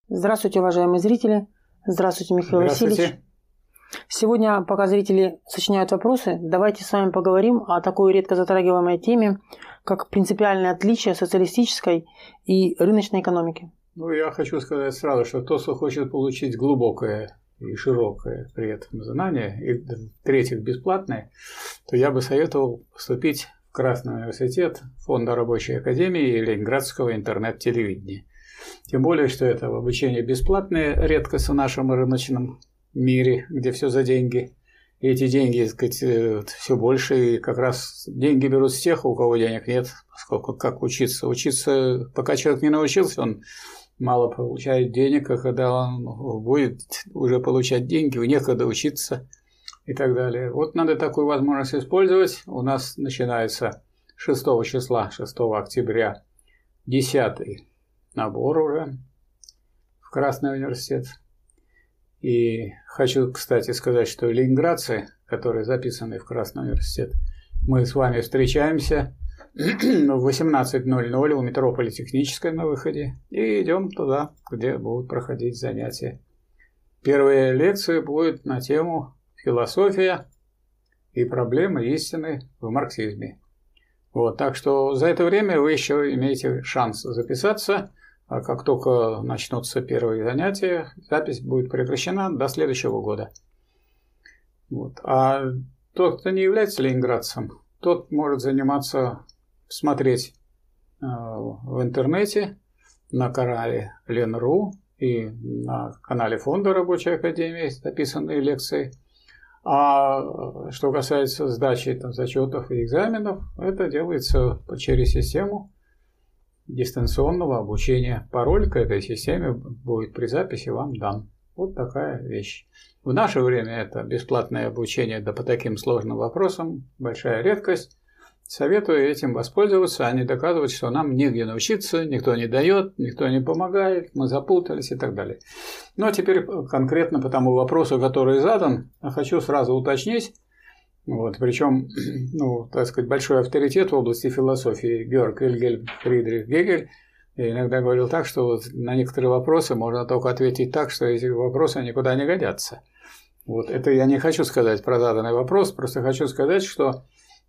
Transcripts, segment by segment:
Здравствуйте, уважаемые зрители. Здравствуйте, Михаил Васильевич. Сегодня, пока зрители сочиняют вопросы, давайте с вами поговорим о такой редко затрагиваемой теме, как принципиальное отличие социалистической и рыночной экономики. Я хочу сказать сразу, что тот, кто хочет получить глубокое и широкое при этом знание, и в-третьих, бесплатное, то я бы советовал поступить в Красный университет Фонда Рабочей Академии и Ленинградского интернет-телевидения. Тем более, что это обучение бесплатное, редкость в нашем рыночном мире, где все за деньги. И эти деньги, так сказать, все больше, и как раз деньги берут с тех, у кого денег нет, поскольку как учиться. Учиться, пока человек не научился, он мало получает денег, а когда он будет уже получать деньги, некогда учиться и так далее. Вот надо такую возможность использовать. У нас начинается 6 числа, 6 октября, 10-й набор уже в Красный университет. И хочу, кстати, сказать, что ленинградцы, которые записаны в Красный университет, мы с вами встречаемся в 18:00 у метро Политехнической на выходе и идем туда, где будут проходить занятия. Первая лекция будет на тему «Философия и проблемы истины в марксизме». Так что за это время вы еще имеете шанс записаться. А как только начнутся первые занятия, запись будет прекращена до следующего года. А тот, кто не является ленинградцем, тот может смотреть в интернете на канале Ленру и на канале Фонда Рабочей Академии записанные лекции. А что касается сдачи зачетов и экзаменов, это делается через систему дистанционного обучения. Пароль к этой системе будет при записи вам дан. Вот такая вещь. В наше время это бесплатное обучение по таким сложным вопросам большая редкость. Советую этим воспользоваться, а не доказывать, что нам негде научиться, никто не дает, никто не помогает, мы запутались и так далее. Но теперь конкретно по тому вопросу, который задан, хочу сразу уточнить. Причем, так сказать, большой авторитет в области философии Георг Вильгельм Фридрих Гегель иногда говорил так, что на некоторые вопросы можно только ответить так, что эти вопросы никуда не годятся. Это я не хочу сказать про заданный вопрос, просто хочу сказать, что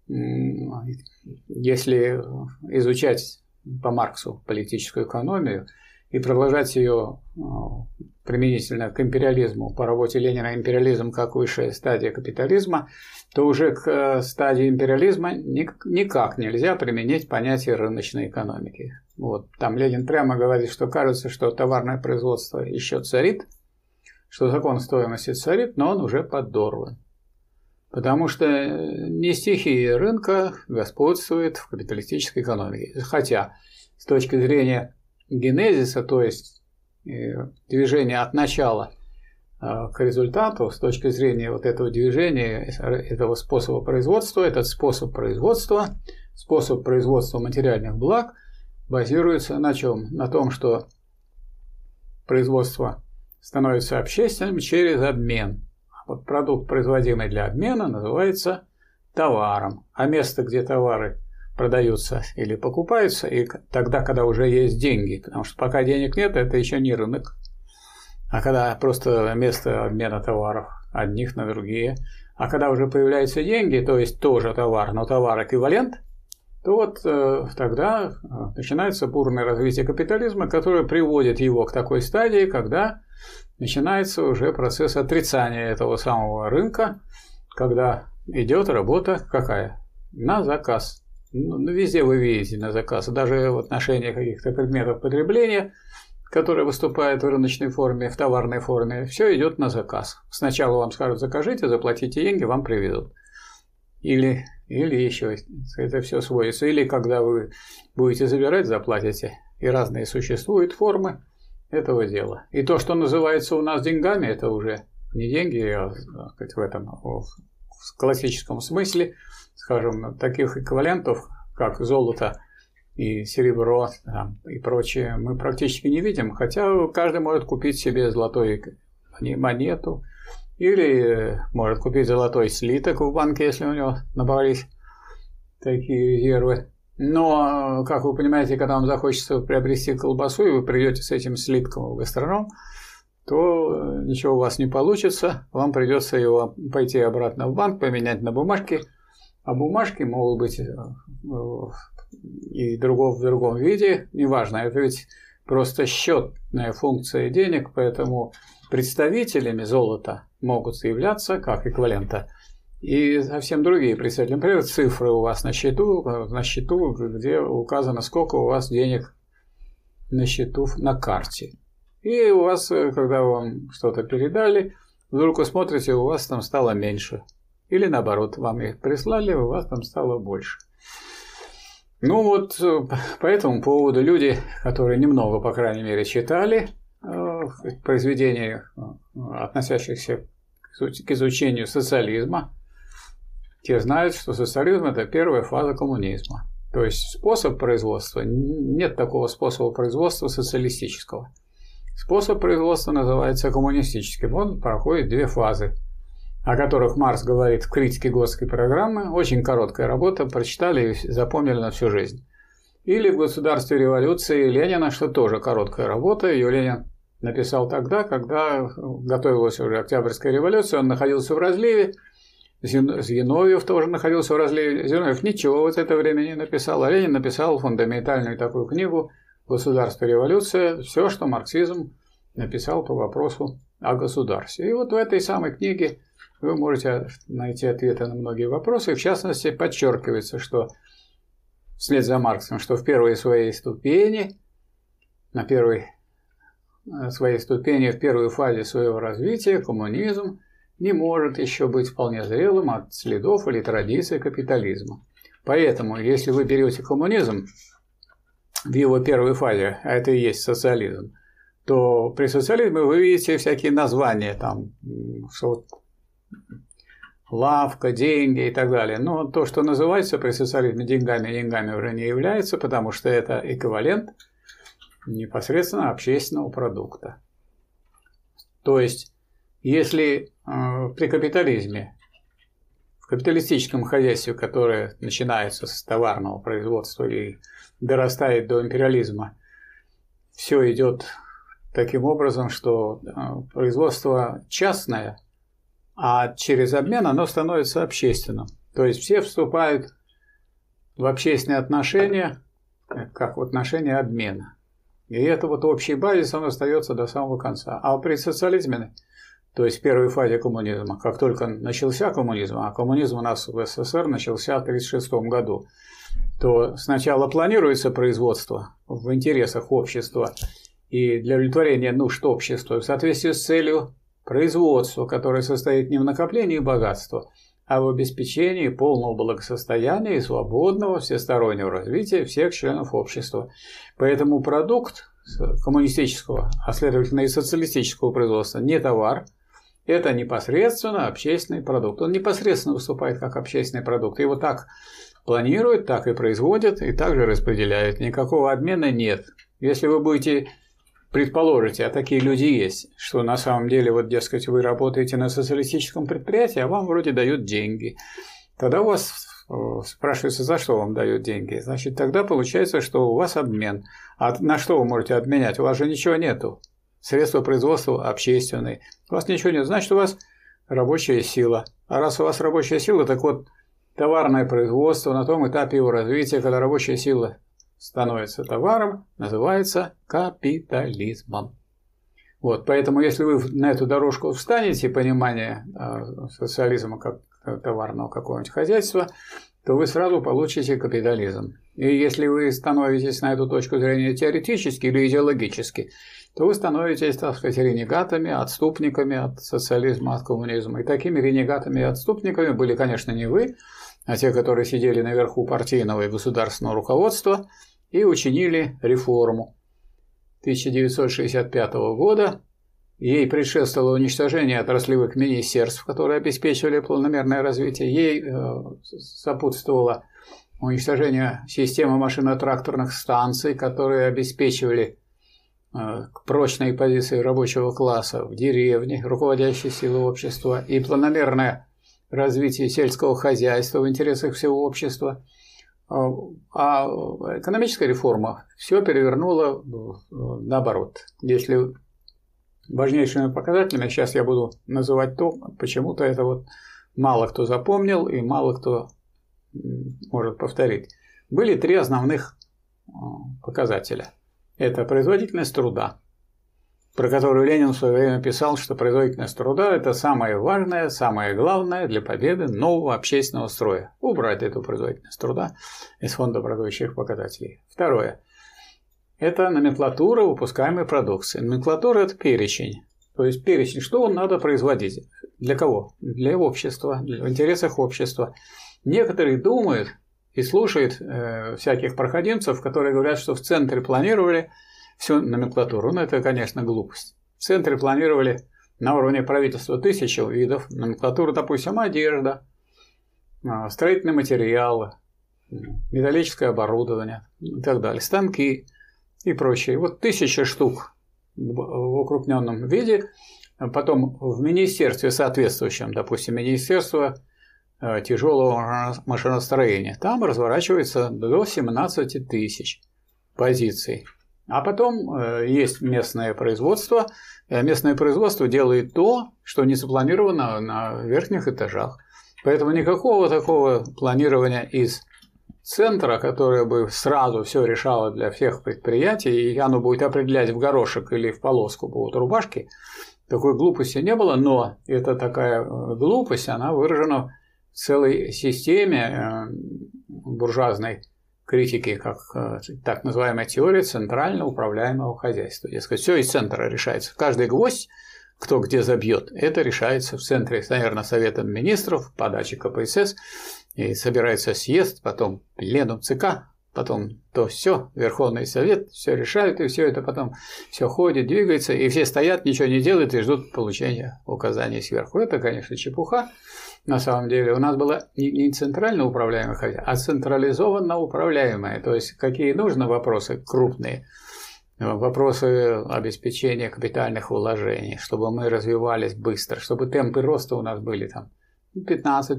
если изучать по Марксу политическую экономию и продолжать ее применительно к империализму, по работе Ленина империализм как высшая стадия капитализма, то уже к стадии империализма никак нельзя применить понятие рыночной экономики. Там Ленин прямо говорит, что кажется, что товарное производство еще царит, что закон стоимости царит, но он уже подорван. Потому что не стихия рынка господствует в капиталистической экономике. Хотя с точки зрения генезиса, то есть движения от начала к результату, с точки зрения этого движения, этого способа производства, этот способ производства материальных благ базируется на чем? На том, что производство становится общественным через обмен. Продукт, производимый для обмена, называется товаром. А место, где товары продаются или покупаются, и тогда, когда уже есть деньги. Потому что пока денег нет, это еще не рынок. А когда просто место обмена товаров одних на другие. А когда уже появляются деньги, то есть тоже товар, но товар-эквивалент, то тогда начинается бурное развитие капитализма, которое приводит его к такой стадии, когда начинается уже процесс отрицания этого самого рынка, когда идет работа какая? На заказ. Везде вы видите на заказ. Даже в отношении каких-то предметов потребления, которые выступают в рыночной форме, в товарной форме, все идет на заказ. Сначала вам скажут: закажите, заплатите деньги, вам привезут. Или еще это все сводится. Или когда вы будете забирать, заплатите. И разные существуют формы этого дела. И то, что называется у нас деньгами, это уже не деньги, а в классическом смысле, скажем, таких эквивалентов, как золото и серебро и прочее, мы практически не видим, хотя каждый может купить себе золотую монету или может купить золотой слиток в банке, если у него набрались такие резервы. Но, как вы понимаете, когда вам захочется приобрести колбасу, и вы придете с этим слитком в гастроном, то ничего у вас не получится. Вам придется его пойти обратно в банк, поменять на бумажки. А бумажки могут быть и в другом виде. Неважно, это ведь просто счетная функция денег, поэтому представителями золота могут являться как эквивалента и совсем другие представители. Например, цифры у вас на счету, где указано, сколько у вас денег на счету на карте. И у вас, когда вам что-то передали, вдруг вы смотрите, у вас там стало меньше. Или наоборот, вам их прислали, у вас там стало больше. Ну вот, по этому поводу люди, которые немного, по крайней мере, читали произведения, относящихся к изучению социализма, те знают, что социализм – это первая фаза коммунизма. То есть способ производства, нет такого способа производства социалистического. Способ производства называется коммунистическим. Он проходит две фазы, о которых Маркс говорит в критике Готской программы. Очень короткая работа, прочитали и запомнили на всю жизнь. Или в «Государстве революции» Ленина, что тоже короткая работа. Ее Ленин написал тогда, когда готовилась уже Октябрьская революция, он находился в разливе. Зиновьев тоже находился в разливе. Зиновьев ничего в это время не написал, а Ленин написал фундаментальную такую книгу «Государство, революция», все, что марксизм написал по вопросу о государстве. И вот в этой самой книге вы можете найти ответы на многие вопросы. В частности, подчеркивается, что вслед за Марксом, что в первой своей ступени, в первой фазе своего развития коммунизм не может еще быть вполне зрелым от следов или традиций капитализма. Поэтому, если вы берете коммунизм в его первой фазе, а это и есть социализм, то при социализме вы видите всякие названия, там, лавка, деньги и так далее. Но то, что называется при социализме деньгами уже не является, потому что это эквивалент непосредственно общественного продукта. То есть, если при капитализме, в капиталистическом хозяйстве, которое начинается с товарного производства и дорастает до империализма, все идет таким образом, что производство частное, а через обмен оно становится общественным. То есть все вступают в общественные отношения, как в отношения обмена. И это вот общий базис, он остается до самого конца. А при социализме, то есть в первой фазе коммунизма, как только начался коммунизм, а коммунизм у нас в СССР начался в 1936 году, то сначала планируется производство в интересах общества и для удовлетворения нужд общества в соответствии с целью производства, которое состоит не в накоплении богатства, а в обеспечении полного благосостояния и свободного всестороннего развития всех членов общества. Поэтому продукт коммунистического, а следовательно и социалистического производства не товар, это непосредственно общественный продукт. Он непосредственно выступает как общественный продукт. Его так планируют, так и производят, и также распределяют. Никакого обмена нет. Если вы будете предположите, а такие люди есть, что на самом деле, вот, дескать, вы работаете на социалистическом предприятии, а вам вроде дают деньги. Тогда у вас спрашивается, за что вам дают деньги. Значит, тогда получается, что у вас обмен. А на что вы можете обменять? У вас же ничего нету. Средства производства общественные. У вас ничего нет. Значит, у вас рабочая сила. А раз у вас рабочая сила, так вот, товарное производство на том этапе его развития, когда рабочая сила становится товаром, называется капитализмом. Вот, поэтому, если вы на эту дорожку встанете, понимание социализма как товарного какого-нибудь хозяйства, то вы сразу получите капитализм. И если вы становитесь на эту точку зрения теоретически или идеологически, то вы становитесь, так сказать, ренегатами, отступниками от социализма, от коммунизма. И такими ренегатами и отступниками были, конечно, не вы, а те, которые сидели наверху партийного и государственного руководства и учинили реформу 1965 года. Ей предшествовало уничтожение отраслевых министерств, которые обеспечивали планомерное развитие. Ей сопутствовало уничтожение системы машино-тракторных станций, которые обеспечивали прочные позиции рабочего класса в деревне, руководящей силы общества, и планомерное развитие сельского хозяйства в интересах всего общества. А экономическая реформа все перевернула наоборот. Если важнейшими показателями, сейчас я буду называть то, почему-то это вот мало кто запомнил и мало кто может повторить. Были 3 основных показателя. Это производительность труда, про которую Ленин в свое время писал, что производительность труда – это самое важное, самое главное для победы нового общественного строя. Убрать эту производительность труда из фонда продующих показателей. Второе – это номенклатура выпускаемой продукции. Номенклатура – это перечень. То есть перечень, что надо производить. Для кого? Для общества, в интересах общества. Некоторые думают и слушают всяких проходимцев, которые говорят, что в центре планировали всю номенклатуру. Ну, это, конечно, глупость. В центре планировали на уровне правительства 1000 видов номенклатуры, допустим, одежда, строительные материалы, металлическое оборудование и так далее, станки и прочее. Вот 1000 штук в укрупненном виде. Потом в министерстве соответствующем, допустим, Министерство тяжелого машиностроения, там разворачивается до 17 тысяч позиций. А потом есть местное производство. Местное производство делает то, что не запланировано на верхних этажах. Поэтому никакого такого планирования из центра, которое бы сразу все решало для всех предприятий, и оно будет определять в горошек или в полоску будут рубашки, такой глупости не было, но это такая глупость, она выражена в целой системе буржуазной критики, как так называемая теория центрально управляемого хозяйства. Дескать, все из центра решается. Каждый гвоздь, кто где забьет, это решается в центре, наверное, Советом Министров, подачи КПСС, и собирается съезд, потом пленум ЦК, потом то все, Верховный Совет, все решают, и все это потом все ходит, двигается, и все стоят, ничего не делают и ждут получения указаний сверху. Это, конечно, чепуха. На самом деле у нас было не центрально управляемое хозяйство, а централизованно управляемое. То есть какие нужны вопросы крупные, вопросы обеспечения капитальных вложений, чтобы мы развивались быстро, чтобы темпы роста у нас были там 15%,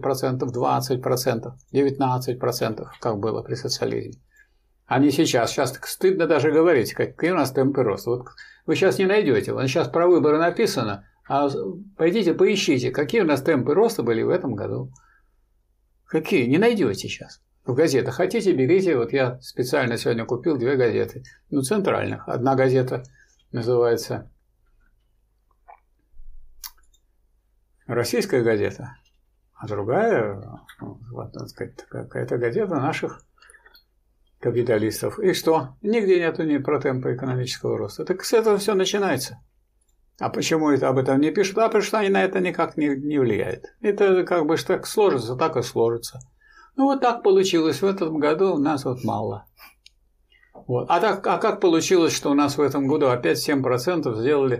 20%, 19%, как было при социализме. А не сейчас. Сейчас так стыдно даже говорить, какие у нас темпы роста. Вот вы сейчас не найдете. Вот сейчас про выборы написано, а пойдите поищите, какие у нас темпы роста были в этом году. Какие? Не найдете сейчас. В газетах. Хотите, берите. Вот я специально сегодня купил 2 газеты. Ну, центральных. Одна газета называется «Российская газета», а другая, вот, так сказать, какая-то газета наших капиталистов. И что? Нигде нету ни про темпы экономического роста. Так с этого все начинается. А почему это об этом не пишут? А потому что они на это никак не влияют. Это как бы так сложится, так и сложится. Ну вот так получилось. В этом году у нас вот мало. Вот. А как получилось, что у нас в этом году опять 7% сделали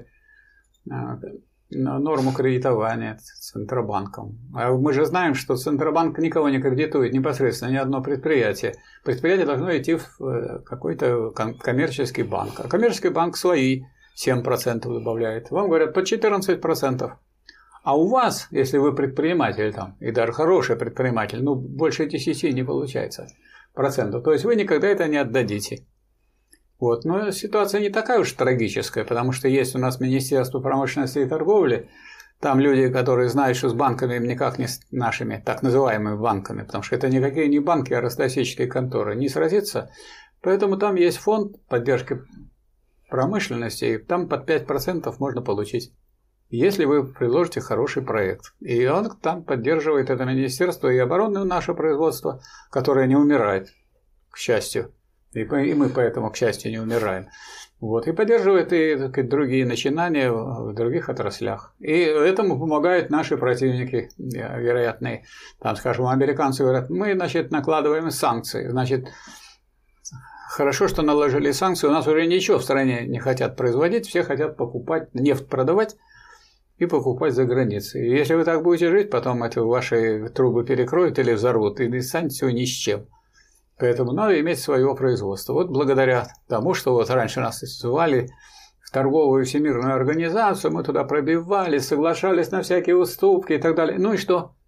норму кредитования Центробанком? А мы же знаем, что Центробанк никого не кредитует непосредственно, ни одно предприятие. Предприятие должно идти в какой-то коммерческий банк. А коммерческий банк свои 7% добавляет. Вам говорят по 14%. А у вас, если вы предприниматель там, и даже хороший предприниматель, ну больше 10 не получается процентов. То есть вы никогда это не отдадите. Вот. Но ситуация не такая уж трагическая, потому что есть у нас Министерство промышленности и торговли. Там люди, которые знают, что с банками им никак не с нашими так называемыми банками, потому что это никакие не банки, а ростовсеческие конторы, не сразится. Поэтому там есть фонд поддержки промышленности, и там под 5% можно получить, если вы предложите хороший проект. И он там поддерживает это министерство и обороны наше производство, которое не умирает, к счастью. И мы поэтому, к счастью, не умираем. Вот. И поддерживает и, так сказать, другие начинания в других отраслях. И этому помогают наши противники вероятные. Там, скажем, американцы говорят, мы, значит, накладываем санкции. Значит, хорошо, что наложили санкции, у нас уже ничего в стране не хотят производить, все хотят покупать, нефть продавать и покупать за границей. И если вы так будете жить, потом это ваши трубы перекроют или взорвут, и станете ни с чем. Поэтому надо иметь свое производство. Вот благодаря тому, что вот раньше нас звали в торговую всемирную организацию, мы туда пробивались, соглашались на всякие уступки и так далее. Ну и что?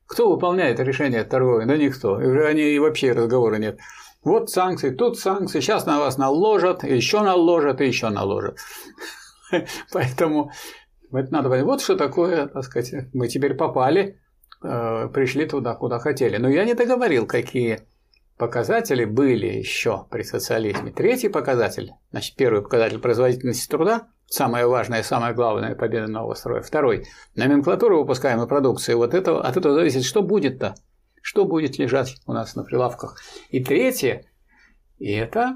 Кто выполняет решение торговли? Да никто. Они и вообще разговора нет. Вот санкции, тут санкции, сейчас на вас наложат, еще наложат, и еще наложат. Поэтому это надо понять. Вот что такое, так сказать, мы теперь попали, пришли туда, куда хотели. Но я не договорил, какие показатели были еще при социализме. Третий показатель, значит, первый показатель производительности труда, самое важное, самое главное, победа нового строя. Второй, номенклатура выпускаемой продукции. Вот это, от этого зависит, что будет-то. Что будет лежать у нас на прилавках. И третье, это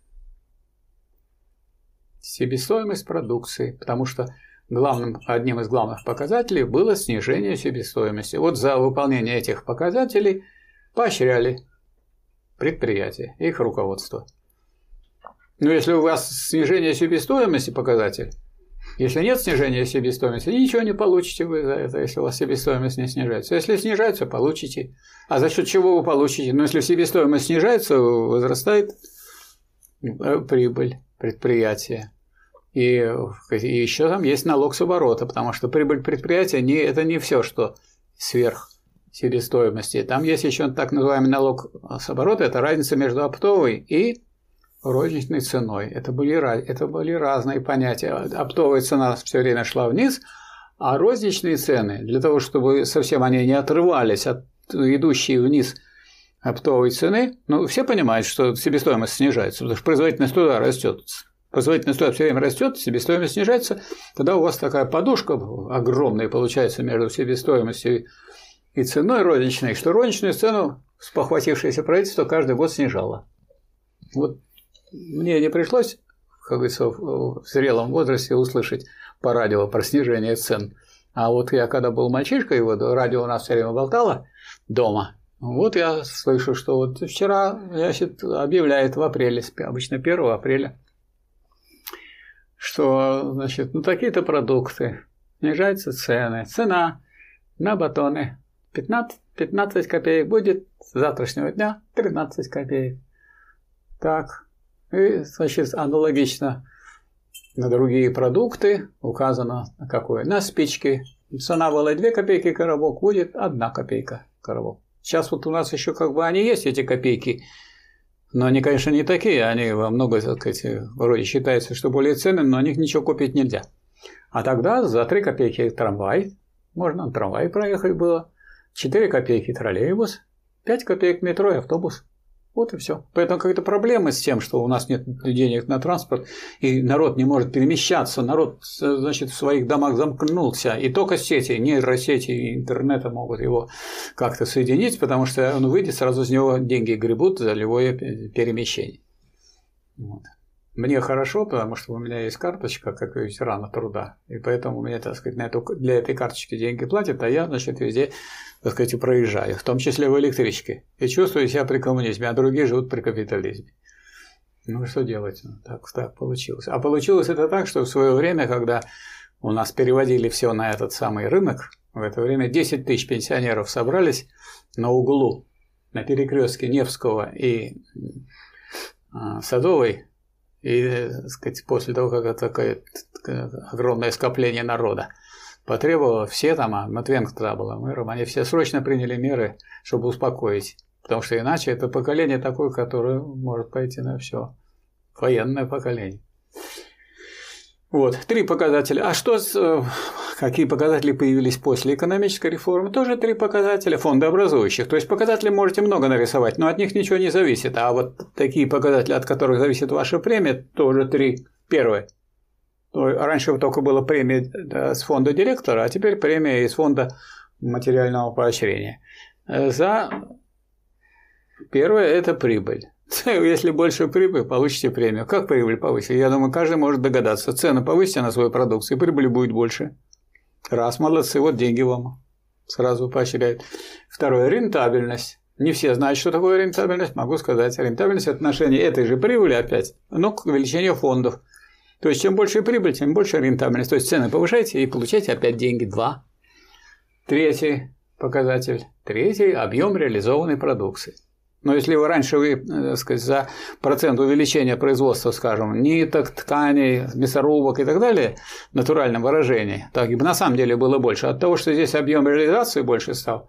себестоимость продукции, потому что одним из главных показателей было снижение себестоимости. Вот за выполнение этих показателей поощряли предприятия, их руководство. Но если у вас снижение себестоимости показатель, если нет снижения себестоимости, ничего не получите вы за это, если у вас себестоимость не снижается. Если снижается, получите. А за счет чего вы получите? Ну, если себестоимость снижается, возрастает прибыль предприятия. И еще там есть налог с оборота, потому что прибыль предприятия это не все, что сверх себестоимости. Там есть еще так называемый налог с оборота, это разница между оптовой и розничной ценой. Это были разные понятия. Оптовая цена все время шла вниз, а розничные цены, для того, чтобы совсем они не отрывались от идущей вниз оптовой цены, ну, все понимают, что себестоимость снижается, потому что производительность труда растет. Производительность труда все время растет, себестоимость снижается, тогда у вас такая подушка огромная получается между себестоимостью и ценой розничной, что розничную цену спохватившееся правительство каждый год снижало. Вот мне не пришлось, как говорится, в зрелом возрасте услышать по радио про снижение цен. А вот я когда был мальчишкой, вот радио у нас все время болтало дома. Вот я слышу, что вот вчера, значит, объявляет в апреле, обычно 1 апреля, что, значит, такие-то продукты, снижаются цены. Цена на батоны 15 копеек будет с завтрашнего дня 13 копеек. Так. И, значит, аналогично на другие продукты указано на какое? На спички. Цена была 2 копейки коробок, будет 1 копейка коробок. Сейчас вот у нас еще как бы они есть, эти копейки, но они, конечно, не такие, они во много, так сказать, вроде считается, что более ценные, но на них ничего купить нельзя. А тогда за 3 копейки трамвай, можно на трамвае проехать было, 4 копейки троллейбус, 5 копеек метро и автобус. Вот и все. Поэтому какие-то проблемы с тем, что у нас нет денег на транспорт, и народ не может перемещаться, народ, значит, в своих домах замкнулся, и только сети, нейросети и интернета могут его как-то соединить, потому что он выйдет, сразу с него деньги гребут за любое перемещение. Вот. Мне хорошо, потому что у меня есть карточка, как у ветерана труда, и поэтому мне, так сказать, для этой карточки деньги платят, а я, значит, везде, так сказать, проезжаю, в том числе в электричке, и чувствую себя при коммунизме, а другие живут при капитализме. Ну, что делать? Так получилось. А получилось это так, что в свое время, когда у нас переводили все на этот самый рынок, в это время 10 тысяч пенсионеров собрались на углу, на перекрестке Невского и Садовой, и, так сказать, после того, как это такое огромное скопление народа потребовало, все там, Матвенко тогда была мэром, они все срочно приняли меры, чтобы успокоить. Потому что иначе это поколение такое, которое может пойти на все. Военное поколение. Вот, 3 показателя. А какие показатели появились после экономической реформы? Тоже 3 показателя фондообразующих. То есть показатели можете много нарисовать, но от них ничего не зависит. А вот такие показатели, от которых зависит ваша премия, тоже 3. Первое. Раньше только была премия с фонда директора, а теперь премия из фонда материального поощрения. Первое – это прибыль. Если больше прибыль, получите премию. Как прибыль повысить? Я думаю, каждый может догадаться. Цены повысите на свою продукцию, и прибыли будет больше. Раз, молодцы, вот деньги вам сразу поощряют. Второе – рентабельность. Не все знают, что такое рентабельность. Могу сказать, рентабельность – отношение этой же прибыли опять, но к увеличению фондов. То есть, чем больше прибыль, тем больше рентабельность. То есть, цены повышаете и получаете опять деньги. 2. Третий показатель. Третий – объем реализованной продукции. Но если вы раньше, так сказать, за процент увеличения производства, скажем, ниток, тканей, мясорубок и так далее, в натуральном выражении, так и на самом деле было больше. От того, что здесь объем реализации больше стал,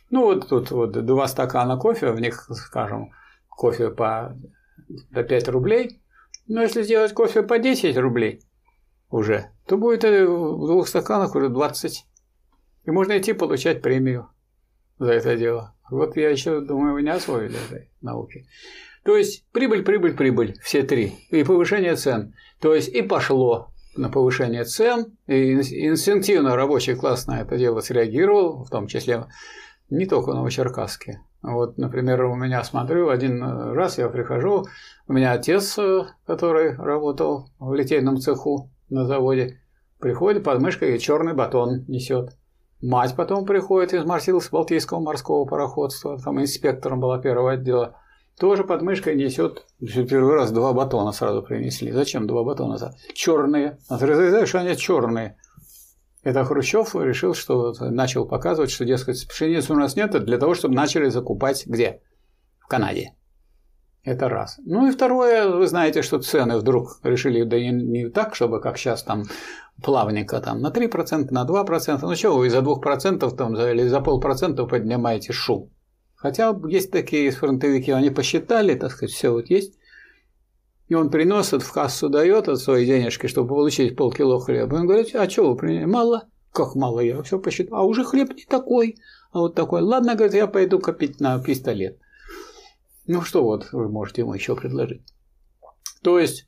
Ну, вот тут вот 2 стакана кофе, в них, скажем, кофе по 5 рублей. Но если сделать кофе по 10 рублей уже, то будет в 2 стаканах уже 20. И можно идти получать премию за это дело. Вот я еще думаю, вы не освоили этой науки. То есть прибыль, все 3. И повышение цен. То есть и пошло на повышение цен, и инстинктивно рабочий класс на это дело среагировал, в том числе не только в Новочеркасске. Вот, например, у меня, смотрю, один раз я прихожу, у меня отец, который работал в литейном цеху на заводе, приходит под мышкой и черный батон несет. Мать потом приходит из Балтийского морского пароходства, там инспектором была 1-го отдела, тоже под мышкой несет. Первый раз 2 батона сразу принесли. Зачем 2 батона? Черные. Знаешь, что они черные. Это Хрущев решил, что начал показывать, что, дескать, пшеницы у нас нет, для того, чтобы начали закупать где? В Канаде. Это раз. Ну и второе, вы знаете, что цены вдруг решили, да не так, чтобы как сейчас там плавненько там на 3%, на 2%. Ну что вы за 2% там, или за 0,5% поднимаете шум? Хотя есть такие фронтовики, они посчитали, так сказать, все вот есть. И он приносит, в кассу дает от своей денежки, чтобы получить полкило хлеба. Он говорит, а что вы приняли? Мало? Как мало? Я все посчитал. А уже хлеб не такой, а вот такой. Ладно, говорит, я пойду копить на пистолет. Ну что вот вы можете ему еще предложить? То есть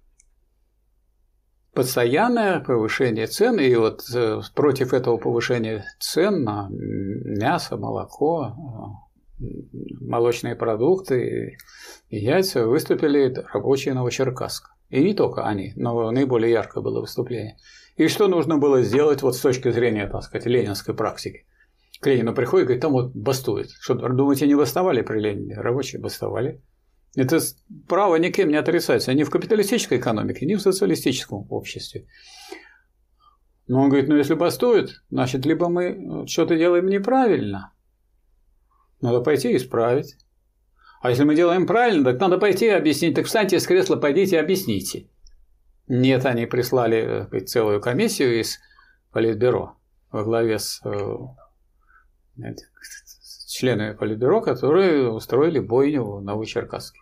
постоянное повышение цен, и вот против этого повышения цен на мясо, молоко, молочные продукты и яйца выступили рабочие Новочеркасска. И не только они, но наиболее яркое было выступление. И что нужно было сделать вот с точки зрения, так сказать, ленинской практики? К Ленину приходит и говорит, там вот бастует. Что, думаете, не бастовали при Ленине? Рабочие бастовали. Это право никем не отрицается ни в капиталистической экономике, ни в социалистическом обществе. Но он говорит, ну если бастует, значит, либо мы что-то делаем неправильно, надо пойти и исправить. А если мы делаем правильно, так надо пойти и объяснить. Так встаньте с кресла, пойдите и объясните. Нет, они прислали целую комиссию из Политбюро во главе с членами Политбюро, которые устроили бойню в Новочеркасске.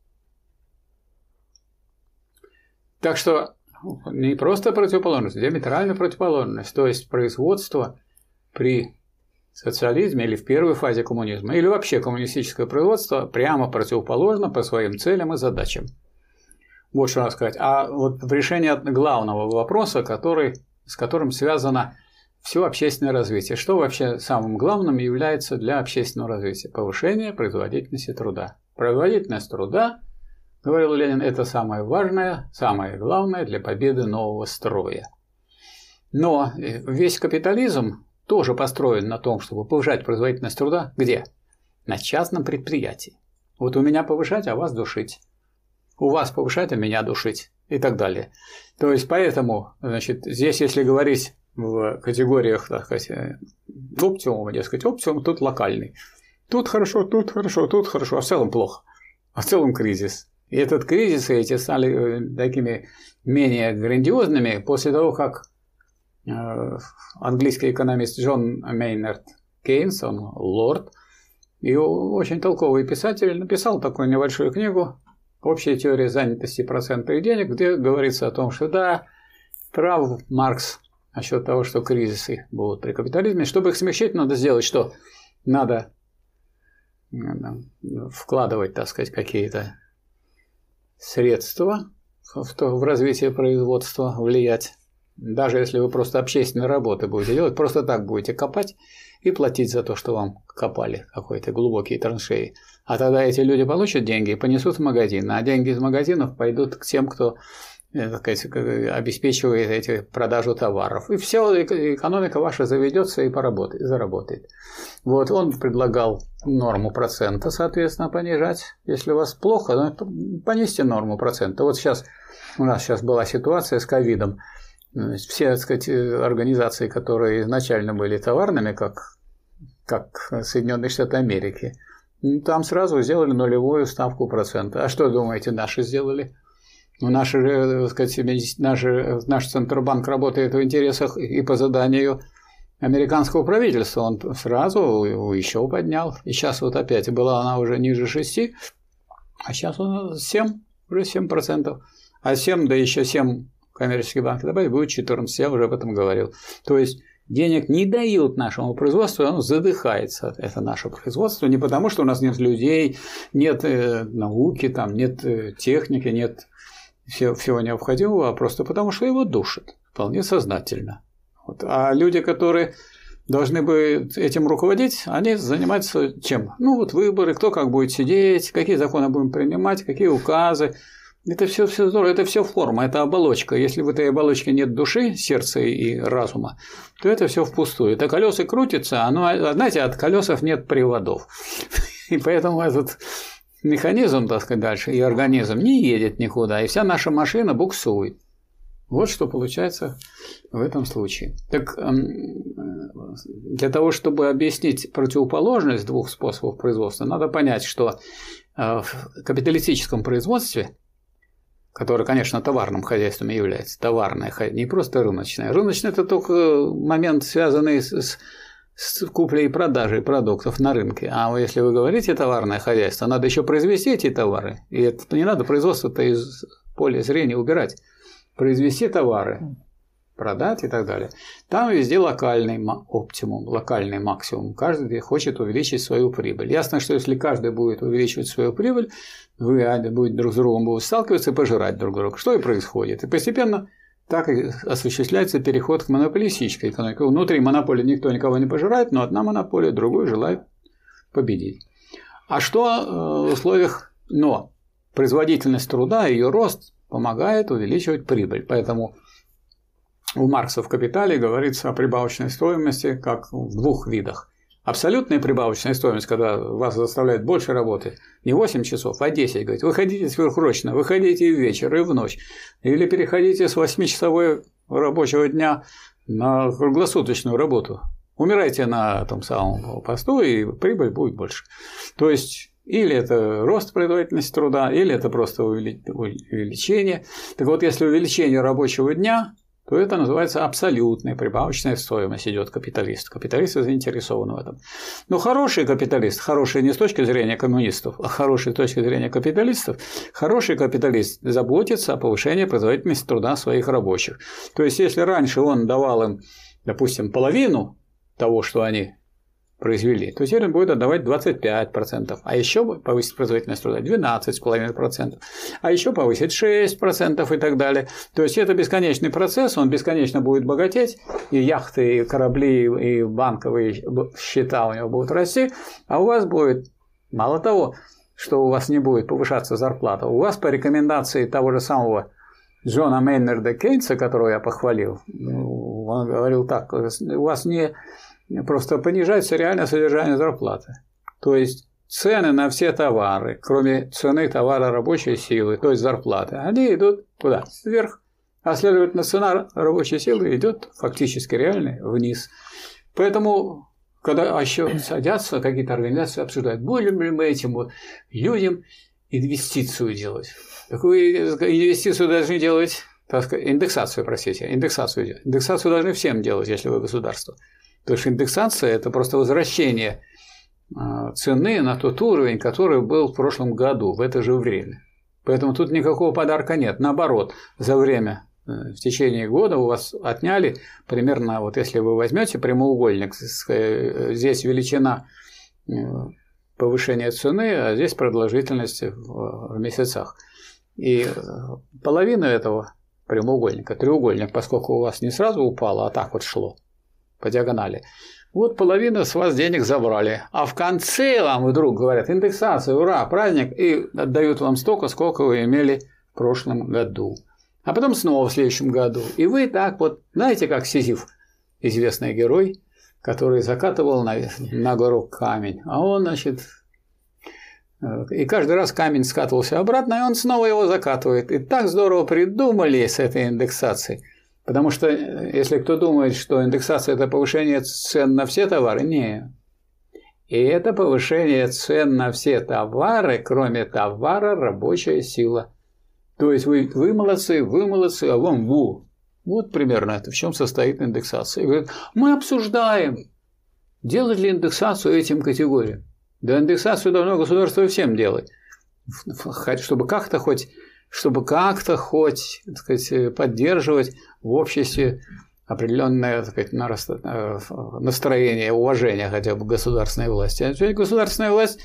Так что не просто противоположность, диаметральная противоположность. То есть производство при социализме или в первой фазе коммунизма, или вообще коммунистическое производство прямо противоположно по своим целям и задачам. Вот что надо сказать. А вот в решении главного вопроса, с которым связано все общественное развитие. Что вообще самым главным является для общественного развития? Повышение производительности труда. Производительность труда, говорил Ленин, это самое важное, самое главное для победы нового строя. Но весь капитализм тоже построен на том, чтобы повышать производительность труда. Где? На частном предприятии. Вот у меня повышать, а вас душить. У вас повышать, а меня душить. И так далее. То есть, поэтому, значит, здесь, если говорить в категориях, так сказать, оптимума, дескать, оптимум тут локальный. Тут хорошо, тут хорошо, тут хорошо, а в целом плохо. А в целом кризис. И этот кризис, и эти стали такими менее грандиозными после того, как английский экономист Джон Мейнард Кейнс, он лорд, и очень толковый писатель, написал такую небольшую книгу «Общая теория занятости, процента и денег», где говорится о том, что да, прав Маркс насчет того, что кризисы будут при капитализме. Чтобы их смягчить, надо сделать что? Надо вкладывать, так сказать, какие-то средства в развитие производства, влиять. Даже если вы просто общественные работы будете делать, просто так будете копать и платить за то, что вам копали какой-то глубокие траншеи. А тогда эти люди получат деньги и понесут в магазин, а деньги из магазинов пойдут к тем, кто, так сказать, обеспечивает продажу товаров. И вся экономика ваша заведется и заработает. Вот он предлагал норму процента, соответственно, понижать. Если у вас плохо, понизьте норму процента. Вот сейчас у нас была ситуация с ковидом. Все, так сказать, организации, которые изначально были товарными, как Соединенные Штаты Америки, там сразу сделали нулевую ставку процента. А что, думаете, наши сделали? Наш Центробанк работает в интересах и по заданию американского правительства. Он сразу еще поднял. И сейчас вот опять была она уже ниже 6, а сейчас он 7, уже 7%. А 7, да еще 7 коммерческие банки добавить, будет 14, я уже об этом говорил. То есть денег не дают нашему производству, оно задыхается. Это наше производство не потому, что у нас нет людей, нет науки, там, нет техники, нет всего необходимого, а просто потому, что его душат вполне сознательно. Вот. А люди, которые должны бы этим руководить, они занимаются чем? Ну, вот выборы, кто как будет сидеть, какие законы будем принимать, какие указы. Это все здорово, это все форма, это оболочка. Если в этой оболочке нет души, сердца и разума, то это все впустую. Это колеса крутятся, знаете, от колесов нет приводов. И поэтому этот механизм, так сказать, дальше, и организм не едет никуда, и вся наша машина буксует. Вот что получается в этом случае. Так для того, чтобы объяснить противоположность двух способов производства, надо понять, что в капиталистическом производстве, которое, конечно, товарным хозяйством и является, товарное, не просто рыночное. Рыночное – это только момент, связанный с куплей и продажей продуктов на рынке. А если вы говорите товарное хозяйство, надо еще произвести эти товары. И это не надо производство-то из поля зрения убирать. Произвести товары, продать и так далее. Там везде локальный оптимум, локальный максимум. Каждый хочет увеличить свою прибыль. Ясно, что если каждый будет увеличивать свою прибыль, вы будете друг с другом будут сталкиваться и пожирать друг друга. Что и происходит. И постепенно так и осуществляется переход к монополистической экономике. Внутри монополии никто никого не пожирает, но одна монополия другую желает победить. А что в условиях «но»? Производительность труда, ее рост помогает увеличивать прибыль. Поэтому у Маркса в «Капитале» говорится о прибавочной стоимости как в двух видах. Абсолютная прибавочная стоимость, когда вас заставляют больше работы, не 8 часов, а 10, говорит, выходите сверхурочно, выходите и в вечер, и в ночь, или переходите с 8-часового рабочего дня на круглосуточную работу. Умирайте на том самом посту, и прибыль будет больше. То есть или это рост производительности труда, или это просто увеличение. Так вот, если увеличение рабочего дня, то это называется абсолютная прибавочная стоимость, идет капиталист. Капиталисты заинтересованы в этом. Но хороший капиталист, хороший не с точки зрения коммунистов, а хороший с точки зрения капиталистов, хороший капиталист заботится о повышении производительности труда своих рабочих. То есть, если раньше он давал им, допустим, половину того, что они произвели, то теперь он будет отдавать 25%, а еще повысить производительность труда 12,5%, а еще повысить 6% и так далее. То есть это бесконечный процесс, он бесконечно будет богатеть, и яхты, и корабли, и банковые счета у него будут расти, а у вас будет, мало того, что у вас не будет повышаться зарплата, у вас по рекомендации того же самого Джона Мейнарда Кейнса, которого я похвалил, он говорил так, у вас не просто понижается реальное содержание зарплаты. То есть цены на все товары, кроме цены товара рабочей силы, то есть зарплаты, они идут куда? Вверх. А следовательно, цена рабочей силы идет фактически реально вниз. Поэтому, когда еще садятся какие-то организации, обсуждают, будем ли мы этим вот людям инвестицию делать. Какую инвестицию должны делать? Так сказать, индексацию, простите, индексацию делать. Индексацию должны всем делать, если вы государство. Потому что индексация – это просто возвращение цены на тот уровень, который был в прошлом году, в это же время. Поэтому тут никакого подарка нет. Наоборот, за время, в течение года у вас отняли примерно, вот если вы возьмете прямоугольник, здесь величина повышения цены, а здесь продолжительность в месяцах. И половина этого прямоугольника, треугольник, поскольку у вас не сразу упало, а так вот шло по диагонали. Вот половину с вас денег забрали. А в конце вам вдруг говорят, индексация, ура, праздник, и отдают вам столько, сколько вы имели в прошлом году. А потом снова в следующем году. И так вот, знаете, как Сизиф, известный герой, который закатывал на гору камень. А он, значит, и каждый раз камень скатывался обратно, и он снова его закатывает. И так здорово придумали с этой индексацией. Потому что, если кто думает, что индексация – это повышение цен на все товары, нет. И это повышение цен на все товары, кроме товара рабочая сила. То есть вы молодцы, а вам Вот примерно это, в чем состоит индексация. И говорят, мы обсуждаем, делать ли индексацию этим категориям. Да индексацию должно государство всем делать, чтобы как-то хоть, так сказать, поддерживать в обществе определенное, так сказать, настроение уважения хотя бы государственной власти. А государственная власть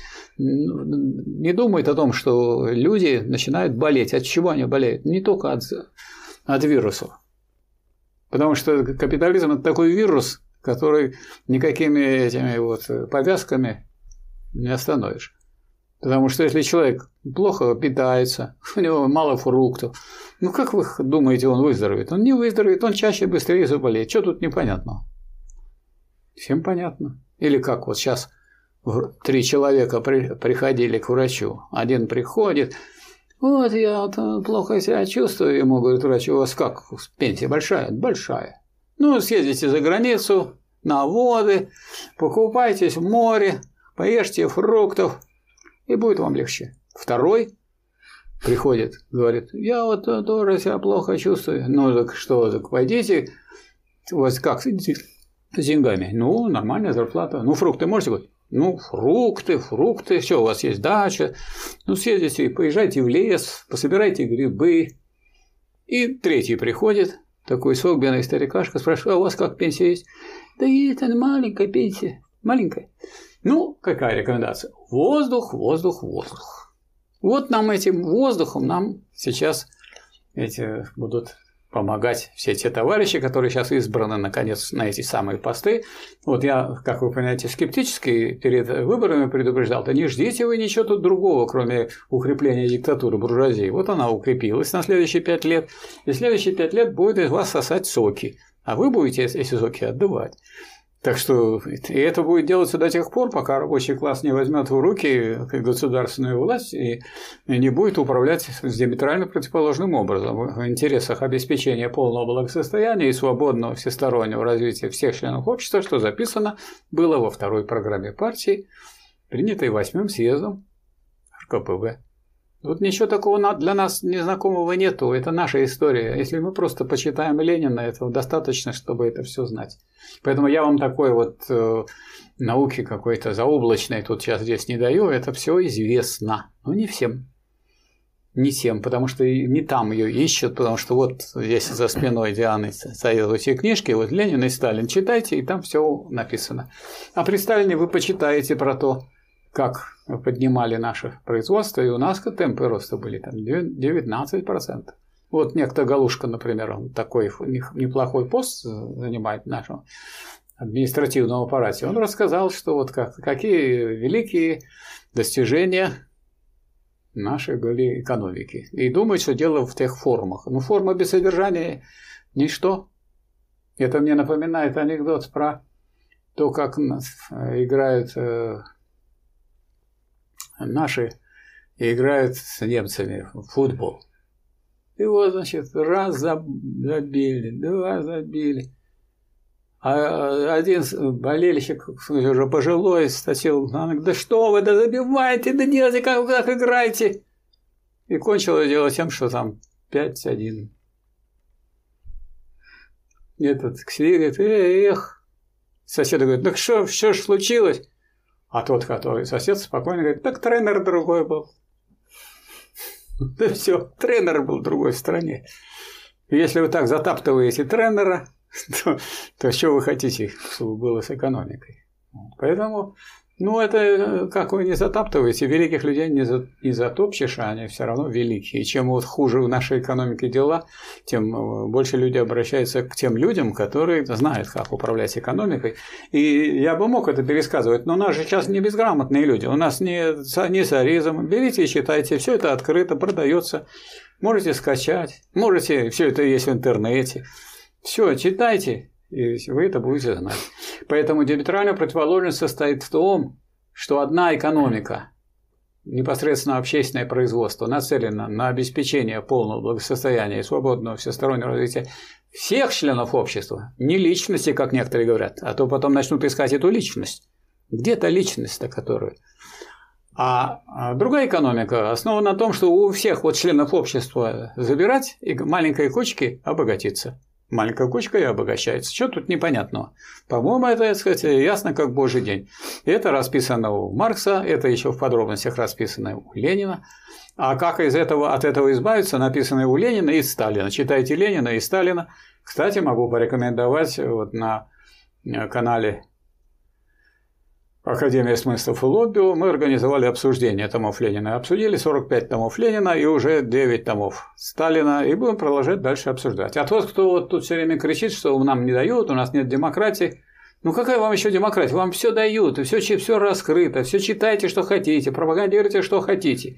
не думает о том, что люди начинают болеть. От чего они болеют? Не только от вирусов. Потому что капитализм – это такой вирус, который никакими этими вот повязками не остановишь. Потому что если человек плохо питается, у него мало фруктов, ну как вы думаете, он выздоровеет? Он не выздоровеет, он чаще быстрее заболеет. Что тут непонятного? Всем понятно. Или как вот сейчас 3 человека приходили к врачу. Один приходит, вот я вот плохо себя чувствую, ему говорит врач, у вас как, пенсия большая? Большая. Ну, съездите за границу, на воды, покупайтесь в море, поешьте фруктов, и будет вам легче. Второй приходит, говорит, я вот тоже себя плохо чувствую. Ну, так что, так пойдите, у вас как с деньгами? Ну, нормальная зарплата. Ну, фрукты можете купить? Ну, фрукты, все, у вас есть дача. Ну, съездите, поезжайте в лес, пособирайте грибы. И третий приходит, такой согбенный старикашка, спрашивает, а у вас как пенсия есть? Да есть, это маленькая пенсия, маленькая. Ну, какая рекомендация? Воздух, воздух, воздух. Вот нам этим воздухом нам сейчас будут помогать все те товарищи, которые сейчас избраны, наконец, на эти самые посты. Вот я, как вы понимаете, скептически перед выборами предупреждал, да не ждите вы ничего тут другого, кроме укрепления диктатуры буржуазии. Вот она укрепилась на следующие 5 лет, и следующие 5 лет будет из вас сосать соки, а вы будете эти соки отдавать. Так что и это будет делаться до тех пор, пока рабочий класс не возьмет в руки государственную власть и не будет управлять с диаметрально противоположным образом в интересах обеспечения полного благосостояния и свободного всестороннего развития всех членов общества, что записано было во 2-й программе партии, принятой 8-м съездом РКПБ. Тут ничего такого для нас незнакомого нету, это наша история. Если мы просто почитаем Ленина, этого достаточно, чтобы это все знать. Поэтому я вам такой вот науки какой-то заоблачной тут сейчас здесь не даю, это все известно. Но не всем. Не всем, потому что не там ее ищут, потому что вот здесь за спиной Дианы стоят эти книжки, вот Ленин и Сталин, читайте, и там все написано. А при Сталине вы почитаете про то, как поднимали наше производство, и у нас темпы роста были там 19%. Вот некто Галушка, например, он такой неплохой пост занимает в нашем административном аппарате. Он рассказал, что вот какие великие достижения нашей были экономики. И думает, что дело в тех формах. Но форма без содержания – ничто. Это мне напоминает анекдот про то, как играют наши играют с немцами в футбол. И вот, значит, раз забили, 2 забили. А один болельщик, уже пожилой, стащил, да что вы, да забивайте, да делайте, как играете. И кончилось дело тем, что там 5-1. Этот сидит, эх. Сосед говорит, так что ж случилось? А тот, который сосед, спокойно говорит, так тренер другой был. Да все, тренер был в другой стране. И если вы так затаптываете тренера, то что вы хотите, чтобы было с экономикой? Поэтому, это как вы не затаптываете, великих людей не затопчешь, а они все равно великие. И чем вот хуже в нашей экономике дела, тем больше люди обращаются к тем людям, которые знают, как управлять экономикой. И я бы мог это пересказывать, но у нас же сейчас не безграмотные люди, у нас не царизм. Берите и читайте, все это открыто, продается. Можете скачать, можете, все это есть в интернете. Все, читайте, и вы это будете знать. Поэтому диаметральная противоположность состоит в том, что одна экономика, непосредственно общественное производство, нацелена на обеспечение полного благосостояния и свободного всестороннего развития всех членов общества, не личности, как некоторые говорят, а то потом начнут искать эту личность. Где-то личность-то, которую... А другая экономика основана на том, что у всех членов общества забирать и маленькой кучки обогатиться. Маленькая кучка и обогащается. Что тут непонятного? По-моему, это, так сказать, ясно как божий день. Это расписано у Маркса, это еще в подробностях расписано у Ленина. А как от этого избавиться, написано и у Ленина, и Сталина. Читайте Ленина и Сталина. Кстати, могу порекомендовать вот на канале Академия смыслов и лобби мы организовали обсуждение томов Ленина. Обсудили 45 томов Ленина и уже 9 томов Сталина. И будем продолжать дальше обсуждать. А тот, кто вот тут все время кричит, что нам не дают, у нас нет демократии. Ну какая вам еще демократия? Вам все дают, и все раскрыто, все читайте, что хотите, пропагандируйте, что хотите.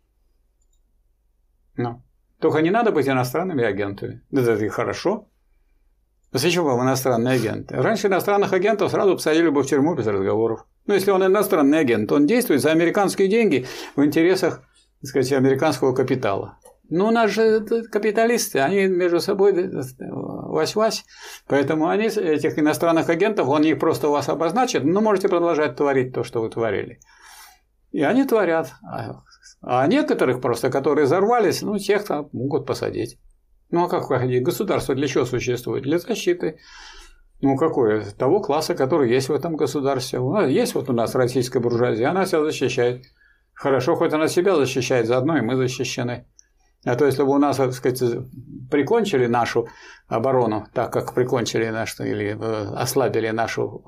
Ну, только не надо быть иностранными агентами. Это и хорошо. Зачем вам иностранные агенты? Раньше иностранных агентов сразу посадили бы в тюрьму без разговоров. Ну, если он иностранный агент, он действует за американские деньги в интересах, так сказать, американского капитала. Ну, у нас же капиталисты, они между собой вась-вась, поэтому они, этих иностранных агентов, он их просто вас обозначит, но можете продолжать творить то, что вы творили. И они творят. А некоторых просто, которые взорвались, ну, тех-то могут посадить. Ну, а как государство для чего существует? Для защиты. Ну, какое? Того класса, который есть в этом государстве. Есть вот у нас российская буржуазия, она себя защищает. Хорошо, хоть она себя защищает, заодно и мы защищены. А то, если бы у нас, так сказать, прикончили нашу оборону, так как прикончили нашу или ослабили нашу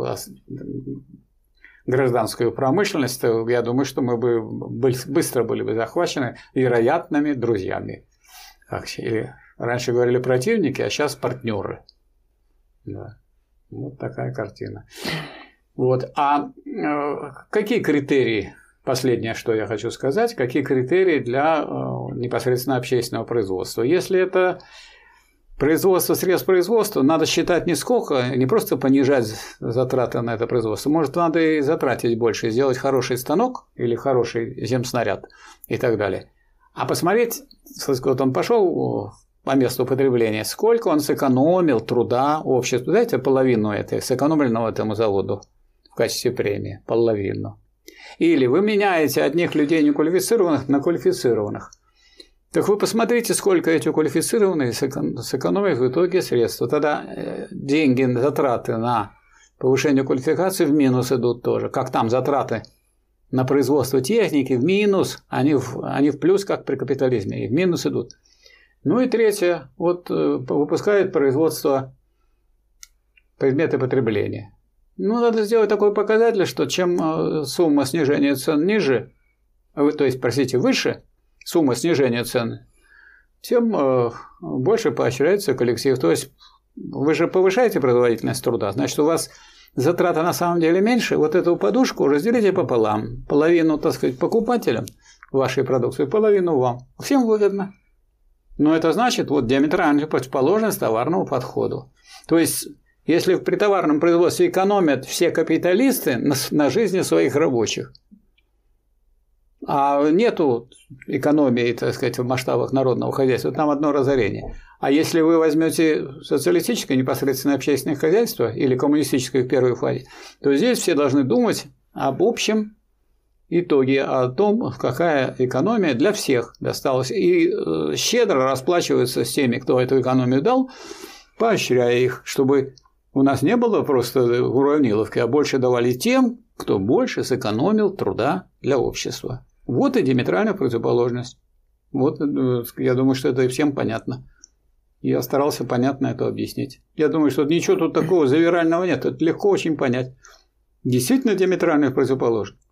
гражданскую промышленность, то я думаю, что мы бы быстро были бы захвачены вероятными друзьями. Или раньше говорили противники, а сейчас партнеры. Да. Вот такая картина. Вот. А какие критерии, последнее, что я хочу сказать, какие критерии для непосредственно общественного производства? Если это производство, средств производства, надо считать не сколько, не просто понижать затраты на это производство, может, надо и затратить больше, сделать хороший станок или хороший земснаряд и так далее. А посмотреть, вот он пошел по месту потребления, сколько он сэкономил труда обществу. Дайте половину этой сэкономленного этому заводу в качестве премии. Половину. Или вы меняете одних людей неквалифицированных на квалифицированных. Так вы посмотрите, сколько эти квалифицированные сэкономят в итоге средства. Тогда деньги, затраты на повышение квалификации в минус идут тоже. Как там затраты на производство техники в минус, они в плюс, как при капитализме, и в минус идут. Ну и третье, вот выпускает производство предметы потребления. Ну, надо сделать такой показатель, что чем сумма снижения цен ниже, то есть, простите, выше сумма снижения цен, тем больше поощряется коллектив. То есть, вы же повышаете производительность труда, значит, у вас затраты на самом деле меньше, вот эту подушку разделите пополам. Половину, так сказать, покупателям вашей продукции, половину вам. Всем выгодно. Но это значит вот диаметральная противоположность товарному подходу. То есть, если при товарном производстве экономят все капиталисты на жизни своих рабочих, а нету экономии, так сказать, в масштабах народного хозяйства, там одно разорение. А если вы возьмете социалистическое непосредственно общественное хозяйство или коммунистическое в первой фазе, то здесь все должны думать об общем итоге, о том, какая экономия для всех досталась. И щедро расплачиваются с теми, кто эту экономию дал, поощряя их, чтобы у нас не было просто уравниловки, а больше давали тем, кто больше сэкономил труда для общества. Вот и диаметральная противоположность. Вот, я думаю, что это и всем понятно. Я старался понятно это объяснить. Я думаю, что ничего тут такого завирального нет. Это легко очень понять. Действительно диаметральная противоположность.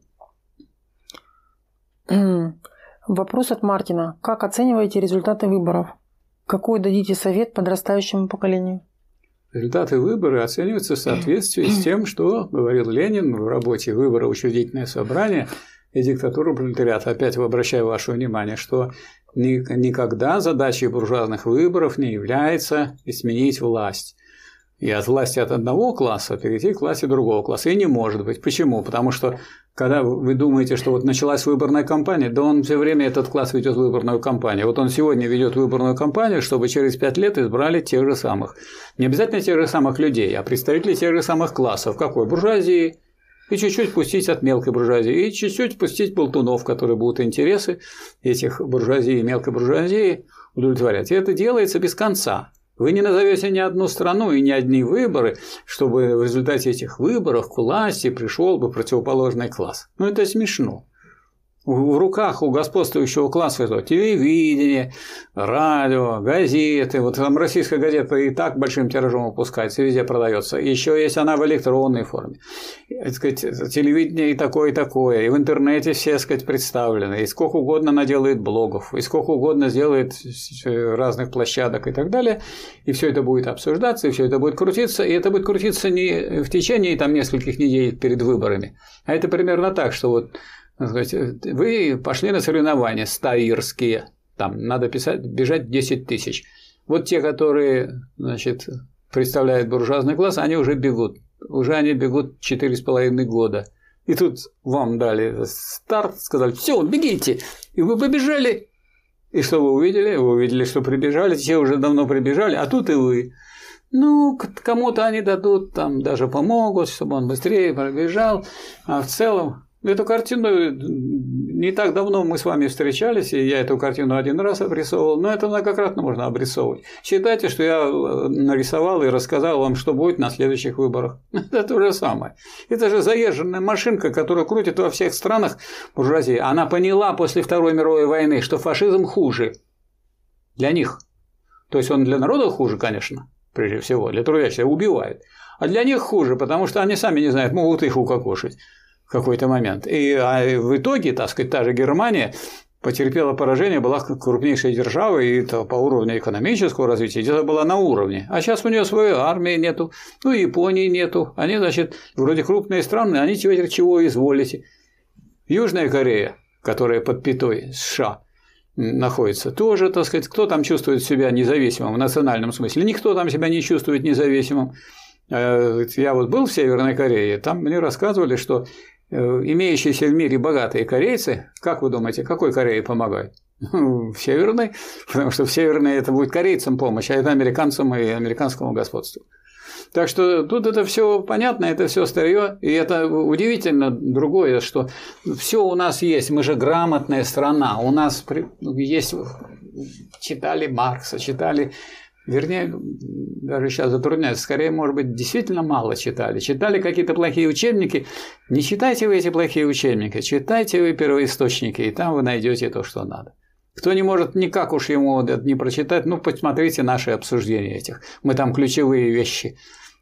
Вопрос от Мартина. Как оцениваете результаты выборов? Какой дадите совет подрастающему поколению? Результаты выборов оцениваются в соответствии с тем, что говорил Ленин в работе «Выборы. Учредительное собрание и диктатура пролетариата». Опять обращаю ваше внимание, что никогда задачей буржуазных выборов не является сменить власть. И от власти от одного класса перейти к власти другого класса. И не может быть. Почему? Потому что, когда вы думаете, что вот началась выборная кампания, да он все время, этот класс ведет выборную кампанию. Вот он сегодня ведет выборную кампанию, чтобы через 5 лет избрали тех же самых. Не обязательно тех же самых людей, а представителей тех же самых классов. Какой? Буржуазии. И чуть-чуть пустить от мелкой буржуазии. И чуть-чуть пустить болтунов, которые будут интересы этих буржуазии и мелкой буржуазии удовлетворять. И это делается без конца. Вы не назовете ни одну страну и ни одни выборы, чтобы в результате этих выборов к власти пришел бы противоположный класс. Ну, это смешно. В руках у господствующего класса телевидение, радио, газеты. Вот там российская газета и так большим тиражом выпускается, везде продается. Еще есть она в электронной форме. Так сказать, телевидение и такое, и в интернете все, так сказать, представлены. И сколько угодно она делает блогов, и сколько угодно сделает разных площадок и так далее. И все это будет обсуждаться, и все это будет крутиться. И это будет крутиться не в течение там нескольких недель перед выборами, а это примерно так, что вот вы пошли на соревнования стаирские, там надо бежать 10 тысяч. Вот те, которые, значит, представляют буржуазный класс, они уже бегут. Уже они бегут 4,5 года. И тут вам дали старт, сказали: все, бегите. И вы побежали. И что вы увидели? Вы увидели, что прибежали, те уже давно прибежали, а тут и вы. Ну, кому-то они дадут, там даже помогут, чтобы он быстрее пробежал, а в целом. Эту картину не так давно мы с вами встречались, и я эту картину один раз обрисовывал, но это многократно можно обрисовывать. Считайте, что я нарисовал и рассказал вам, что будет на следующих выборах. Это то же самое. Это же заезженная машинка, которую крутит во всех странах буржуазии. Она поняла после Второй мировой войны, что фашизм хуже для них. То есть он для народа хуже, конечно, прежде всего, для трудящихся убивает. А для них хуже, потому что они сами не знают, могут их укокошить в какой-то момент. А в итоге, так сказать, та же Германия потерпела поражение, была крупнейшей державой, и это по уровню экономического развития где-то была на уровне. А сейчас у нее своей армии нету, ну и Японии нету. Они, значит, вроде крупные страны, они теперь чего изволите. Южная Корея, которая под пятой США находится, тоже, так сказать, кто там чувствует себя независимым в национальном смысле? Никто там себя не чувствует независимым. Я вот был в Северной Корее, там мне рассказывали, что имеющиеся в мире богатые корейцы, как вы думаете, какой Корее помогают? В Северной, потому что в Северной это будет корейцам помощь, а это американцам и американскому господству. Так что тут это все понятно, это все старье, и это удивительно другое, что все у нас есть, мы же грамотная страна, у нас есть, читали Маркса, читали. Вернее, даже сейчас затрудняюсь, скорее, может быть, действительно мало читали. Читали какие-то плохие учебники. Не читайте вы эти плохие учебники, читайте вы первоисточники, и там вы найдете то, что надо. Кто не может никак уж ему не прочитать, ну, посмотрите наши обсуждения этих. Мы там ключевые вещи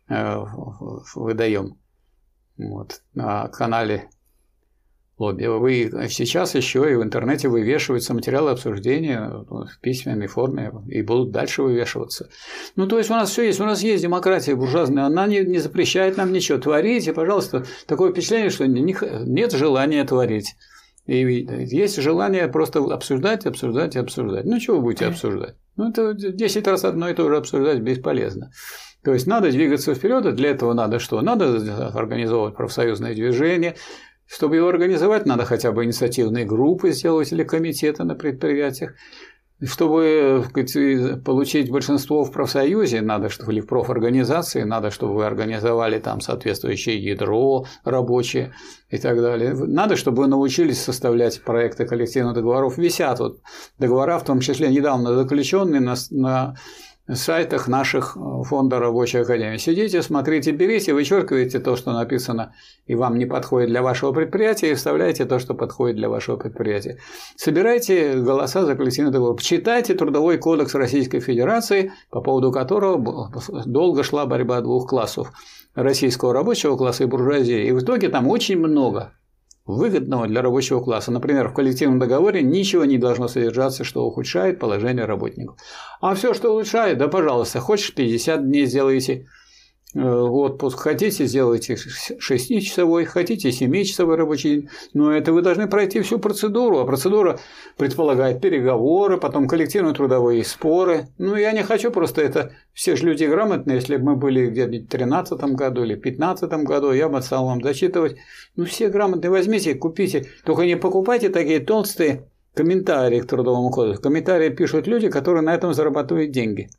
выдаем вот, на канале Лобби. Вы сейчас еще и в интернете вывешиваются материалы обсуждения в письменной форме и будут дальше вывешиваться. Ну, то есть у нас все есть, у нас есть демократия буржуазная, она не запрещает нам ничего. Творите, пожалуйста. Такое впечатление, что нет желания творить. И есть желание просто обсуждать. Ну, чего вы будете обсуждать? Ну, это 10 раз одно и то же обсуждать бесполезно. То есть надо двигаться вперед, и для этого надо что? Надо организовывать профсоюзное движение. Чтобы его организовать, надо хотя бы инициативные группы сделать или комитеты на предприятиях. Чтобы получить большинство в профсоюзе, надо, чтобы или в профорганизации, надо, чтобы вы организовали там соответствующее ядро рабочее и так далее. Надо, чтобы вы научились составлять проекты коллективных договоров. Висят вот договора, в том числе недавно заключенные на сайтах наших фонда Рабочей Академии. Сидите, смотрите, берите, вычеркиваете то, что написано и вам не подходит для вашего предприятия, и вставляете то, что подходит для вашего предприятия. Собирайте голоса за коллективный договор. Читайте Трудовой кодекс Российской Федерации, по поводу которого долго шла борьба двух классов – российского рабочего класса и буржуазии. И в итоге там очень много выгодного для рабочего класса. Например, в коллективном договоре ничего не должно содержаться, что ухудшает положение работников. А все, что улучшает, да, пожалуйста, хочешь 50 дней сделайте отпуск, хотите, сделайте 6-часовой, хотите 7-часовой рабочий день, но это вы должны пройти всю процедуру, а процедура предполагает переговоры, потом коллективные трудовые споры. Ну, я не хочу просто это, все же люди грамотные, если бы мы были где-то в 2013 году или 2015 году, я бы стал вам зачитывать. Ну, все грамотные, возьмите, купите, только не покупайте такие толстые комментарии к Трудовому кодексу. Комментарии пишут люди, которые на этом зарабатывают деньги.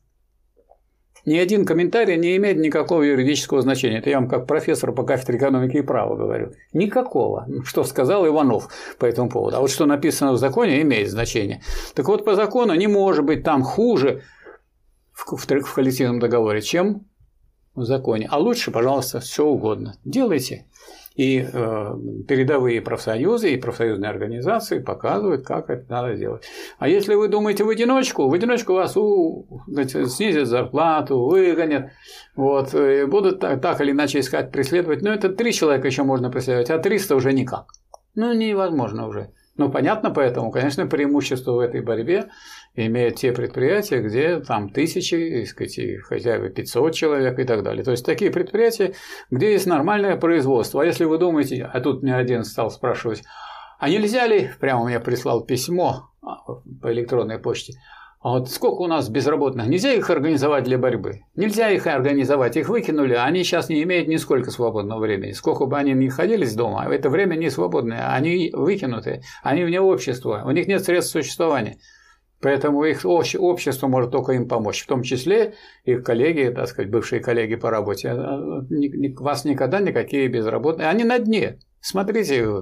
Ни один комментарий не имеет никакого юридического значения. Это я вам как профессор по кафедре экономики и права говорю. Никакого. Что сказал Иванов по этому поводу. А вот что написано в законе, имеет значение. Так вот, по закону не может быть там хуже в коллективном договоре, чем в законе. А лучше, пожалуйста, все угодно делайте. И передовые профсоюзы и профсоюзные организации показывают, как это надо делать. А если вы думаете в одиночку вас снизят зарплату, выгонят, вот, и будут так или иначе искать, преследовать. Но это 3 человека еще можно преследовать, а 300 уже никак. Ну, невозможно уже. Ну, понятно, поэтому, конечно, преимущество в этой борьбе имеют те предприятия, где там 1000, хотя бы 500 человек и так далее. То есть такие предприятия, где есть нормальное производство. А если вы думаете, а тут мне один стал спрашивать, а нельзя ли, прямо мне прислал письмо по электронной почте, а вот сколько у нас безработных, нельзя их организовать для борьбы? Нельзя их организовать, их выкинули, а они сейчас не имеют нисколько свободного времени. Сколько бы они ни ходили с дома, это время не свободное, они выкинуты, они вне общества, у них нет средств существования. Поэтому их общество может только им помочь, в том числе их коллеги, так сказать, бывшие коллеги по работе. Вас никогда никакие безработные, они на дне. Смотрите,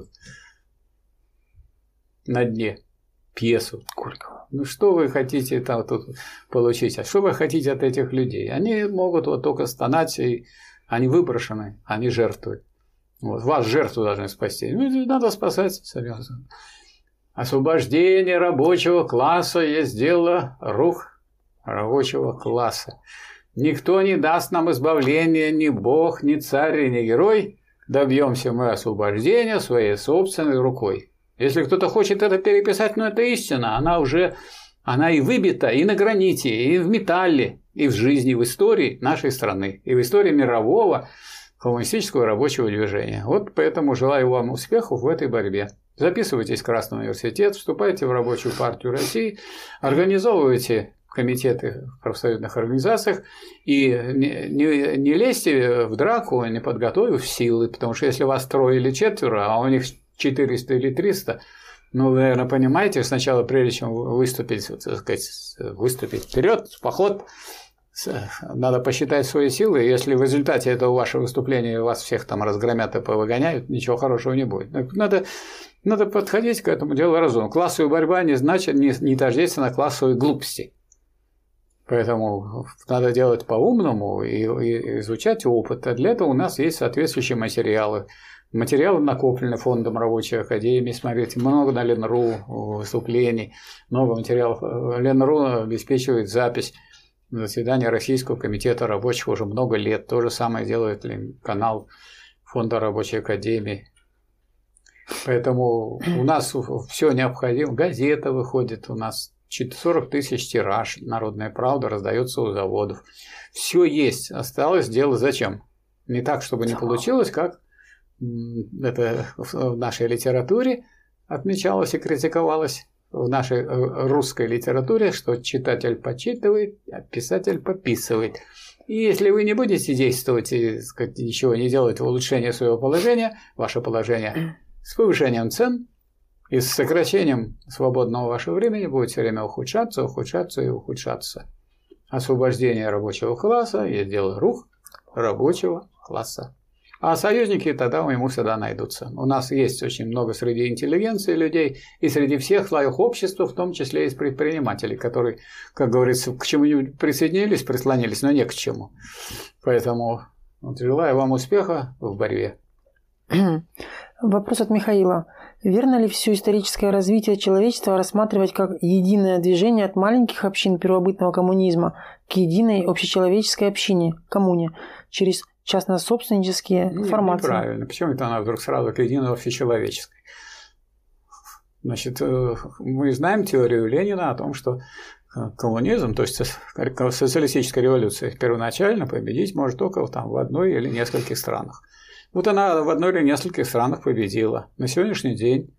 на дне пьесу Горького. Ну, что вы хотите там тут получить? А что вы хотите от этих людей? Они могут вот только стонать, и они выброшены, они жертвы. Вот, вас жертву должны спасти. Ну, надо спасать, серьезно. Освобождение рабочего класса есть дело рук рабочего класса. Никто не даст нам избавления, ни бог, ни царь, ни герой. Добьемся мы освобождения своей собственной рукой. Если кто-то хочет это переписать, это истина. Она и выбита и на граните, и в металле, и в жизни, в истории нашей страны, и в истории мирового коммунистического рабочего движения. Вот поэтому желаю вам успехов в этой борьбе. Записывайтесь в Красный университет, вступайте в Рабочую партию России, организовывайте комитеты в профсоюзных организациях и не лезьте в драку, не подготовив силы, потому что если вас 3 или 4, а у них 400 или 300, ну, вы, наверное, понимаете, сначала, прежде чем выступить, так сказать, выступить вперед, в поход, надо посчитать свои силы, и если в результате этого вашего выступления вас всех там разгромят и повыгоняют, ничего хорошего не будет. Надо подходить к этому делу разумно. Классовая борьба не значит, не тождественно классовой глупости. Поэтому надо делать по-умному и изучать опыт. А для этого у нас есть соответствующие материалы. Материалы накоплены фондом Рабочей академии. Смотрите, много на Ленру выступлений, много материалов. Ленру обеспечивает запись заседания Российского комитета рабочих уже много лет. То же самое делает канал фонда Рабочей академии. Поэтому у нас все необходимо. Газета выходит у нас. 40 тысяч тираж, Народная правда раздается у заводов. Все есть. Осталось дело зачем? Не так, чтобы не получилось, как это в нашей литературе отмечалось и критиковалось, в нашей русской литературе, что читатель почитывает, а писатель пописывает. И если вы не будете действовать и, сказать, ничего не делать в улучшении своего положения, ваше положение с повышением цен и с сокращением свободного вашего времени будет все время ухудшаться, ухудшаться и ухудшаться. Освобождение рабочего класса есть дело рук рабочего класса. А союзники тогда ему всегда найдутся. У нас есть очень много среди интеллигенции людей и среди всех слоев общества, в том числе и из предпринимателей, которые, как говорится, к чему-нибудь присоединились, прислонились, но не к чему. Поэтому желаю вам успеха в борьбе. Вопрос от Михаила. Верно ли все историческое развитие человечества рассматривать как единое движение от маленьких общин первобытного коммунизма к единой общечеловеческой общине, коммуне, через частно-собственнические формации? Неправильно. Почему это она вдруг сразу к единой общечеловеческой? Значит, мы знаем теорию Ленина о том, что коммунизм, то есть социалистическая революция, первоначально победить может только там в одной или нескольких странах. Вот она в одной или нескольких странах победила. На сегодняшний день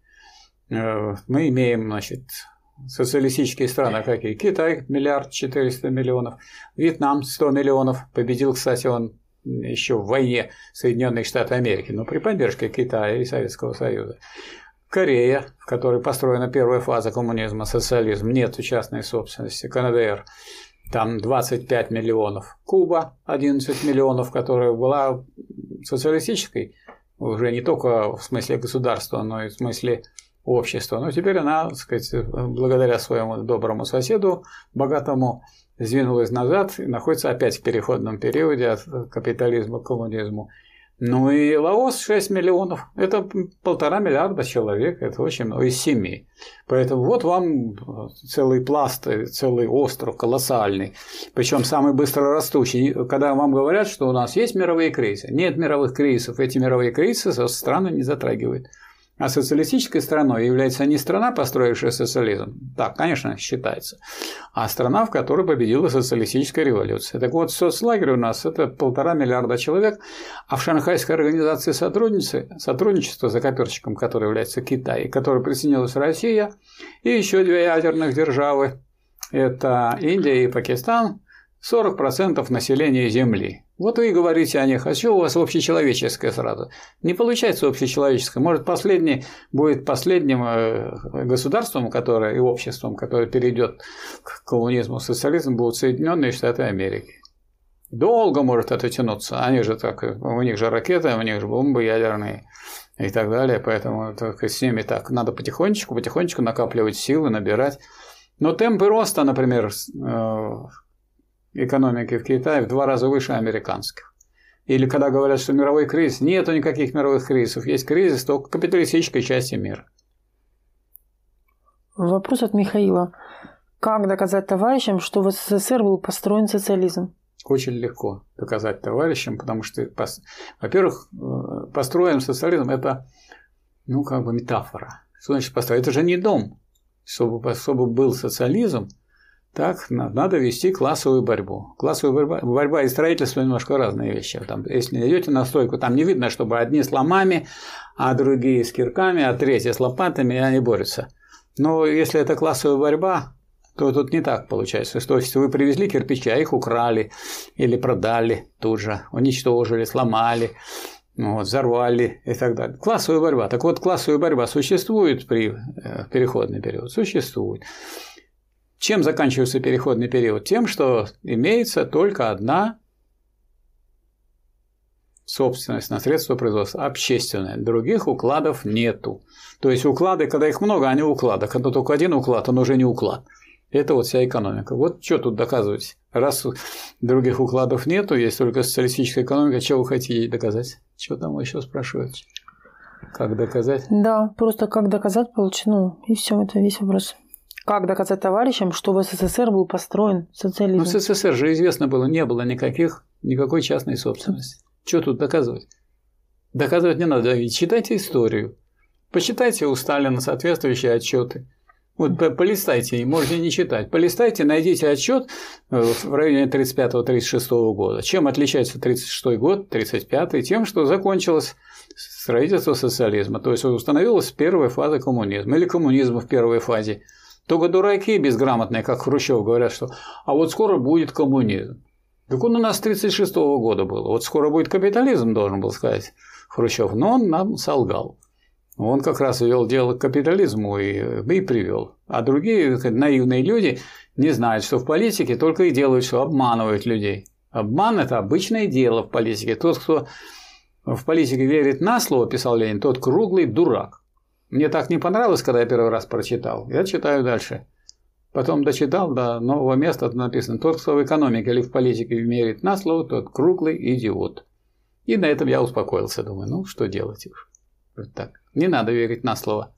мы имеем, значит, социалистические страны, какие Китай 1 400 000 000, Вьетнам 100 миллионов, победил, кстати, он еще в войне Соединенных Штатов Америки, но при поддержке Китая и Советского Союза. Корея, в которой построена первая фаза коммунизма, социализм, нет частной собственности, КНДР, там 25 миллионов. Куба 11 миллионов, которая была социалистической, уже не только в смысле государства, но и в смысле общества. Но теперь она, так сказать, благодаря своему доброму соседу, богатому, сдвинулась назад и находится опять в переходном периоде от капитализма к коммунизму. Ну и Лаос 6 миллионов, это 1,5 миллиарда человек, это очень много, из 7. Поэтому вот вам целый пласт, целый остров колоссальный, причем самый быстрорастущий. Когда вам говорят, что у нас есть мировые кризисы, нет мировых кризисов, эти мировые кризисы страны не затрагивают. А социалистической страной является не страна, построившая социализм, так, конечно, считается, а страна, в которой победила социалистическая революция. Так вот, соцлагерь у нас – это 1,5 миллиарда человек, а в Шанхайской организации сотрудничества за коперчиком, который является Китай, к которой присоединилась Россия, и еще 2 ядерных державы – это Индия и Пакистан, 40% населения Земли. Вот вы и говорите о них, а что у вас общечеловеческое сразу? Не получается общечеловеческое. Может, последний будет последним государством, которое, и обществом, которое перейдет к коммунизму, социализму, будут Соединенные Штаты Америки. Долго может это тянуться. Они же так, у них же ракеты, у них же бомбы ядерные и так далее. Поэтому с ними так надо потихонечку накапливать силы, набирать. Но темпы роста, например, экономики в Китае в 2 раза выше американских. Или когда говорят, что мировой кризис, нету никаких мировых кризисов, есть кризис только капиталистической части мира. Вопрос от Михаила. Как доказать товарищам, что в СССР был построен социализм? Очень легко доказать товарищам, потому что, во-первых, построен социализм – это, метафора. Что значит построить? Это же не дом. Чтобы был социализм, так, надо вести классовую борьбу. Классовая борьба и строительство немножко разные вещи. Там, если идете на стройку, там не видно, чтобы одни с ломами, а другие с кирками, а третьи с лопатами, и они борются. Но если это классовая борьба, то тут не так получается. То есть вы привезли кирпичи, а их украли или продали тут же, уничтожили, сломали, взорвали и так далее. Классовая борьба. Так вот, классовая борьба существует при переходный период? Существует. Чем заканчивается переходный период? Тем, что имеется только одна собственность на средства производства, общественная. Других укладов нету. То есть уклады, когда их много, они уклады. Когда только один уклад, он уже не уклад. Это вот вся экономика. Вот что тут доказывать? Раз других укладов нету, есть только социалистическая экономика, что вы хотите ей доказать? Что там вы еще спрашиваете? Как доказать? Да, просто как доказать получено. И все, это весь вопрос. Как доказать товарищам, что в СССР был построен социализм? Ну, в СССР же известно было, не было никакой частной собственности. Что тут доказывать? Доказывать не надо. Читайте историю. Почитайте у Сталина соответствующие отчеты. Вот полистайте, можете не читать. Полистайте, найдите отчет в районе 35-36 года. Чем отличается 36 год, 35-й? Тем, что закончилось строительство социализма. То есть установилась первая фаза коммунизма или коммунизма в первой фазе. Только дураки безграмотные, как Хрущев, говорят, что «а вот скоро будет коммунизм». Так он у нас с 1936 года был. Вот скоро будет капитализм, должен был сказать Хрущев, но он нам солгал. Он как раз вел дело к капитализму и привел. А другие наивные люди не знают, что в политике только и делают, что обманывают людей. Обман – это обычное дело в политике. Тот, кто в политике верит на слово, писал Ленин, тот круглый дурак. Мне так не понравилось, когда я первый раз прочитал. Я читаю дальше. Потом дочитал до нового места, написано: тот, кто в экономике или в политике верит на слово, тот круглый идиот. И на этом я успокоился. Думаю, что делать уж. Вот так. Не надо верить на слово.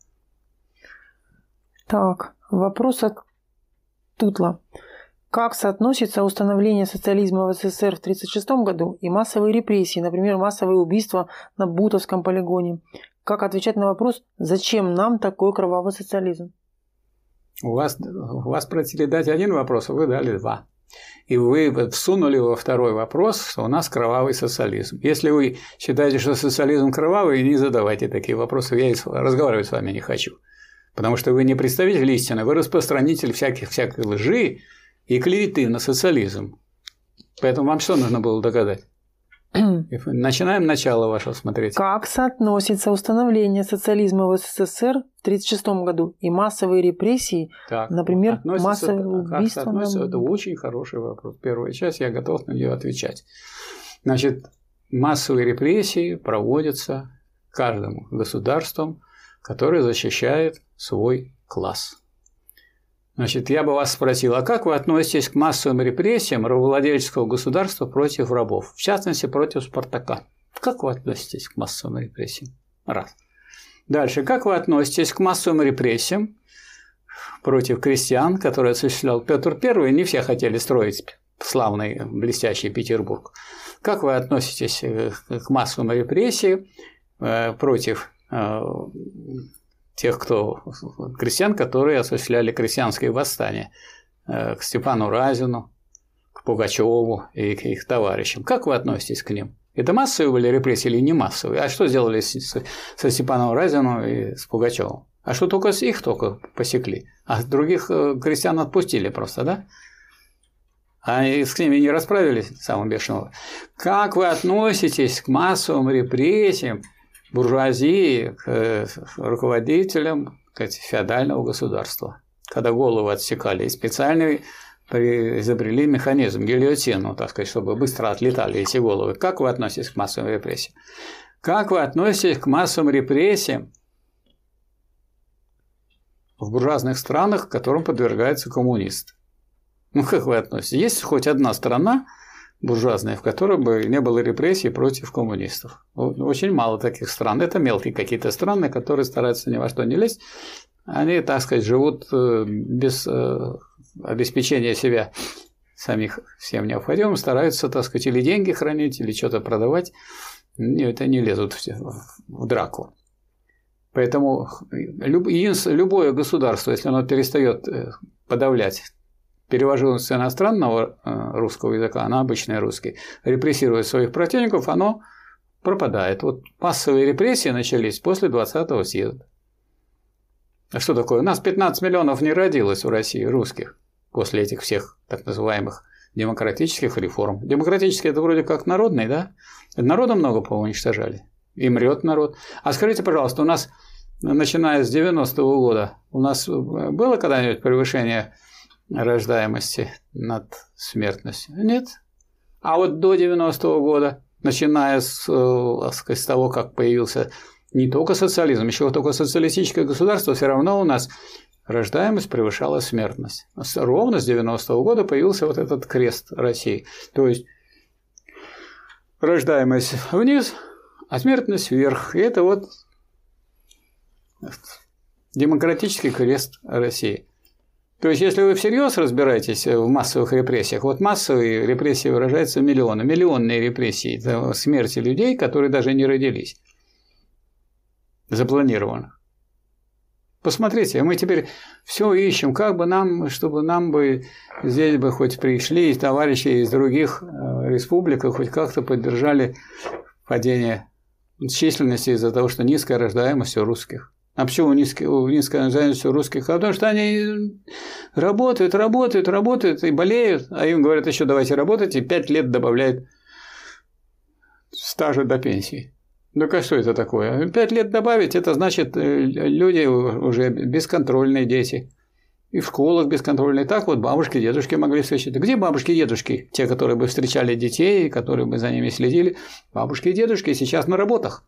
Так, вопрос от Тутла. Как соотносится установление социализма в СССР в 1936 году и массовые репрессии, например, массовые убийства на Бутовском полигоне? Как отвечать на вопрос, зачем нам такой кровавый социализм? У вас просили дать один вопрос, а вы дали 2. И вы всунули во второй вопрос, что у нас кровавый социализм. Если вы считаете, что социализм кровавый, не задавайте такие вопросы. Я разговаривать с вами не хочу. Потому что вы не представитель истины, вы распространитель всякой лжи и клеветы на социализм. Поэтому вам что нужно было доказать? Начинаем начало вашего смотреть. Как соотносится установление социализма в СССР в 1936 году и массовые репрессии, например, массовые убийства? Это очень хороший вопрос. Первая часть, я готов на нее отвечать. Значит, массовые репрессии проводятся каждым государством, которое защищает свой класс. Значит, я бы вас спросил, а как вы относитесь к массовым репрессиям рабовладельческого государства против рабов, в частности, против Спартака? Как вы относитесь к массовым репрессиям? Раз. Дальше, как вы относитесь к массовым репрессиям против крестьян, которые осуществлял Петр I, не все хотели строить славный, блестящий Петербург. Как вы относитесь к массовым репрессиям против тех, крестьян, которые осуществляли крестьянские восстания, к Степану Разину, к Пугачеву и к их товарищам? Как вы относитесь к ним? Это массовые были репрессии или не массовые? А что сделали со Степаном Разиным и с Пугачевым? А что только их посекли? А других крестьян отпустили просто, да? А с ними не расправились, самым бешеным. Как вы относитесь к массовым репрессиям буржуазии, к руководителям феодального государства, когда головы отсекали, и специально изобрели механизм, гильотину, так сказать, чтобы быстро отлетали эти головы? Как вы относитесь к массовым репрессиям? Как вы относитесь к массовым репрессиям в буржуазных странах, которым подвергаются коммунисты? Ну, как вы относитесь? Есть хоть одна страна буржуазная, в которой бы не было репрессий против коммунистов? Очень мало таких стран. Это мелкие какие-то страны, которые стараются ни во что не лезть. Они, так сказать, живут без обеспечения себя самих всем необходимым, стараются, так сказать, или деньги хранить, или что-то продавать. Это не лезут в драку. Поэтому любое государство, если оно перестает подавлять, перевожу с иностранного русского языка на обычный русский, репрессирует своих противников, оно пропадает. Вот массовые репрессии начались после 20-го съезда. А что такое? У нас 15 миллионов не родилось в России русских после этих всех так называемых демократических реформ. Демократические – это вроде как народный, да? Народа много, по-моему, уничтожали. И мрет народ. А скажите, пожалуйста, у нас, начиная с 90-го года, у нас было когда-нибудь превышение рождаемости над смертностью? Нет. А вот до 90-го года, начиная с того, как появился не только социализм, еще только социалистическое государство, все равно у нас рождаемость превышала смертность. Ровно с 90-го года появился вот этот крест России. То есть рождаемость вниз, а смертность вверх. И это вот демократический крест России. То есть, если вы всерьез разбираетесь в массовых репрессиях, вот массовые репрессии выражаются в миллионные репрессии, это смерти людей, которые даже не родились, запланировано. Посмотрите, мы теперь все ищем, как бы нам, чтобы нам бы здесь бы хоть пришли товарищи из других республик, хоть как-то поддержали падение численности из-за того, что низкая рождаемость у русских. А почему низкая рождаемость у русских? А потому что они работают и болеют, а им говорят, еще давайте работать, и 5 лет добавляют стажа до пенсии. Ну, а что это такое? 5 лет добавить, это значит, люди уже бесконтрольные дети. И в школах бесконтрольные. Так вот бабушки, дедушки могли встречать. Где бабушки и дедушки? Те, которые бы встречали детей, которые бы за ними следили. Бабушки и дедушки сейчас на работах.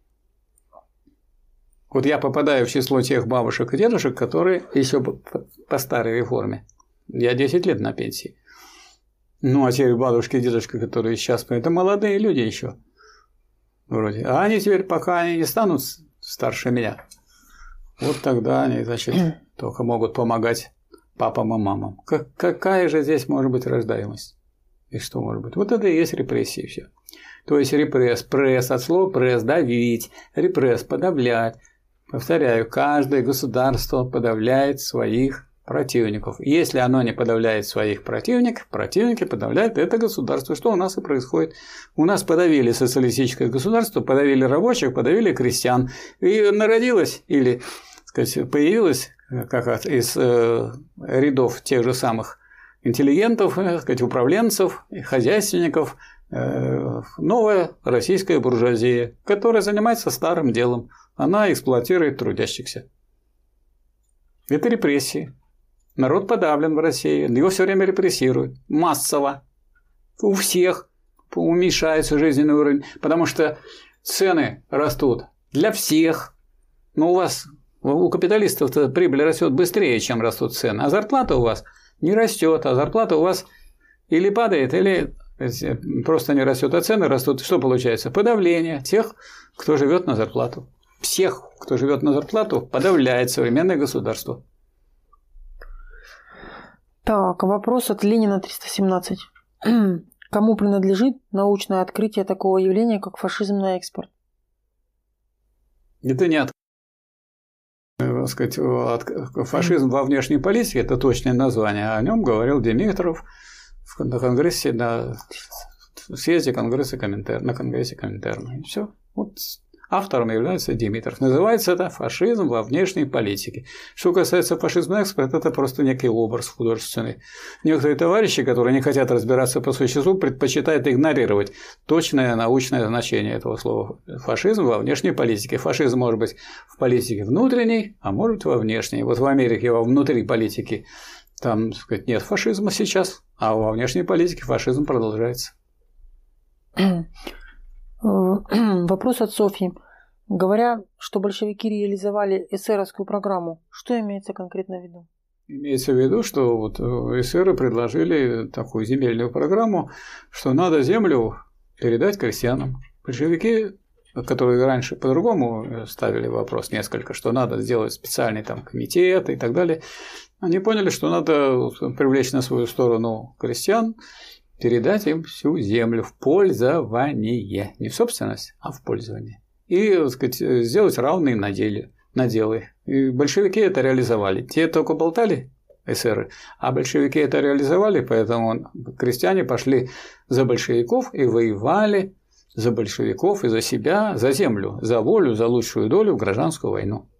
Вот я попадаю в число тех бабушек и дедушек, которые еще по старой реформе. Я 10 лет на пенсии. Ну, а те бабушки и дедушки, которые сейчас, это молодые люди еще. Вроде. А они теперь, пока они не станут старше меня, вот тогда они, значит, только могут помогать папам и мамам. Какая же здесь может быть рождаемость? И что может быть? Вот это и есть репрессии все. То есть пресс от слова пресс, давить, репресс, подавлять. Повторяю, каждое государство подавляет своих противников. Если оно не подавляет своих противников, противники подавляют это государство. Что у нас и происходит. У нас подавили социалистическое государство, подавили рабочих, подавили крестьян. И народилось или, сказать, появилось как из рядов тех же самых интеллигентов, сказать, управленцев, хозяйственников, новая российская буржуазия, которая занимается старым делом. Она эксплуатирует трудящихся. Это репрессии. Народ подавлен в России, его все время репрессируют. Массово. У всех уменьшается жизненный уровень, потому что цены растут для всех. Но у вас У капиталистов-то прибыль растет быстрее, чем растут цены, а зарплата у вас не растет, а зарплата у вас или падает, или просто не растет, а цены растут. Что получается? Подавление тех, кто живет на зарплату. Всех, кто живет на зарплату, подавляет современное государство. Так, вопрос от Ленина 317. Кому принадлежит научное открытие такого явления, как фашизм на экспорт? Это не фашизм во внешней политике, это точное название. О нем говорил Димитров на конгрессе, на съезде Конгресса Коминтерна, на конгрессе Коминтерна. И все. Вот автором является Димитров. Называется это фашизм во внешней политике. Что касается фашизма на экспорт, это просто некий образ художественный. Некоторые товарищи, которые не хотят разбираться по существу, предпочитают игнорировать точное научное значение этого слова. Фашизм во внешней политике. Фашизм может быть в политике внутренней, а может во внешней. Вот в Америке во внутри политики там, так сказать, нет фашизма сейчас, а во внешней политике фашизм продолжается. Вопрос от Софьи. Говоря, что большевики реализовали эсеровскую программу, что имеется конкретно в виду? Имеется в виду, что вот эсеры предложили такую земельную программу, что надо землю передать крестьянам. Большевики, которые раньше по-другому ставили вопрос несколько, что надо сделать специальный там комитет и так далее, они поняли, что надо привлечь на свою сторону крестьян, передать им всю землю в пользование. Не в собственность, а в пользование. И, так сказать, сделать равные наделы. И большевики это реализовали. Те только болтали, эсеры, а большевики это реализовали, поэтому крестьяне пошли за большевиков и воевали за большевиков и за себя, за землю, за волю, за лучшую долю в гражданскую войну.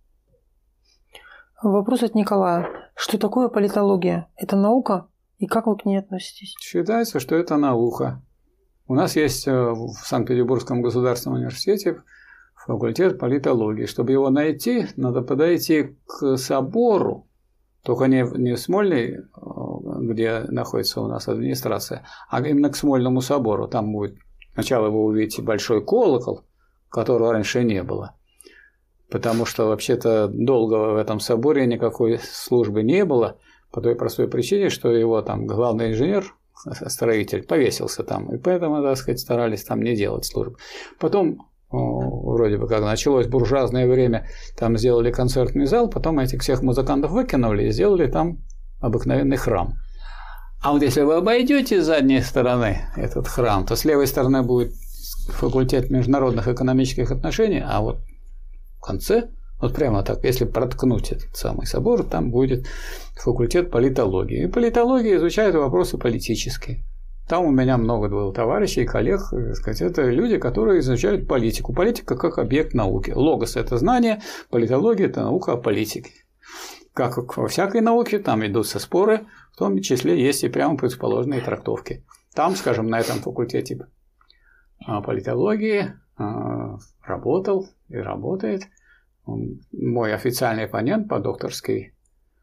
Вопрос от Николая. Что такое политология? Это наука? И как вы к ней относитесь? Считается, что это наука. У нас есть в Санкт-Петербургском государственном университете факультет политологии. Чтобы его найти, надо подойти к собору, только не в Смольный, где находится у нас администрация, а именно к Смольному собору. Там будет сначала вы увидите большой колокол, которого раньше не было. Потому что вообще-то долго в этом соборе никакой службы не было, по той простой причине, что его там главный инженер, строитель, повесился там, и поэтому, так сказать, старались там не делать службы. Потом, вроде бы как началось буржуазное время, там сделали концертный зал, потом этих всех музыкантов выкинули и сделали там обыкновенный храм. А вот если вы обойдете с задней стороны этот храм, то с левой стороны будет факультет международных экономических отношений, а вот в конце, вот прямо так, если проткнуть этот самый собор, там будет факультет политологии. И политология изучает вопросы политические. Там у меня много было товарищей, коллег, так сказать, это люди, которые изучают политику. Политика как объект науки. Логос – это знание, политология – это наука о политике. Как во всякой науке, там ведутся споры, в том числе есть и прямо противоположные трактовки. Там, скажем, на этом факультете политологии работал и работает мой официальный оппонент по докторской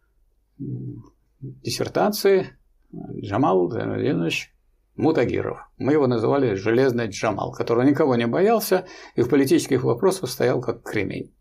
диссертации Джамал Зайнудинович Мутагиров. Мы его называли «Железный Джамал», который никого не боялся и в политических вопросах стоял как кремень.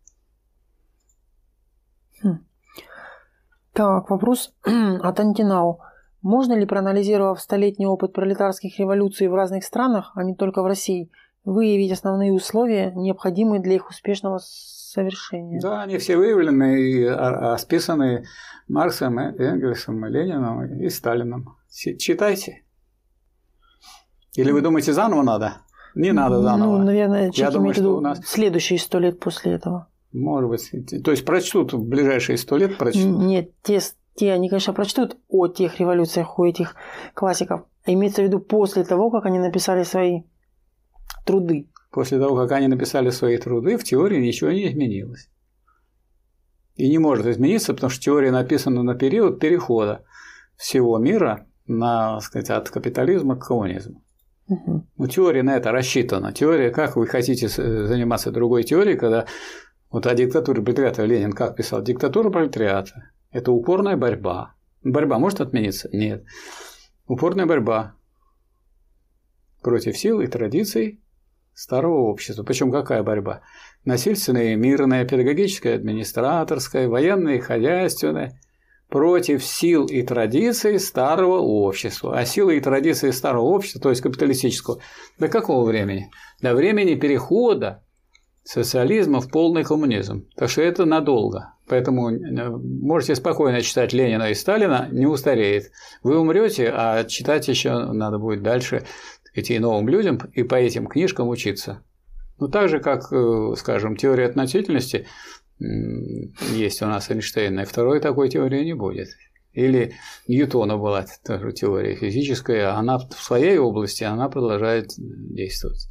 Так, вопрос от Антинау. Можно ли, проанализировав столетний опыт пролетарских революций в разных странах, а не только в России, выявить основные условия, необходимые для их успешного совершения? Да, они все выявлены и расписаны Марксом, Энгельсом, Лениным и Сталином. Читайте. Или вы думаете, заново надо? Не надо заново. Ну, наверное, я думаю, что у нас следующие 100 лет после этого. Может быть. То есть прочтут в ближайшие 100 лет? Прочтут? Нет, те они, конечно, прочтут о тех революциях, у этих классиков. А имеется в виду после того, как они написали свои труды. После того, как они написали свои труды, в теории ничего не изменилось. И не может измениться, потому что теория написана на период перехода всего мира так сказать, от капитализма к коммунизму. Ну, теория на это рассчитана. Теория, как вы хотите заниматься другой теорией, когда вот о диктатуре пролетариата Ленин как писал? Диктатура пролетариата – это упорная борьба. Борьба может отмениться? Нет. Упорная борьба против сил и традиций старого общества. Причем какая борьба? Насильственная, мирная, педагогическая, администраторская, военная и хозяйственная против сил и традиций старого общества. А силы и традиции старого общества, то есть капиталистического, до какого времени? До времени перехода социализма в полный коммунизм. Так что это надолго. Поэтому можете спокойно читать Ленина и Сталина, не устареет. Вы умрете, а читать еще надо будет дальше идти новым людям и по этим книжкам учиться. Ну, так же, как, скажем, теория относительности есть у нас Эйнштейна, и второй такой теории не будет. Или Ньютона была тоже теория физическая, она в своей области, она продолжает действовать.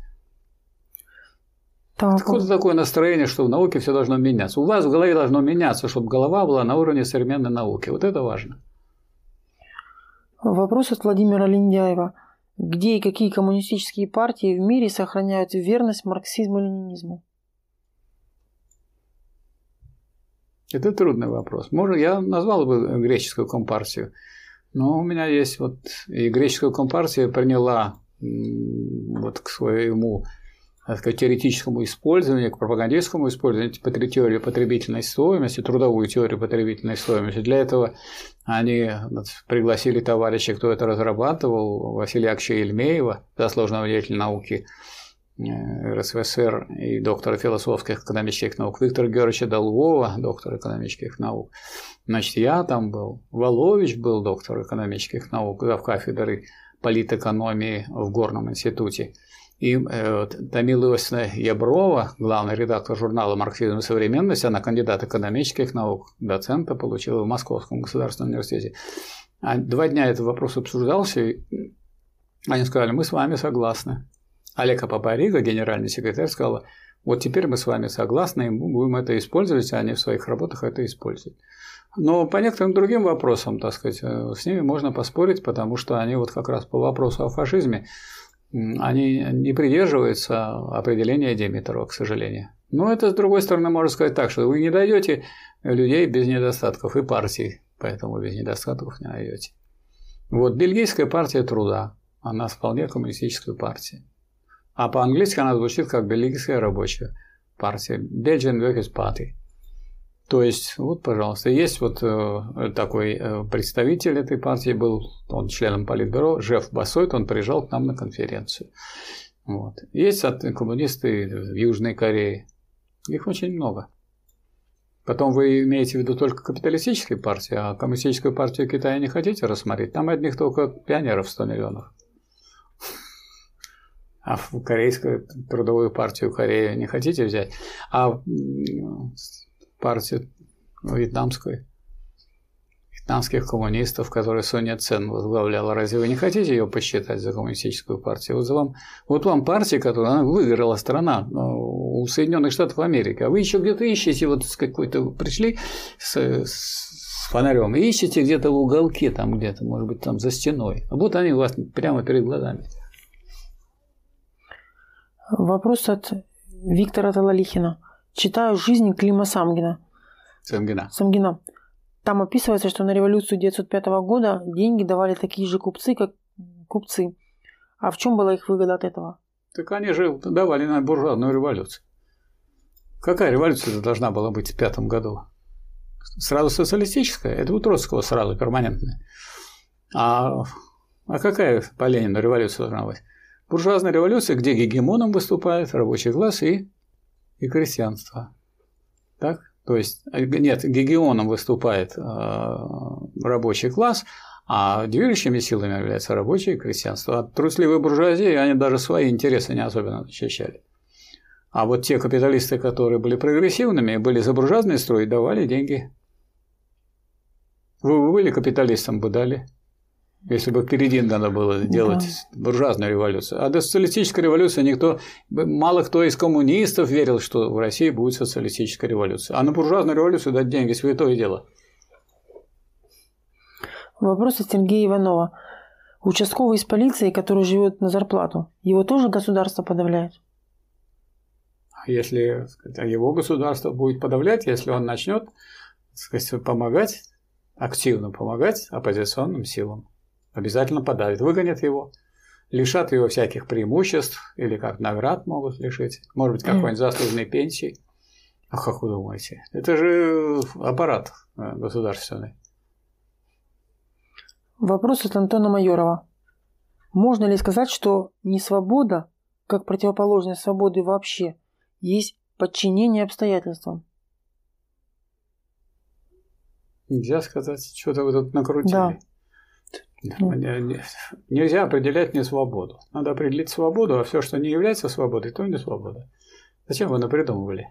Откуда такое настроение, что в науке все должно меняться? У вас в голове должно меняться, чтобы голова была на уровне современной науки. Вот это важно. Вопрос от Владимира Линдяева. Где и какие коммунистические партии в мире сохраняют верность марксизму и ленинизму? Это трудный вопрос. Может, я назвал бы греческую компартию, но у меня есть вот и греческая компартия приняла вот к своему, так сказать, теоретическому использованию, к пропагандистскому использованию теорию потребительной стоимости, трудовую теорию потребительной стоимости. Для этого они пригласили товарища, кто это разрабатывал, Василия Яковлевича Ельмеева, заслуженного деятеля науки РСФСР и доктора философских экономических наук, Виктора Георгиевича Долгова, доктор экономических наук. Значит, я там был, Волович был доктор экономических наук, завкафедрой политэкономии в Горном институте. И Тамила Иосифовна Яброва, главный редактор журнала «Марксизм и современность», она кандидат экономических наук, доцента получила в Московском государственном университете. 2 дня этот вопрос обсуждался, и они сказали, мы с вами согласны. Олег Папарига, генеральный секретарь, сказал, вот теперь мы с вами согласны, и мы будем это использовать, а они в своих работах это используют. Но по некоторым другим вопросам, так сказать, с ними можно поспорить, потому что они вот как раз по вопросу о фашизме, они не придерживаются определения Димитрова, к сожалению. Но это, с другой стороны, можно сказать так, что вы не найдете людей без недостатков, и партий, поэтому без недостатков не найдете. Вот бельгийская партия труда, она вполне коммунистическая партия. А по-английски она звучит как бельгийская рабочая партия, Belgian Workers' Party. То есть, вот, пожалуйста, есть вот такой представитель этой партии был, он членом Политбюро, Жеф Бассойт, он приезжал к нам на конференцию. Вот. Есть коммунисты в Южной Корее, их очень много. Потом вы имеете в виду только капиталистические партии, а коммунистическую партию Китая не хотите рассмотреть? Там одних только пионеров 100 миллионов. А в корейскую трудовую партию Кореи не хотите взять? А партию вьетнамских коммунистов, которую Соня Цен возглавляла, разве вы не хотите ее посчитать за коммунистическую партию? Вот вам партия, которая выиграла страна у Соединенных Штатов Америки, а вы еще где-то ищете, вот с какой-то пришли с фонарем и ищете где-то в уголке, там где-то, может быть, там за стеной. А вот они у вас прямо перед глазами. Вопрос от Виктора Талалихина. Читаю «Жизнь Клима Самгина». Самгина. Там описывается, что на революцию 1905 года деньги давали такие же купцы, как купцы. А в чем была их выгода от этого? Так они же давали на буржуазную революцию. Какая революция должна была быть в 1905 году? Сразу социалистическая? Это у Троцкого сразу перманентная. А какая по Ленину революция должна быть? Буржуазная революция, где гегемоном выступает рабочий класс и крестьянство. Так? То есть, нет, гегемоном выступает рабочий класс, а движущими силами являются рабочие и крестьянство. А трусливые буржуазии, они даже свои интересы не особенно защищали. А вот те капиталисты, которые были прогрессивными, были за буржуазный строй, давали деньги. Вы бы были капиталистом, бы дали. Если бы впереди надо было делать буржуазную революцию. А до социалистической революции мало кто из коммунистов верил, что в России будет социалистическая революция. А на буржуазную революцию дать деньги – святое дело. Вопрос от Сергея Иванова. Участковый из полиции, который живет на зарплату, его тоже государство подавляет? Если его государство будет подавлять, если он начнет помогать, активно помогать оппозиционным силам. Обязательно подавит, выгонят его. лишат его всяких преимуществ, или как наград могут лишить, может быть, какой-нибудь заслуженной пенсии. А как вы думаете? Это же аппарат государственный. Вопрос от Антона Майорова. Можно ли сказать, что несвобода, как противоположность свободы вообще, есть подчинение обстоятельствам? Нельзя сказать, что-то вы тут накрутили. Да. Нельзя определять несвободу. Надо определить свободу, а все, что не является свободой, то не свобода. Зачем вы напридумывали?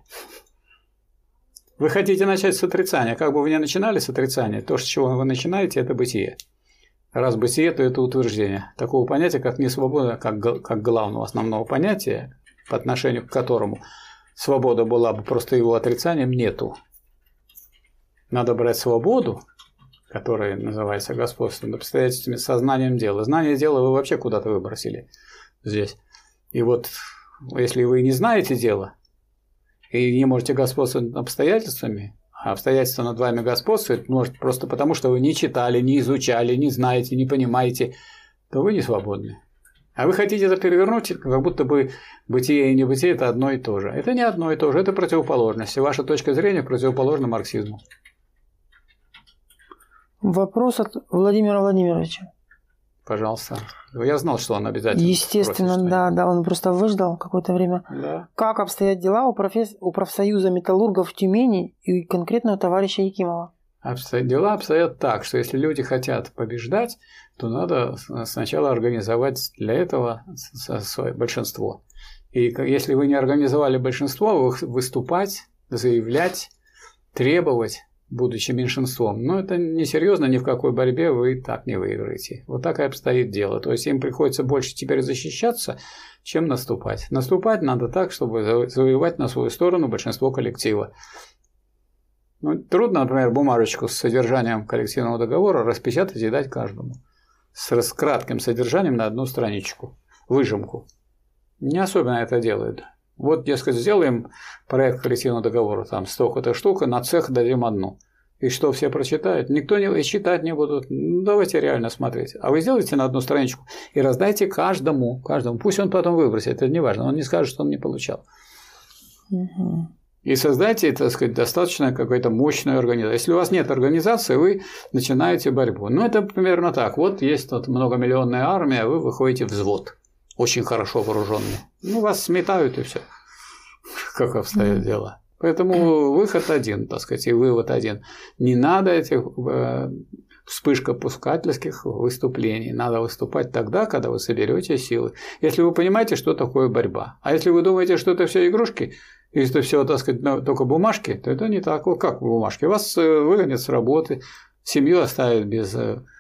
Вы хотите начать с отрицания. Как бы вы ни начинали с отрицания, то, с чего вы начинаете, это бытие. Раз бытие, то это утверждение. Такого понятия, как несвобода, как главного основного понятия, по отношению к которому свобода была бы просто его отрицанием, нету. Надо брать свободу, которая называется господством, над обстоятельствами, сознанием дела. Знание дела вы вообще куда-то выбросили здесь. И вот если вы не знаете дела и не можете господствовать над обстоятельствами, а обстоятельства над вами господствуют, может, просто потому, что вы не читали, не изучали, не знаете, не понимаете, то вы не свободны. А вы хотите это перевернуть, как будто бы бытие и небытие – это одно и то же. Это не одно и то же, это противоположность. И ваша точка зрения противоположна марксизму. Вопрос от Владимира Владимировича. Пожалуйста. Я знал, что он обязательно. Естественно, спросит, да, он просто выждал какое-то время. Да. Как обстоят дела у профсоюза металлургов в Тюмени и конкретно у товарища Якимова? Дела обстоят так, что если люди хотят побеждать, то надо сначала организовать для этого свое большинство. И если вы не организовали большинство, выступать, заявлять, требовать, будучи меньшинством, но это несерьезно, ни в какой борьбе вы и так не выиграете. Вот так и обстоит дело. То есть им приходится больше теперь защищаться, чем наступать. Наступать надо так, чтобы завоевать на свою сторону большинство коллектива. Ну, трудно, например, бумажечку с содержанием коллективного договора распечатать и дать каждому. С кратким содержанием на одну страничку. Выжимку. Не особенно это делают. Вот, дескать, сделаем проект коллективного договора, там столько-то штук, на цех дадим одну. И что, все прочитают? Никто и читать не будут. Ну, давайте реально смотреть. А вы сделайте на одну страничку и раздайте каждому. Пусть он потом выбросит, это не важно. Он не скажет, что он не получал. Угу. И создайте, так сказать, достаточно какую-то мощную организацию. Если у вас нет организации, вы начинаете борьбу. Ну, это примерно так. Вот есть тут многомиллионная армия, вы выходите в взвод. Очень хорошо вооруженный. Ну, вас сметают и все. Как обстоят дела. Поэтому выход один, так сказать, и вывод один. Не надо этих вспышкопускательских выступлений. Надо выступать тогда, когда вы соберете силы. Если вы понимаете, что такое борьба. А если вы думаете, что это все игрушки, и это все, так сказать, только бумажки, то это не так. Вот как бумажки? Вас выгонят с работы, семью оставят без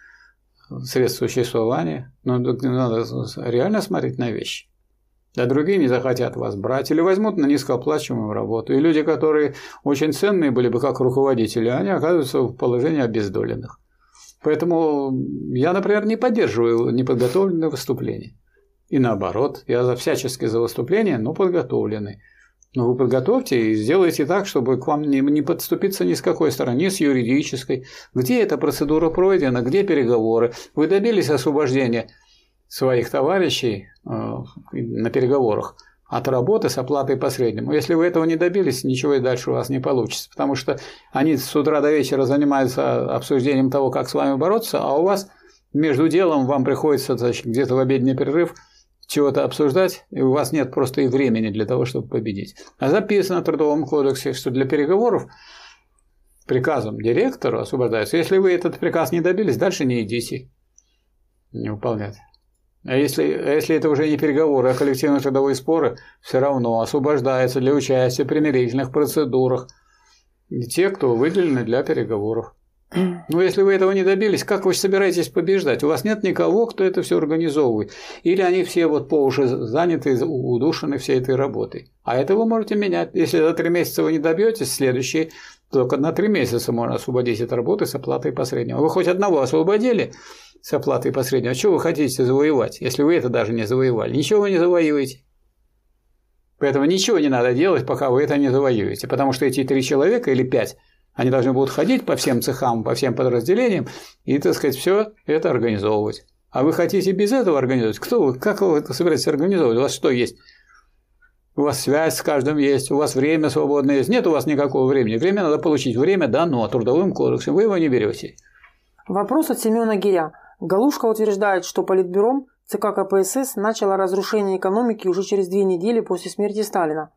средств существования. Но надо реально смотреть на вещи. Да другие не захотят вас брать или возьмут на низкооплачиваемую работу. И люди, которые очень ценные были бы как руководители, они оказываются в положении обездоленных. Поэтому я, например, не поддерживаю неподготовленные выступления. И наоборот, я всячески за выступления, но подготовленные. Но вы подготовьте и сделайте так, чтобы к вам не подступиться ни с какой стороны, ни с юридической. Где эта процедура пройдена, где переговоры. Вы добились освобождения своих товарищей на переговорах от работы с оплатой посреднему. Если вы этого не добились, ничего и дальше у вас не получится. Потому что они с утра до вечера занимаются обсуждением того, как с вами бороться, а у вас между делом вам приходится где-то в обеденный перерыв чего-то обсуждать, и у вас нет просто и времени для того, чтобы победить. А записано в Трудовом кодексе, что для переговоров приказом директора освобождается. Если вы этот приказ не добились, дальше не идите, не выполнять. А если это уже не переговоры, а коллективные трудовые споры, все равно освобождается для участия в примирительных процедурах те, кто выделены для переговоров. Но если вы этого не добились, как вы собираетесь побеждать? У вас нет никого, кто это все организовывает. Или они все вот по уши заняты, удушены всей этой работой. А это вы можете менять. Если за 3 месяца вы не добьетесь, следующий только на 3 месяца можно освободить от работы с оплатой посреднего. Вы хоть одного освободили с оплатой посреднего, что вы хотите завоевать, если вы это даже не завоевали? Ничего вы не завоюете. Поэтому ничего не надо делать, пока вы это не завоюете. Потому что эти 3 человека или 5, они должны будут ходить по всем цехам, по всем подразделениям и, так сказать, все это организовывать. А вы хотите без этого организовать? Кто вы? Как вы это собираетесь организовывать? У вас что есть? У вас связь с каждым есть, у вас время свободное есть. Нет у вас никакого времени. Время надо получить. Время дано трудовым кодексом. Вы его не берете. Вопрос от Семена Гиря. Галушка утверждает, что Политбюро ЦК КПСС начало разрушение экономики уже через 2 недели после смерти Сталина.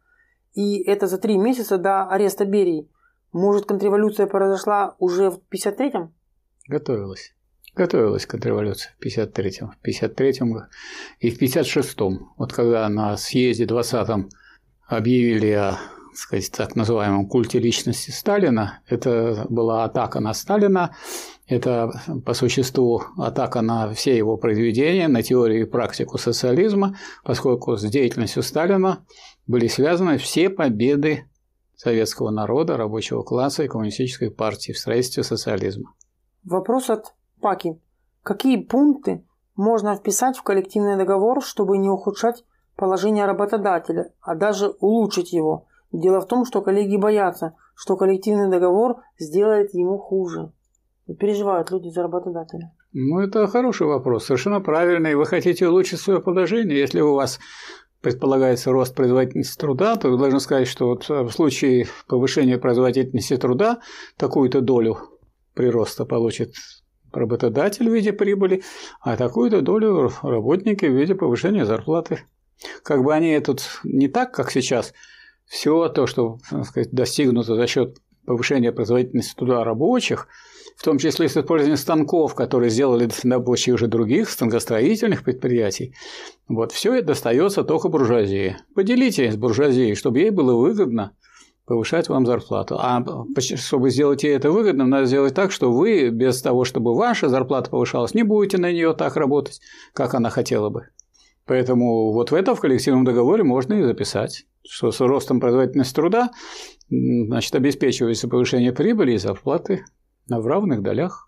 И это за 3 месяца до ареста Берии. Может, контрреволюция произошла уже в 1953-м? Готовилась. Готовилась контрреволюция в 1953-м, в 1953-м и в 1956-м. Вот когда на съезде 20-м объявили о, сказать, так называемом культе личности Сталина, это была атака на Сталина, это по существу атака на все его произведения, на теорию и практику социализма, поскольку с деятельностью Сталина были связаны все победы советского народа, рабочего класса и коммунистической партии в строительстве социализма. Вопрос от Паки. Какие пункты можно вписать в коллективный договор, чтобы не ухудшать положение работодателя, а даже улучшить его? Дело в том, что коллеги боятся, что коллективный договор сделает ему хуже. Переживают люди за работодателя. Ну, это хороший вопрос, совершенно правильный. Вы хотите улучшить свое положение, если у вас предполагается рост производительности труда, то вы должны сказать, что вот в случае повышения производительности труда такую-то долю прироста получит работодатель в виде прибыли, а такую-то долю работники в виде повышения зарплаты. Как бы они тут не так, как сейчас, все то, что, так сказать, достигнуто за счет повышения производительности труда рабочих, в том числе с использованием станков, которые сделали рабочие уже других станкостроительных предприятий, вот все это достается только буржуазии. Поделите с буржуазией, чтобы ей было выгодно повышать вам зарплату. А чтобы сделать ей это выгодным, надо сделать так, что вы без того, чтобы ваша зарплата повышалась, не будете на нее так работать, как она хотела бы. Поэтому вот в этом в коллективном договоре можно и записать, что с ростом производительности труда, значит, обеспечивается повышение прибыли и зарплаты в равных долях.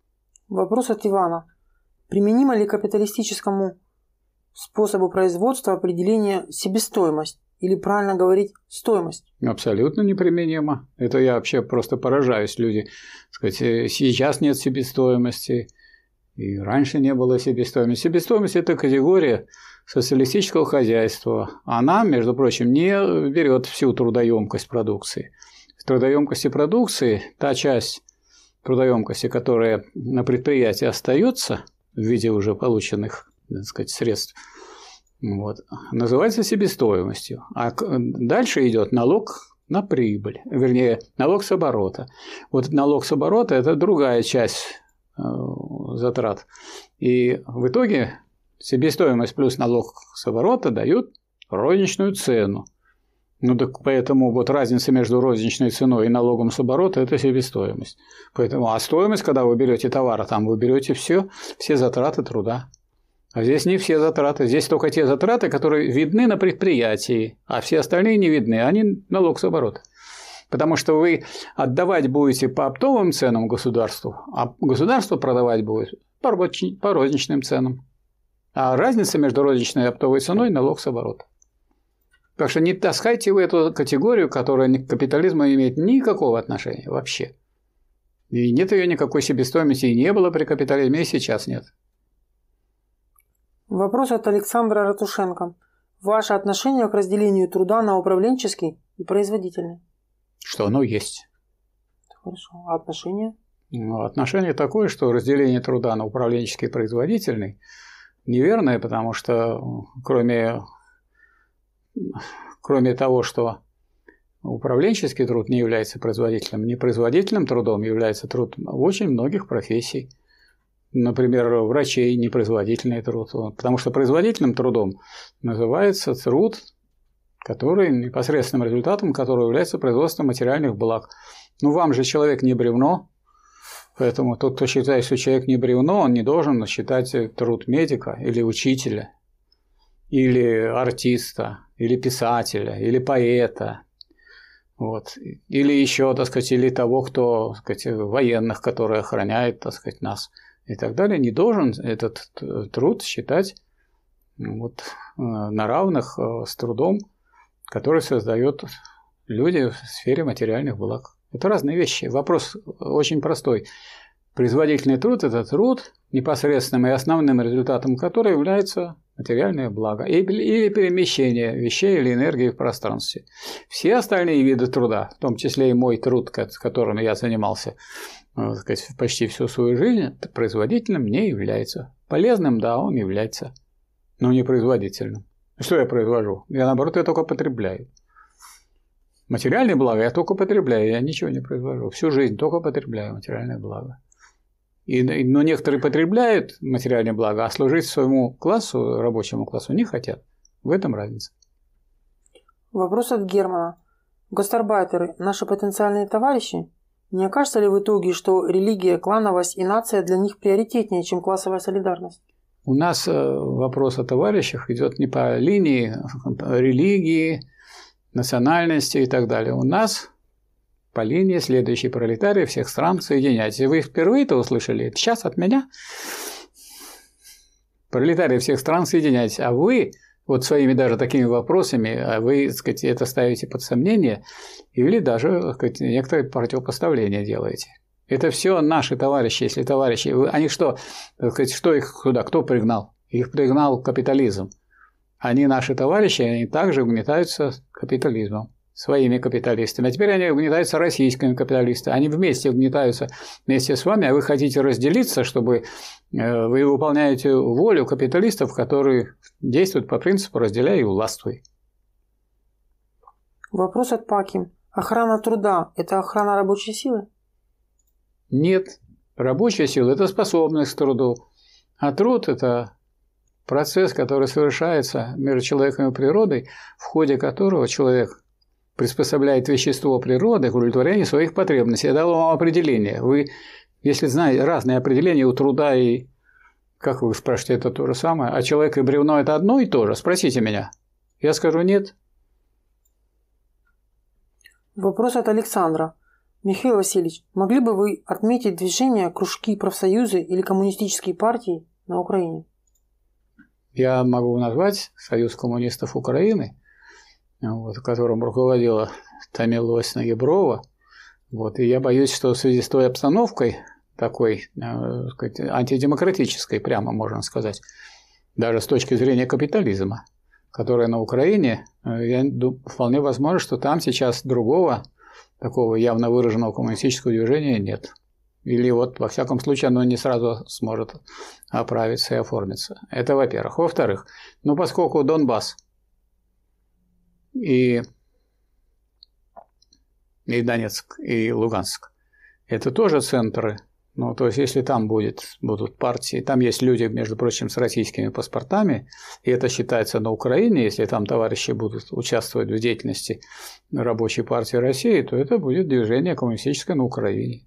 Вопрос от Ивана. Применимо ли к капиталистическому способу производства определение себестоимость? Или правильно говорить стоимость? Абсолютно неприменимо. Это я вообще просто поражаюсь. Люди, так сказать, сейчас нет себестоимости, и раньше не было себестоимости. Себестоимость – это категория социалистического хозяйства. Она, между прочим, не берет всю трудоемкость продукции. В трудоемкости продукции та часть трудоемкости, которая на предприятии остается в виде уже полученных, так сказать, средств, вот, называется себестоимостью. А дальше идет налог на прибыль, вернее, налог с оборота. Вот налог с оборота – это другая часть затрат. И в итоге себестоимость плюс налог с оборота дают розничную цену. Ну так поэтому вот разница между розничной ценой и налогом с оборота – это себестоимость. Поэтому, а стоимость, когда вы берете товар, там вы берете все затраты труда. А здесь не все затраты, здесь только те затраты, которые видны на предприятии, а все остальные не видны, они налог с оборота. Потому что вы отдавать будете по оптовым ценам государству, а государство продавать будет по розничным ценам. А разница между розничной и оптовой ценой – налог с оборота. Так что не таскайте вы эту категорию, которая к капитализму не имеет никакого отношения вообще. И нет ее никакой себестоимости, и не было при капитализме, и сейчас нет. Вопрос от Александра Ратушенко. Ваше отношение к разделению труда на управленческий и производительный? Что оно есть. Хорошо. А отношение? Ну, отношение такое, что разделение труда на управленческий и производительный неверное, потому что кроме того, что управленческий труд не является производительным, непроизводительным трудом является труд очень многих профессий. Например, врачей непроизводительный труд. Потому что производительным трудом называется труд, который непосредственным результатом которого является производство материальных благ. Ну, вам же человек не бревно, поэтому тот, кто считает, что человек не бревно, он не должен считать труд медика или учителя, или артиста, или писателя, или поэта. Вот. Или еще, так сказать, или того, кто, так сказать, военных, которые охраняют, так сказать, нас и так далее, не должен этот труд считать вот, на равных с трудом, который создают люди в сфере материальных благ. Это разные вещи. Вопрос очень простой. Производительный труд – это труд, непосредственным и основным результатом которого является материальное благо или перемещение вещей или энергии в пространстве. Все остальные виды труда, в том числе и мой труд, которым я занимался почти всю свою жизнь, производительным не является. Полезным, да, он является, но не производительным. Что я произвожу? Я, наоборот, я только потребляю. Материальное благо я только потребляю, я ничего не произвожу. Всю жизнь только потребляю материальное благо. Но некоторые потребляют материальное благо, а служить своему классу, рабочему классу, не хотят. В этом разница. Вопрос от Германа. Гастарбайтеры – наши потенциальные товарищи? Не окажется ли в итоге, что религия, клановость и нация для них приоритетнее, чем классовая солидарность? У нас вопрос о товарищах идет не по линии религии, национальности и так далее. У нас по линии следующий: пролетарии всех стран, соединяйтесь. Вы впервые это услышали? Сейчас от меня. Пролетарии всех стран, соединяйтесь. А вы вот своими даже такими вопросами, вы, так сказать, это ставите под сомнение или даже, так сказать, некоторые противопоставления делаете. Это все наши товарищи, если товарищи. Они что, так сказать, что их сюда, кто пригнал? Их пригнал капитализм. Они наши товарищи, они также угнетаются капитализмом, своими капиталистами. А теперь они угнетаются российскими капиталистами. Они вместе угнетаются вместе с вами, а вы хотите разделиться, чтобы вы выполняете волю капиталистов, которые действуют по принципу «разделяй и властвуй». Вопрос от Паки. Охрана труда – это охрана рабочей силы? Нет. Рабочая сила – это способность к труду. А труд – это процесс, который совершается между человеком и природой, в ходе которого человек приспособляет вещество природы к удовлетворению своих потребностей. Я дал вам определение. Вы, если знаете разные определения у труда и, как вы спрашиваете, это то же самое, а человек и бревно – это одно и то же, спросите меня. Я скажу нет. Вопрос от Александра. Михаил Васильевич, могли бы вы отметить движения, кружки, профсоюзы или коммунистические партии на Украине? Я могу назвать Союз коммунистов Украины, которым руководила Тамила Осина Еброва. И я боюсь, что в связи с той обстановкой, такой антидемократической, прямо можно сказать, даже с точки зрения капитализма, которая на Украине, я думаю, вполне возможно, что там сейчас другого такого явно выраженного коммунистического движения нет. Или во всяком случае, оно не сразу сможет оправиться и оформиться. Это во-первых. Во-вторых, поскольку Донбасс и Донецк, и Луганск – это тоже центры, то есть если там будут партии, там есть люди, между прочим, с российскими паспортами, и это считается на Украине, если там товарищи будут участвовать в деятельности Рабочей партии России, то это будет движение коммунистическое на Украине.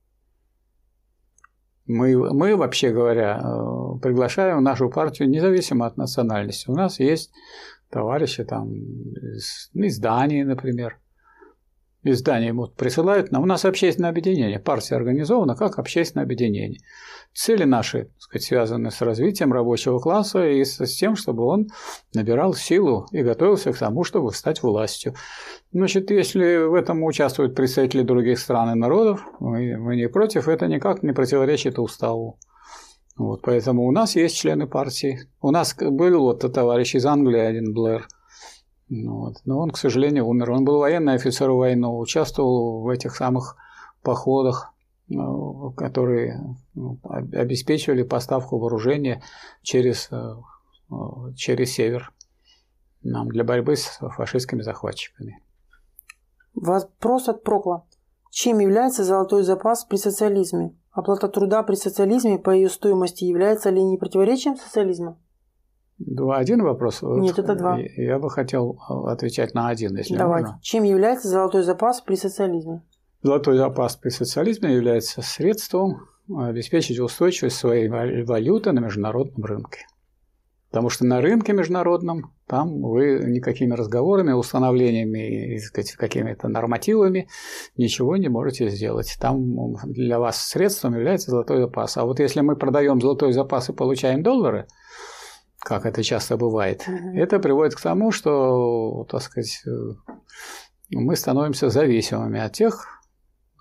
Мы, вообще говоря, приглашаем нашу партию независимо от национальности. У нас есть товарищи там из Дании, например. Из Дании присылают нам. У нас общественное объединение. Партия организована как общественное объединение. Цели наши, так сказать, связаны с развитием рабочего класса и с тем, чтобы он набирал силу и готовился к тому, чтобы стать властью. Если в этом участвуют представители других стран и народов, мы не против, это никак не противоречит уставу. Поэтому у нас есть члены партии. У нас был товарищ из Англии, один Блэр. Но он, к сожалению, умер. Он был военный офицер войны, участвовал в этих самых походах, которые обеспечивали поставку вооружения через север для борьбы с фашистскими захватчиками. Вопрос от Прокла. Чем является золотой запас при социализме? Оплата труда при социализме по ее стоимости является ли не противоречием социализма? Один вопрос? Нет, это два. Я бы хотел отвечать на один, если Давайте. можно. Чем является золотой запас при социализме? Золотой запас при социализме является средством обеспечить устойчивость своей валюты на международном рынке. Потому что на рынке международном там вы никакими разговорами, установлениями, какими-то нормативами ничего не можете сделать. Там для вас средством является золотой запас. А если мы продаем золотой запас и получаем доллары, как это часто бывает, это приводит к тому, что, так сказать, мы становимся зависимыми от тех,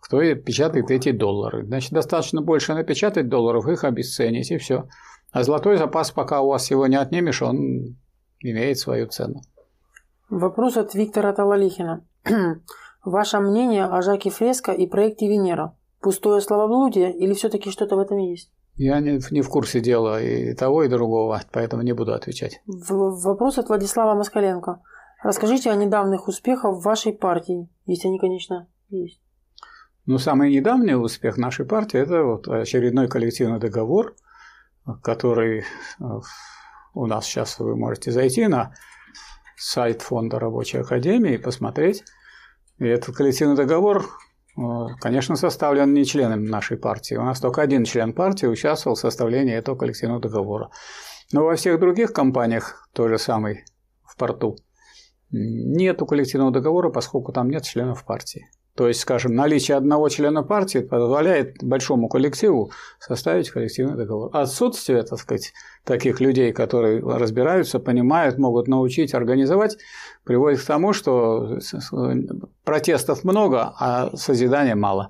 кто печатает эти доллары. Значит, достаточно больше напечатать долларов, их обесценить, и все. А золотой запас, пока у вас его не отнимешь, он имеет свою цену. Вопрос от Виктора Талалихина. Ваше мнение о Жаке Фреско и проекте Венера? Пустое словоблудие или все-таки что-то в этом есть? Я не в курсе дела и того, и другого, поэтому не буду отвечать. Вопрос от Владислава Москаленко. Расскажите о недавних успехах вашей партии, если они, конечно, есть. Ну, самый недавний успех нашей партии – это вот очередной коллективный договор, который у нас сейчас вы можете зайти на сайт Фонда Рабочей Академии и посмотреть. И этот коллективный договор, конечно, составлен не членами нашей партии. У нас только один член партии участвовал в составлении этого коллективного договора. Но во всех других компаниях, той же самой в порту, нету коллективного договора, поскольку там нет членов партии. То есть, скажем, наличие одного члена партии позволяет большому коллективу составить коллективный договор. Отсутствие, так сказать, таких людей, которые разбираются, понимают, могут научить, организовать, приводит к тому, что протестов много, а созидания мало.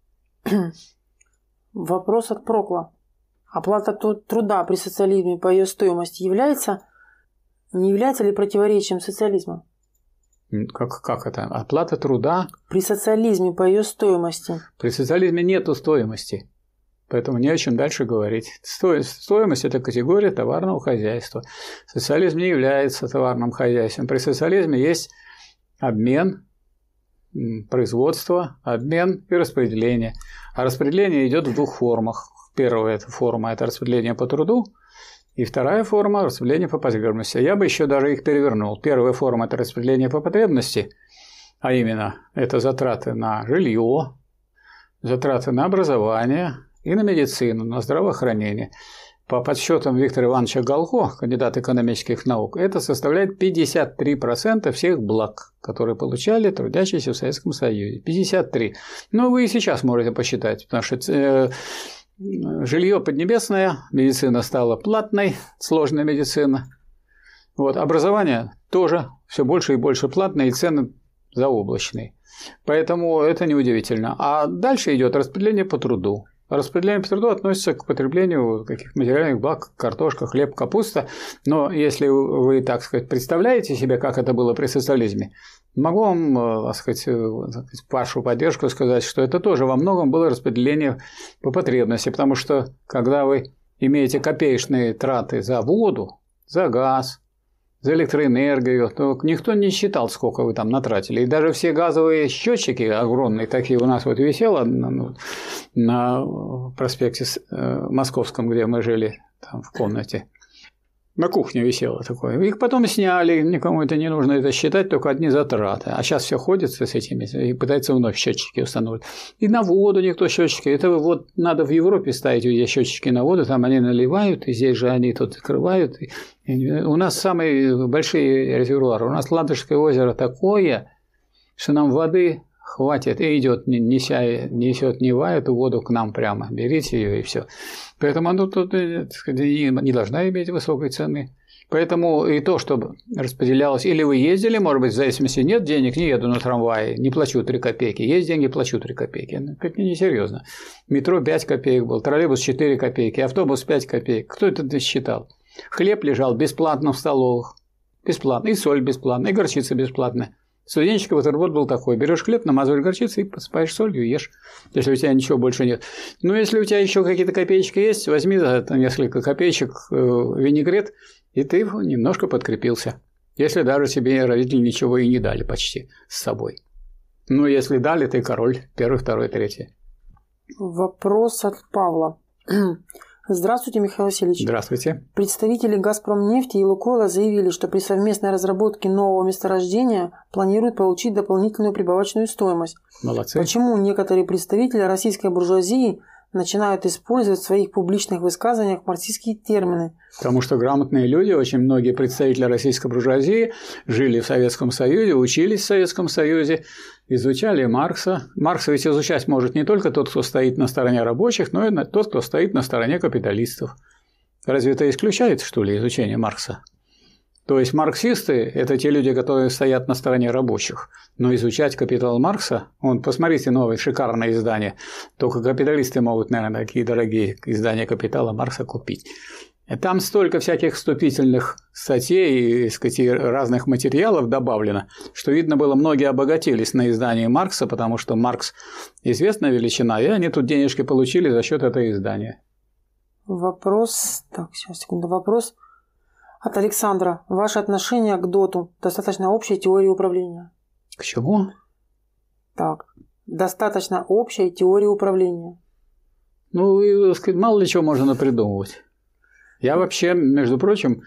Вопрос от Прокла. Оплата труда при социализме по ее стоимости не является ли противоречием социализма? Как это? Оплата труда? При социализме по ее стоимости. При социализме нету стоимости, поэтому не о чем дальше говорить. Стоимость – это категория товарного хозяйства. Социализм не является товарным хозяйством. При социализме есть обмен, производство, обмен и распределение. А распределение идет в двух формах. Первая форма – это распределение по труду. И вторая форма – распределение по потребности. Я бы еще даже их перевернул. Первая форма – это распределение по потребности, а именно это затраты на жилье, затраты на образование и на медицину, на здравоохранение. По подсчетам Виктора Ивановича Галко, кандидата экономических наук, это составляет 53% всех благ, которые получали трудящиеся в Советском Союзе. 53%. Но вы и сейчас можете посчитать, потому что жилье поднебесное, медицина стала платной, сложная медицина. Вот, образование тоже все больше и больше платное, и цены заоблачные. Поэтому это неудивительно. А дальше идет распределение по труду. Распределение по труду относится к потреблению каких-то материальных благ, картошка, хлеб, капуста. Но если вы, так сказать, представляете себе, как это было при социализме, могу вам, так сказать, вашу поддержку сказать, что это тоже во многом было распределение по потребности, потому что когда вы имеете копеечные траты за воду, за газ, за электроэнергию, то никто не считал, сколько вы там натратили. И даже все газовые счетчики огромные, такие у нас вот висело на проспекте Московском, где мы жили, там в комнате. На кухне висело такое. Их потом сняли, никому это не нужно это считать, только одни затраты. А сейчас все ходят с этими и пытаются вновь счетчики установить. И на воду никто счетчики. Это вот надо в Европе ставить эти счетчики на воду, там они наливают, и здесь же они тут закрывают. У нас самые большие резервуары. У нас Ладожское озеро такое, что нам воды хватит, и идет, несет Нева эту воду к нам прямо. Берите ее и все. Поэтому оно тут не должна иметь высокой цены. Поэтому и то, что распределялось, или вы ездили, может быть, в зависимости, нет денег, не еду на трамвае, не плачу 3 копейки, есть деньги, плачу 3 копейки. Это несерьезно. Метро 5 копеек был, троллейбус 4 копейки, автобус 5 копеек. Кто это считал? Хлеб лежал бесплатно в столовых, бесплатно, и соль бесплатно, и горчица бесплатно. Студенческий бутерброд был такой. Берешь хлеб, намазываешь горчицей, посыпаешь солью и ешь, если у тебя ничего больше нет. Но если у тебя еще какие-то копеечки есть, возьми несколько копеечек винегрет, и ты немножко подкрепился. Если даже тебе родители ничего и не дали почти с собой. Ну, если дали, ты король. 1, 2, 3. Вопрос от Павла. Здравствуйте, Михаил Васильевич. Здравствуйте. Представители «Газпромнефти» и «Лукойла» заявили, что при совместной разработке нового месторождения планируют получить дополнительную прибавочную стоимость. Молодцы. Почему некоторые представители российской буржуазии начинают использовать в своих публичных высказываниях марксистские термины? Потому что грамотные люди, очень многие представители российской буржуазии жили в Советском Союзе, учились в Советском Союзе, изучали Маркса. Маркса ведь изучать может не только тот, кто стоит на стороне рабочих, но и тот, кто стоит на стороне капиталистов. Разве это исключает, что ли, изучение Маркса? То есть марксисты – это те люди, которые стоят на стороне рабочих. Но изучать «Капитал» Маркса, посмотрите новое шикарное издание, только капиталисты могут, наверное, такие дорогие издания «Капитала» Маркса купить. Там столько всяких вступительных статей и, сказать, разных материалов добавлено, что видно было, многие обогатились на издании Маркса, потому что Маркс – известная величина, и они тут денежки получили за счет этого издания. Вопрос. Так, сейчас, секунду. Вопрос от Александра. Ваше отношение к ДОТу? Достаточно общей теории управления. К чему? Так. Достаточно общей теории управления. Ну, и, сказать, мало ли чего можно напридумывать. Я вообще, между прочим,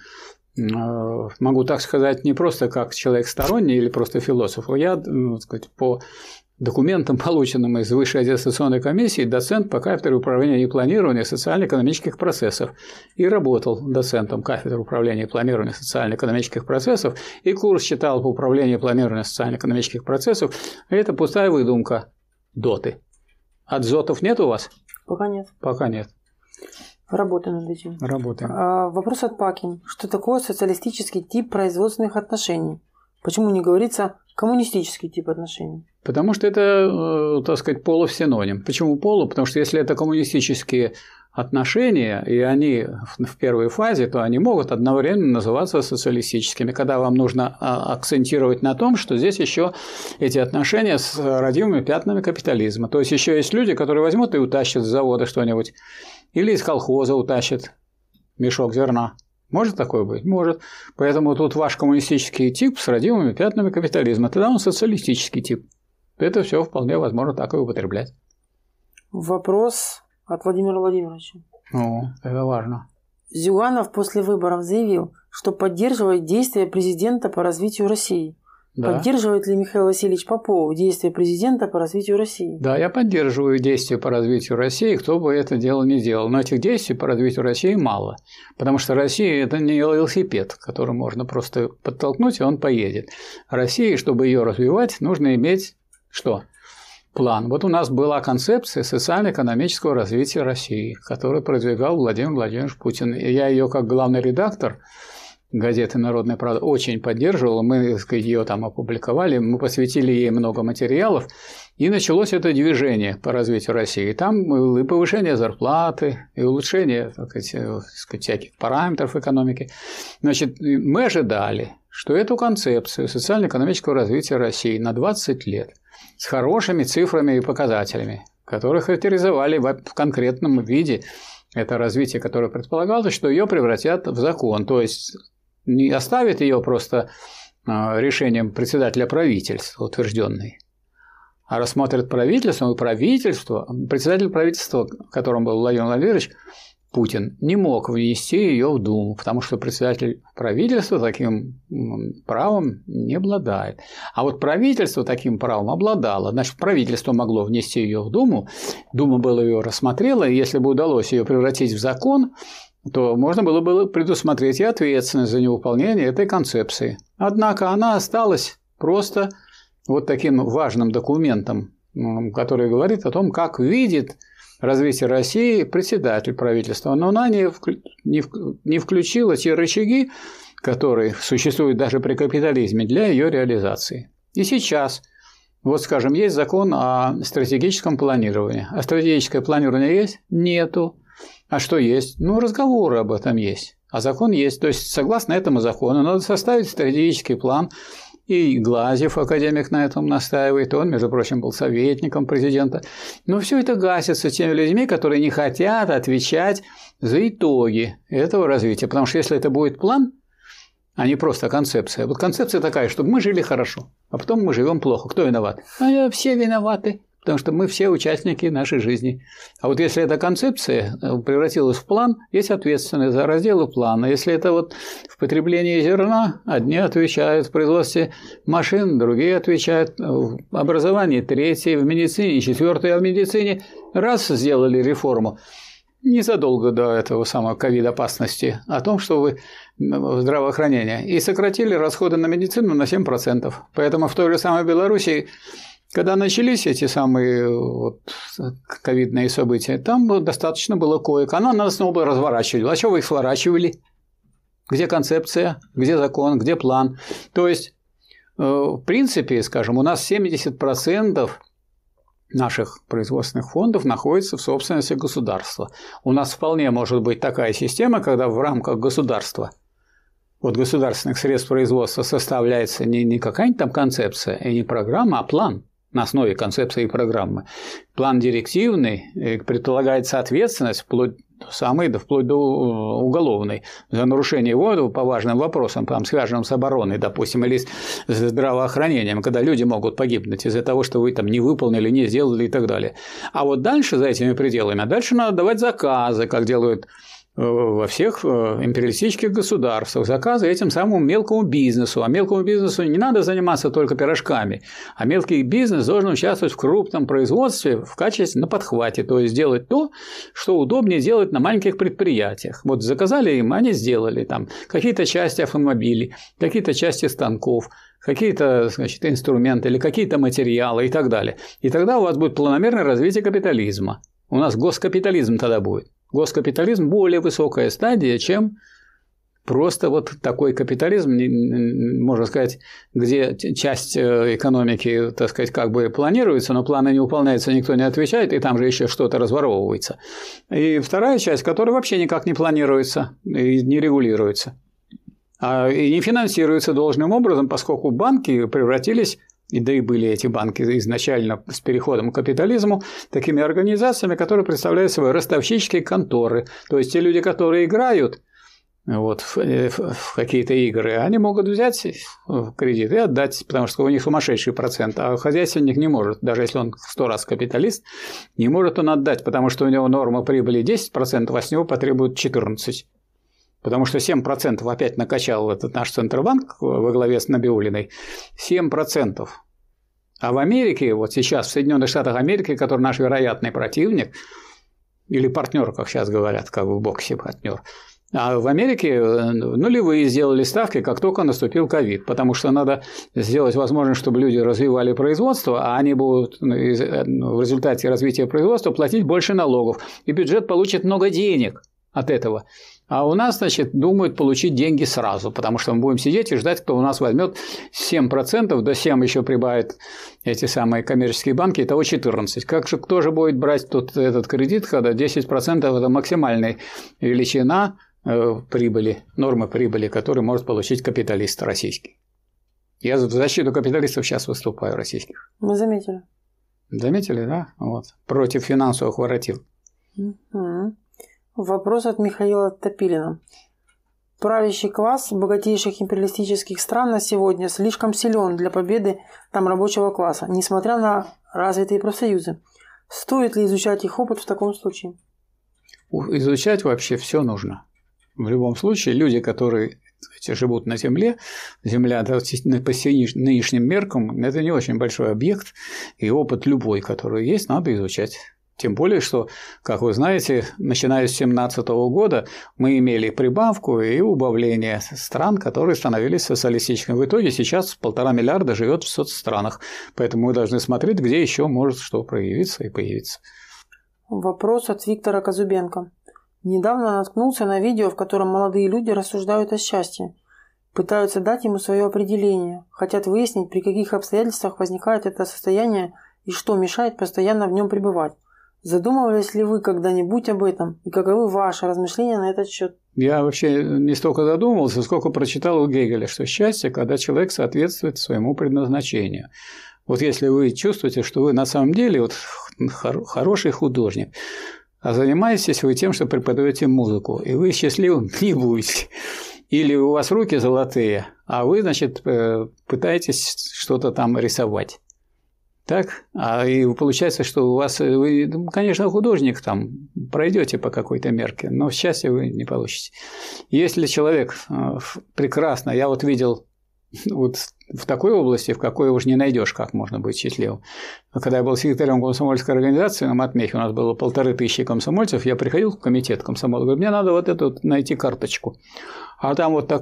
могу так сказать не просто как человек сторонний или просто философ. Я, так сказать, по документам, полученным из Высшей аттестационной комиссии, доцент по кафедре управления и планирования социально-экономических процессов. И работал доцентом кафедры управления и планирования социально-экономических процессов. И курс читал по управлению и планированию социально-экономических процессов. Это пустая выдумка. Доты. От зотов нет у вас? Пока нет. Пока нет. Работаем над этим. Работаем. Вопрос от Паки. Что такое социалистический тип производственных отношений? Почему не говорится коммунистический тип отношений? Потому что это, так сказать, полусиноним. Почему полу? Потому что если это коммунистические отношения, и они в первой фазе, то они могут одновременно называться социалистическими, когда вам нужно акцентировать на том, что здесь еще эти отношения с родимыми пятнами капитализма. То есть еще есть люди, которые возьмут и утащат с завода что-нибудь, или из колхоза утащат мешок зерна. Может такое быть? Может. Поэтому тут ваш коммунистический тип с родимыми пятнами капитализма. Тогда он социалистический тип. Это все вполне возможно так и употреблять. Вопрос от Владимира Владимировича. Ну, это важно. Зюганов после выборов заявил, что поддерживает действия президента по развитию России. Да. Поддерживает ли Михаил Васильевич Попов действия президента по развитию России? Да, я поддерживаю действия по развитию России, кто бы это дело ни делал. Но этих действий по развитию России мало. Потому что Россия – это не велосипед, который можно просто подтолкнуть, и он поедет. России, чтобы ее развивать, нужно иметь что? План. Вот у нас была концепция социально-экономического развития России, которую продвигал Владимир Владимирович Путин. И я ее как главный редактор газеты «Народная правда» очень поддерживал. Мы ее там опубликовали, мы посвятили ей много материалов. И началось это движение по развитию России. И там было и повышение зарплаты, и улучшение, так сказать, всяких параметров экономики. Значит, мы ожидали, что эту концепцию социально-экономического развития России на 20 лет с хорошими цифрами и показателями, которые характеризовали в конкретном виде это развитие, которое предполагалось, что ее превратят в закон. То есть не оставят ее просто решением председателя правительства утвержденной, а рассмотрят правительство, и правительство, председатель правительства, которым был Владимир Владимирович Путин, не мог внести ее в Думу, потому что председатель правительства таким правом не обладает. А вот правительство таким правом обладало. Значит, правительство могло внести ее в Думу, Дума была ее рассмотрела, и если бы удалось ее превратить в закон, то можно было бы предусмотреть и ответственность за невыполнение этой концепции. Однако она осталась просто вот таким важным документом, который говорит о том, как видит развитие России председатель правительства, но она не включила те рычаги, которые существуют даже при капитализме для ее реализации. И сейчас, вот скажем, есть закон о стратегическом планировании. А стратегическое планирование есть? Нету. А что есть? Ну, разговоры об этом есть. А закон есть. То есть, согласно этому закону, надо составить стратегический план. И Глазьев, академик, на этом настаивает. Он, между прочим, был советником президента. Но все это гасится теми людьми, которые не хотят отвечать за итоги этого развития. Потому что если это будет план, а не просто концепция. Вот концепция такая, чтобы мы жили хорошо, а потом мы живем плохо. Кто виноват? Все виноваты. Потому что мы все участники нашей жизни. А вот если эта концепция превратилась в план, есть ответственность за разделы плана. Если это вот в потреблении зерна, одни отвечают в производстве машин, другие отвечают в образовании, третьи в медицине, четвертые в медицине. Раз сделали реформу, незадолго до этого самого ковид-опасности, о том, чтобы здравоохранение, и сократили расходы на медицину на 7%. Поэтому в той же самой Белоруссии, когда начались эти самые ковидные события, там достаточно было коек. А надо снова разворачивать. А что вы их сворачивали? где концепция, где закон, где план. То есть, в принципе, скажем, у нас 70% наших производственных фондов находится в собственности государства. У нас вполне может быть такая система, когда в рамках государства от государственных средств производства составляется не какая-нибудь там концепция и не программа, а план на основе концепции и программы. План директивный, предполагается ответственность вплоть до уголовной за нарушение его по важным вопросам, там, связанным с обороной, допустим, или с здравоохранением, когда люди могут погибнуть из-за того, что вы там не выполнили, не сделали и так далее. А вот дальше за этими пределами, дальше надо давать заказы, как делают во всех империалистических государствах, заказы этим самому мелкому бизнесу. А мелкому бизнесу не надо заниматься только пирожками, а мелкий бизнес должен участвовать в крупном производстве в качестве на подхвате, то есть делать то, что удобнее делать на маленьких предприятиях. Вот заказали им, они сделали там какие-то части автомобилей, какие-то части станков, какие-то, значит, инструменты или какие-то материалы и так далее. И тогда у вас будет планомерное развитие капитализма. У нас госкапитализм тогда будет. Госкапитализм более высокая стадия, чем просто вот такой капитализм, можно сказать, где часть экономики, так сказать, как бы планируется, но планы не выполняются, никто не отвечает, и там же еще что-то разворовывается. И вторая часть, которая вообще никак не планируется и не регулируется, и не финансируется должным образом, поскольку банки превратились, да и были эти банки изначально с переходом к капитализму, такими организациями, которые представляют собой ростовщические конторы. То есть те люди, которые играют вот, в какие-то игры, они могут взять кредит и отдать, потому что у них сумасшедший процент, а хозяйственник не может, даже если он 100 раз капиталист, не может он отдать, потому что у него норма прибыли 10%, а с него потребуют 14%. Потому что 7% опять накачал этот наш Центробанк во главе с Набиуллиной. 7%. А в Америке, вот сейчас в Соединенных Штатах Америки, который наш вероятный противник, или партнер, как сейчас говорят, как в боксе партнер, а в Америке нулевые сделали ставки, как только наступил ковид, потому что надо сделать возможность, чтобы люди развивали производство, а они будут в результате развития производства платить больше налогов, и бюджет получит много денег от этого. А у нас, значит, думают получить деньги сразу, потому что мы будем сидеть и ждать, кто у нас возьмет 7%, до 7 еще прибавят эти самые коммерческие банки, итого 14%. Как же, кто же будет брать тут этот кредит, когда 10% это максимальная величина прибыли, нормы прибыли, которую может получить капиталист российский. Я в защиту капиталистов сейчас выступаю, российских. Мы заметили. Заметили, да? Вот. Против финансовых воротил. Угу. Вопрос от Михаила Топилина. Правящий класс богатейших империалистических стран на сегодня слишком силен для победы там рабочего класса, несмотря на развитые профсоюзы. Стоит ли изучать их опыт в таком случае? Изучать вообще все нужно. В любом случае, люди, которые живут на Земле, Земля по нынешним меркам – это не очень большой объект, и опыт любой, который есть, надо изучать. Тем более, что, как вы знаете, начиная с 2017 года мы имели прибавку и убавление стран, которые становились социалистическими. В итоге сейчас 1,5 миллиарда живет в соцстранах. Поэтому мы должны смотреть, где еще может что проявиться и появиться. Вопрос от Виктора Казубенко. Недавно наткнулся на видео, в котором молодые люди рассуждают о счастье. Пытаются дать ему свое определение. Хотят выяснить, при каких обстоятельствах возникает это состояние и что мешает постоянно в нем пребывать. Задумывались ли вы когда-нибудь об этом? И каковы ваши размышления на этот счет? Я вообще не столько задумывался, сколько прочитал у Гегеля, что счастье, когда человек соответствует своему предназначению. Вот если вы чувствуете, что вы на самом деле вот хороший художник, а занимаетесь вы тем, что преподаете музыку, и вы счастливым не будете. Или у вас руки золотые, а вы, значит, пытаетесь что-то там рисовать. Так? И получается, что у вас, вы, конечно, художник там, пройдете по какой-то мерке, но счастья вы не получите. Если человек прекрасно, я вот видел вот в такой области, в какой уж не найдешь, как можно быть счастливым. Когда я был секретарем комсомольской организации на Матмехе, у нас было 1500 комсомольцев, я приходил в комитет комсомола, говорю, мне надо вот эту найти карточку. А там вот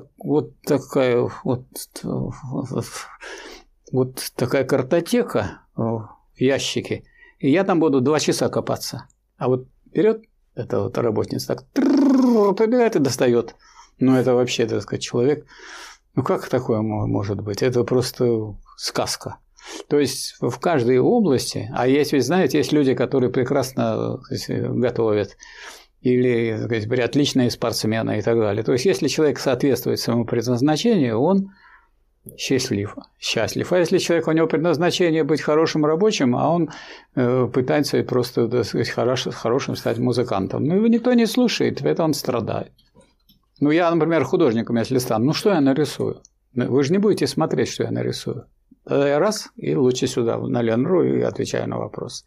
такая картотека в ящике, и я там буду 2 часа копаться. А вот берет эта вот работница, так, и достает Ну, это вообще, так сказать, человек... Ну, как такое может быть? Это просто сказка. То есть, в каждой области, а есть, ведь, знаете, есть люди, которые прекрасно готовят, или, так сказать, отличные спортсмены и так далее. То есть, если человек соответствует своему предназначению, он счастлив. А если человек, у него предназначение быть хорошим рабочим, а он пытается просто, так сказать, хорошим стать музыкантом, ну, его никто не слушает, это он страдает. Ну, я, например, художником, если стану, ну, что я нарисую? Вы же не будете смотреть, что я нарисую. Тогда я раз, и лучше сюда, на Ленру, и отвечаю на вопрос.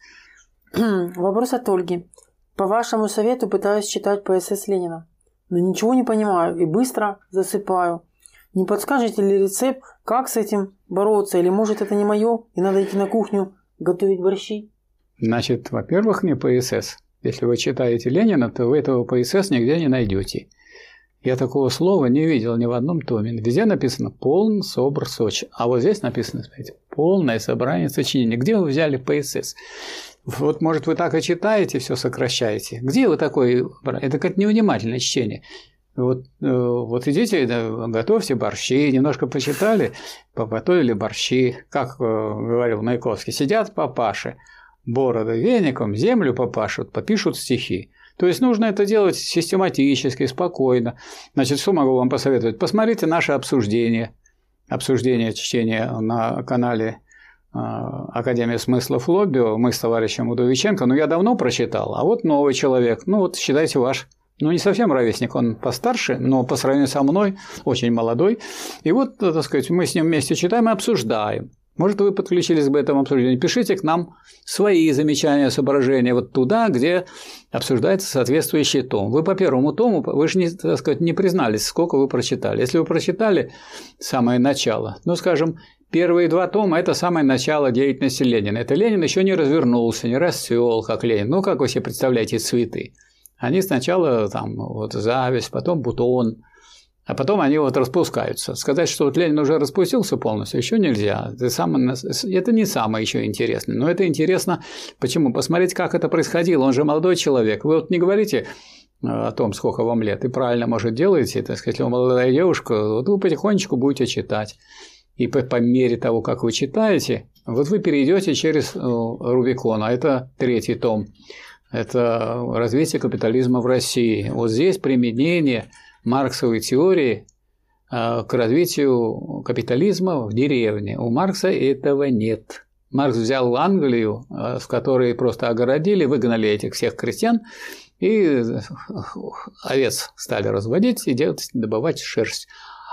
Вопрос от Ольги. По вашему совету пытаюсь читать ПСС Ленина, но ничего не понимаю и быстро засыпаю. Не подскажете ли рецепт, как с этим бороться? Или, может, это не мое, и надо идти на кухню готовить борщи? Значит, во-первых, не ПСС. Если вы читаете Ленина, то вы этого ПСС нигде не найдете. Я такого слова не видел ни в одном томе. Везде написано «полн собор Сочи». А вот здесь написано, смотрите, «полное собрание сочинений». Где вы взяли ПСС? Вот, может, вы так и читаете, все сокращаете. Где вы такой? Это как невнимательное чтение. Вот идите, готовьте борщи, немножко почитали, поготовили борщи. Как говорил Маяковский, сидят папаши, бороды веником, землю попашут, попишут стихи. То есть нужно это делать систематически, спокойно. Значит, что могу вам посоветовать? Посмотрите наше обсуждение чтения на канале Академия смыслов Лоббио. Мы с товарищем Удовиченко. Ну, я давно прочитал, а вот новый человек. Ну, вот считайте ваш. Ну, не совсем ровесник, он постарше, но по сравнению со мной очень молодой. И вот, так сказать, мы с ним вместе читаем и обсуждаем. Может, вы подключились к этому обсуждению. Пишите к нам свои замечания, соображения вот туда, где обсуждается соответствующий том. Вы по первому тому, вы же, так сказать, не признались, сколько вы прочитали. Если вы прочитали самое начало, ну, скажем, первые 2 тома – это самое начало деятельности Ленина. Это Ленин еще не развернулся, не расцвел, как Ленин. Ну, как вы себе представляете цветы? Они сначала там вот зависть, потом бутон, а потом они вот распускаются. Сказать, что вот Ленин уже распустился полностью, еще нельзя. Это не самое еще интересное. Но это интересно. Почему? Посмотреть, как это происходило. Он же молодой человек. Вы вот не говорите о том, сколько вам лет. И правильно, может, делаете. Так сказать, если вы молодая девушка, вот вы потихонечку будете читать. И по мере того, как вы читаете, вот вы перейдете через Рубикон. А это 3-й том. Это развитие капитализма в России. Вот здесь применение марксовой теории к развитию капитализма в деревне. У Маркса этого нет. Маркс взял Англию, в которой просто огородили, выгнали этих всех крестьян, и овец стали разводить и добывать шерсть.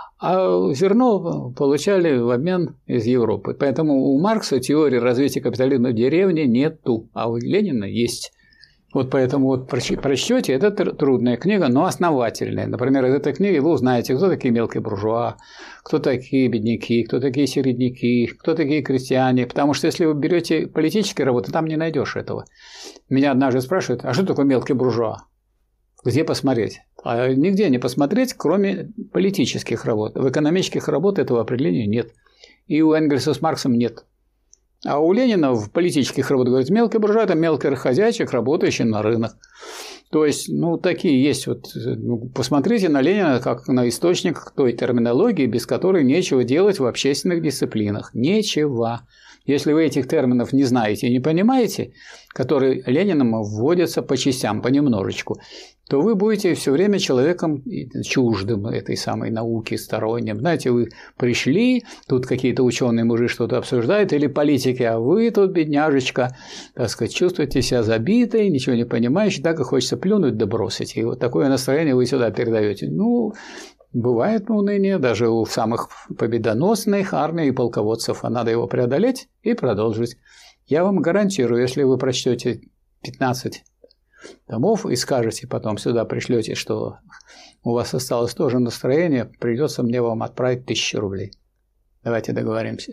А зерно получали в обмен из Европы. Поэтому у Маркса теории развития капитализма в деревне нету, а у Ленина есть. Вот поэтому вот прочтете, это трудная книга, но основательная. Например, из этой книги вы узнаете, кто такие мелкие буржуа, кто такие бедняки, кто такие середняки, кто такие крестьяне. Потому что если вы берете политические работы, там не найдешь этого. Меня однажды спрашивают, а что такое мелкий буржуа? Где посмотреть? А нигде не посмотреть, кроме политических работ. В экономических работах этого определения нет. И у Энгельса с Марксом нет. А у Ленина в политических работах говорит, мелкий буржуа – это мелкий хозяйчик, работающий на рынок. То есть, ну, такие есть. Вот, ну, посмотрите на Ленина как на источник той терминологии, без которой нечего делать в общественных дисциплинах. Нечего. Если вы этих терминов не знаете и не понимаете, которые Лениным вводятся по частям, понемножечку, то вы будете все время человеком чуждым этой самой науки, сторонним. Знаете, вы пришли, тут какие-то ученые мужи что-то обсуждают, или политики, а вы тут, бедняжечка, так сказать, чувствуете себя забитой, ничего не понимающей, так и хочется плюнуть да бросить. И вот такое настроение вы сюда передаете. Ну, бывает уныние даже у самых победоносных армий и полководцев, а надо его преодолеть и продолжить. Я вам гарантирую, если вы прочтете 15 томов и скажете потом сюда пришлете, что у вас осталось тоже настроение, придется мне вам отправить 1000 рублей. Давайте договоримся.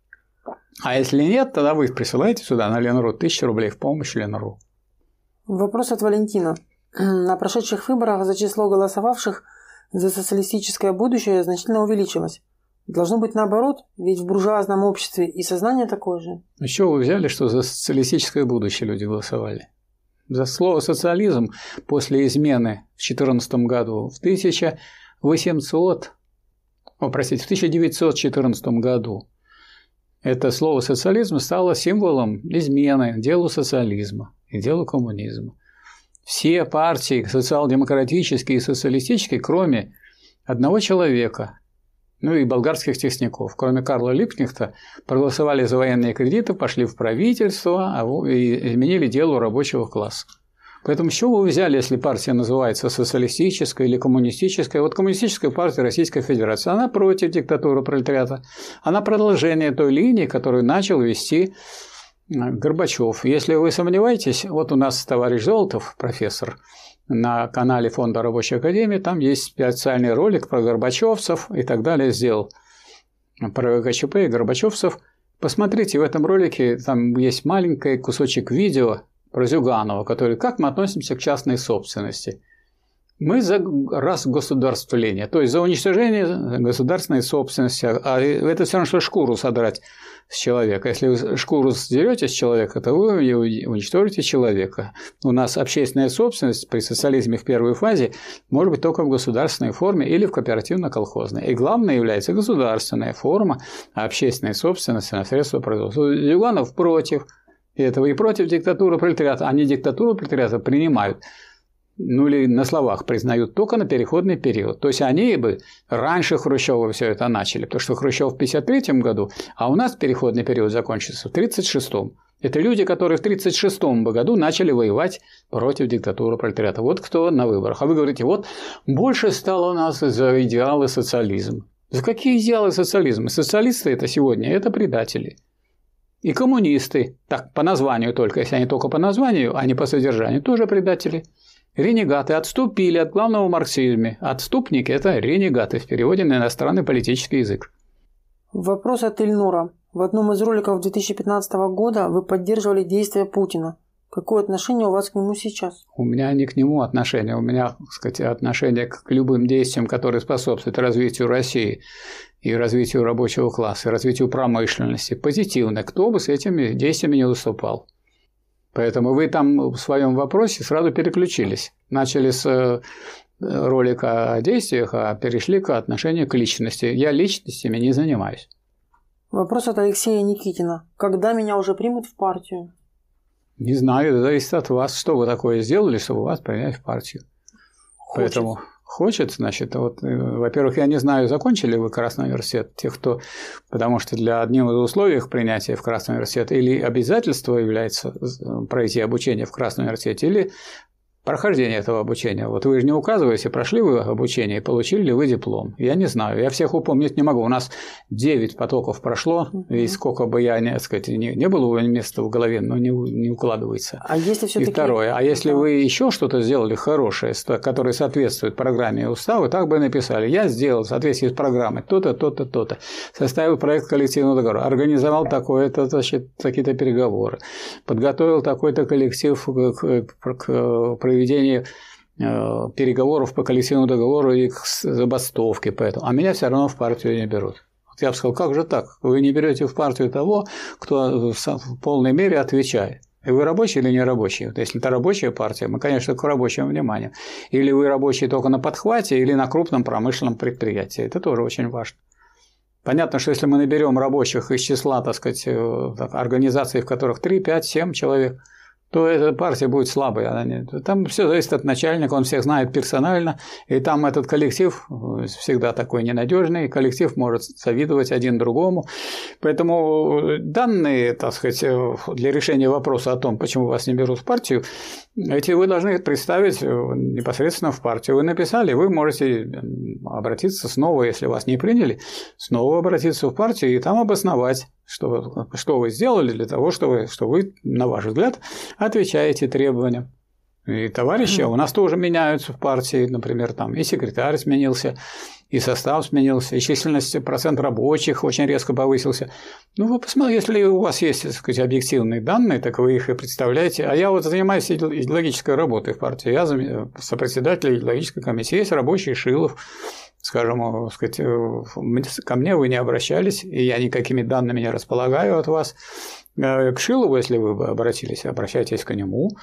А если нет, тогда вы присылаете сюда на Ленру 1000 рублей в помощь Ленру. Вопрос от Валентина. На прошедших выборах за число голосовавших за социалистическое будущее значительно увеличилось. Должно быть наоборот, ведь в буржуазном обществе и сознание такое же. Ну, что вы взяли, что за социалистическое будущее люди голосовали? За слово «социализм» после измены в 2014 году в в 1914 году это слово «социализм» стало символом измены делу социализма и делу коммунизма. Все партии социал-демократические и социалистические, кроме одного человека, ну и болгарских тесняков, кроме Карла Липкнехта, проголосовали за военные кредиты, пошли в правительство и изменили делу рабочего класса. Поэтому с чего вы взяли, если партия называется социалистическая или коммунистическая? Вот коммунистическая партия Российской Федерации, она против диктатуры пролетариата. Она продолжение той линии, которую начал вести Горбачев. Если вы сомневаетесь, вот у нас товарищ Золотов, профессор, на канале Фонда Рабочей Академии, там есть специальный ролик про горбачевцев и так далее, сделал про ВКЧП и горбачевцев. Посмотрите, в этом ролике там есть маленький кусочек видео про Зюганова, который «Как мы относимся к частной собственности». Мы за разгосударствление, то есть за уничтожение государственной собственности. А это все равно, что шкуру содрать с человека. Если вы шкуру сдерете с человека, то вы уничтожите человека. У нас общественная собственность при социализме в первой фазе может быть только в государственной форме или в кооперативно-колхозной. И главное является государственная форма общественной собственности на средства производства. Зюганов против этого и против диктатуры пролетариата. Они диктатуру пролетариата принимают. Ну или на словах признают только на переходный период. То есть они бы раньше Хрущева все это начали, потому что Хрущев в 1953 году, а у нас переходный период закончится в 1936. Это люди, которые в 1936 году начали воевать против диктатуры пролетариата. Вот кто на выборах. А вы говорите, вот больше стало у нас за идеалы социализма. За какие идеалы социализма? Социалисты это сегодня, это предатели. И коммунисты, так по названию только, если они только по названию, а не по содержанию, тоже предатели. Ренегаты отступили от главного марксизма. Отступники – это ренегаты в переводе на иностранный политический язык. Вопрос от Ильнура. В одном из роликов 2015 года вы поддерживали действия Путина. Какое отношение у вас к нему сейчас? У меня не к нему отношение. У меня, так сказать, отношение к любым действиям, которые способствуют развитию России и развитию рабочего класса, и развитию промышленности. Позитивно. Кто бы с этими действиями не выступал. Поэтому вы там в своем вопросе сразу переключились. Начали с ролика о действиях, а перешли к отношению к личности. Я личностями не занимаюсь. Вопрос от Алексея Никитина. Когда меня уже примут в партию? Не знаю, это зависит от вас. Что вы такое сделали, чтобы вас принять в партию? Поэтому хочет, значит, вот, во-первых, я не знаю, закончили вы Красный университет, тех, кто, потому что для одних из условий принятия в Красный университет или обязательство является пройти обучение в Красном университете, или прохождение этого обучения. Вот вы же не указываете, прошли вы обучение и получили ли вы диплом. Я не знаю, я всех упомнить не могу. У нас 9 потоков прошло, и сколько бы я, так сказать, не было у места в голове, но не укладывается. А если все-таки... И второе, а если вы еще что-то сделали хорошее, которое соответствует программе и уставу, так бы и написали. Я сделал в соответствии с программой то-то, то-то, то-то. Составил проект коллективного договора, организовал такое-то, значит, какие-то переговоры, подготовил такой-то коллектив к проведение переговоров по коллективному договору и к забастовке. Поэтому. А меня все равно в партию не берут. Вот я бы сказал, как же так? Вы не берете в партию того, кто в полной мере отвечает. И вы рабочий или не рабочий? Вот если это рабочая партия, мы, конечно, к рабочим вниманием. Или вы рабочий только на подхвате, или на крупном промышленном предприятии. Это тоже очень важно. Понятно, что если мы наберем рабочих из числа, так сказать, организаций, в которых 3, 5, 7 человек, то эта партия будет слабой. Там все зависит от начальника, он всех знает персонально, и там этот коллектив всегда такой ненадежный, коллектив может завидовать один другому. Поэтому данные, так сказать, для решения вопроса о том, почему вас не берут в партию, эти вы должны представить непосредственно в партию. Вы написали, вы можете обратиться снова, если вас не приняли, снова обратиться в партию и там обосновать, что вы сделали для того, что вы, на ваш взгляд, отвечаете требованиям. И товарищи у нас тоже меняются в партии, например, там и секретарь сменился, и состав сменился, и численность, процент рабочих очень резко повысился. Ну, вы посмотрите, если у вас есть, так сказать, объективные данные, так вы их и представляете. А я вот занимаюсь идеологической работой в партии. Я сопредседатель идеологической комиссии. Есть рабочий Шилов. Скажем, сказать, ко мне вы не обращались, и я никакими данными не располагаю от вас. К Шилову, если вы бы обратились, обращайтесь к нему.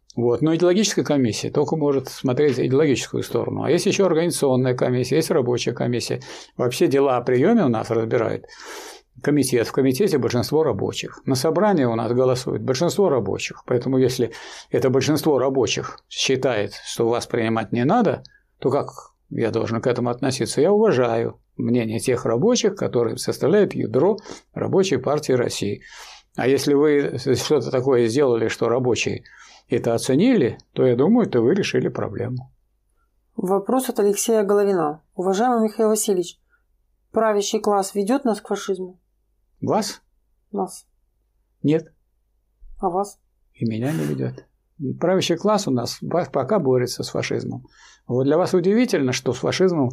Вот. Но идеологическая комиссия только может смотреть идеологическую сторону. А есть еще организационная комиссия, есть рабочая комиссия. Вообще дела о приеме у нас разбирает комитет. В комитете большинство рабочих. На собрании у нас голосует большинство рабочих. Поэтому если это большинство рабочих считает, что вас принимать не надо, то как я должен к этому относиться? Я уважаю мнение тех рабочих, которые составляют ядро Рабочей партии России. А если вы что-то такое сделали, что рабочие это оценили, то, я думаю, это вы решили проблему. Вопрос от Алексея Головина. Уважаемый Михаил Васильевич, правящий класс ведет нас к фашизму? Вас? Нас. Нет. А вас? И меня не ведет. Правящий класс у нас пока борется с фашизмом. Вот для вас удивительно, что с фашизмом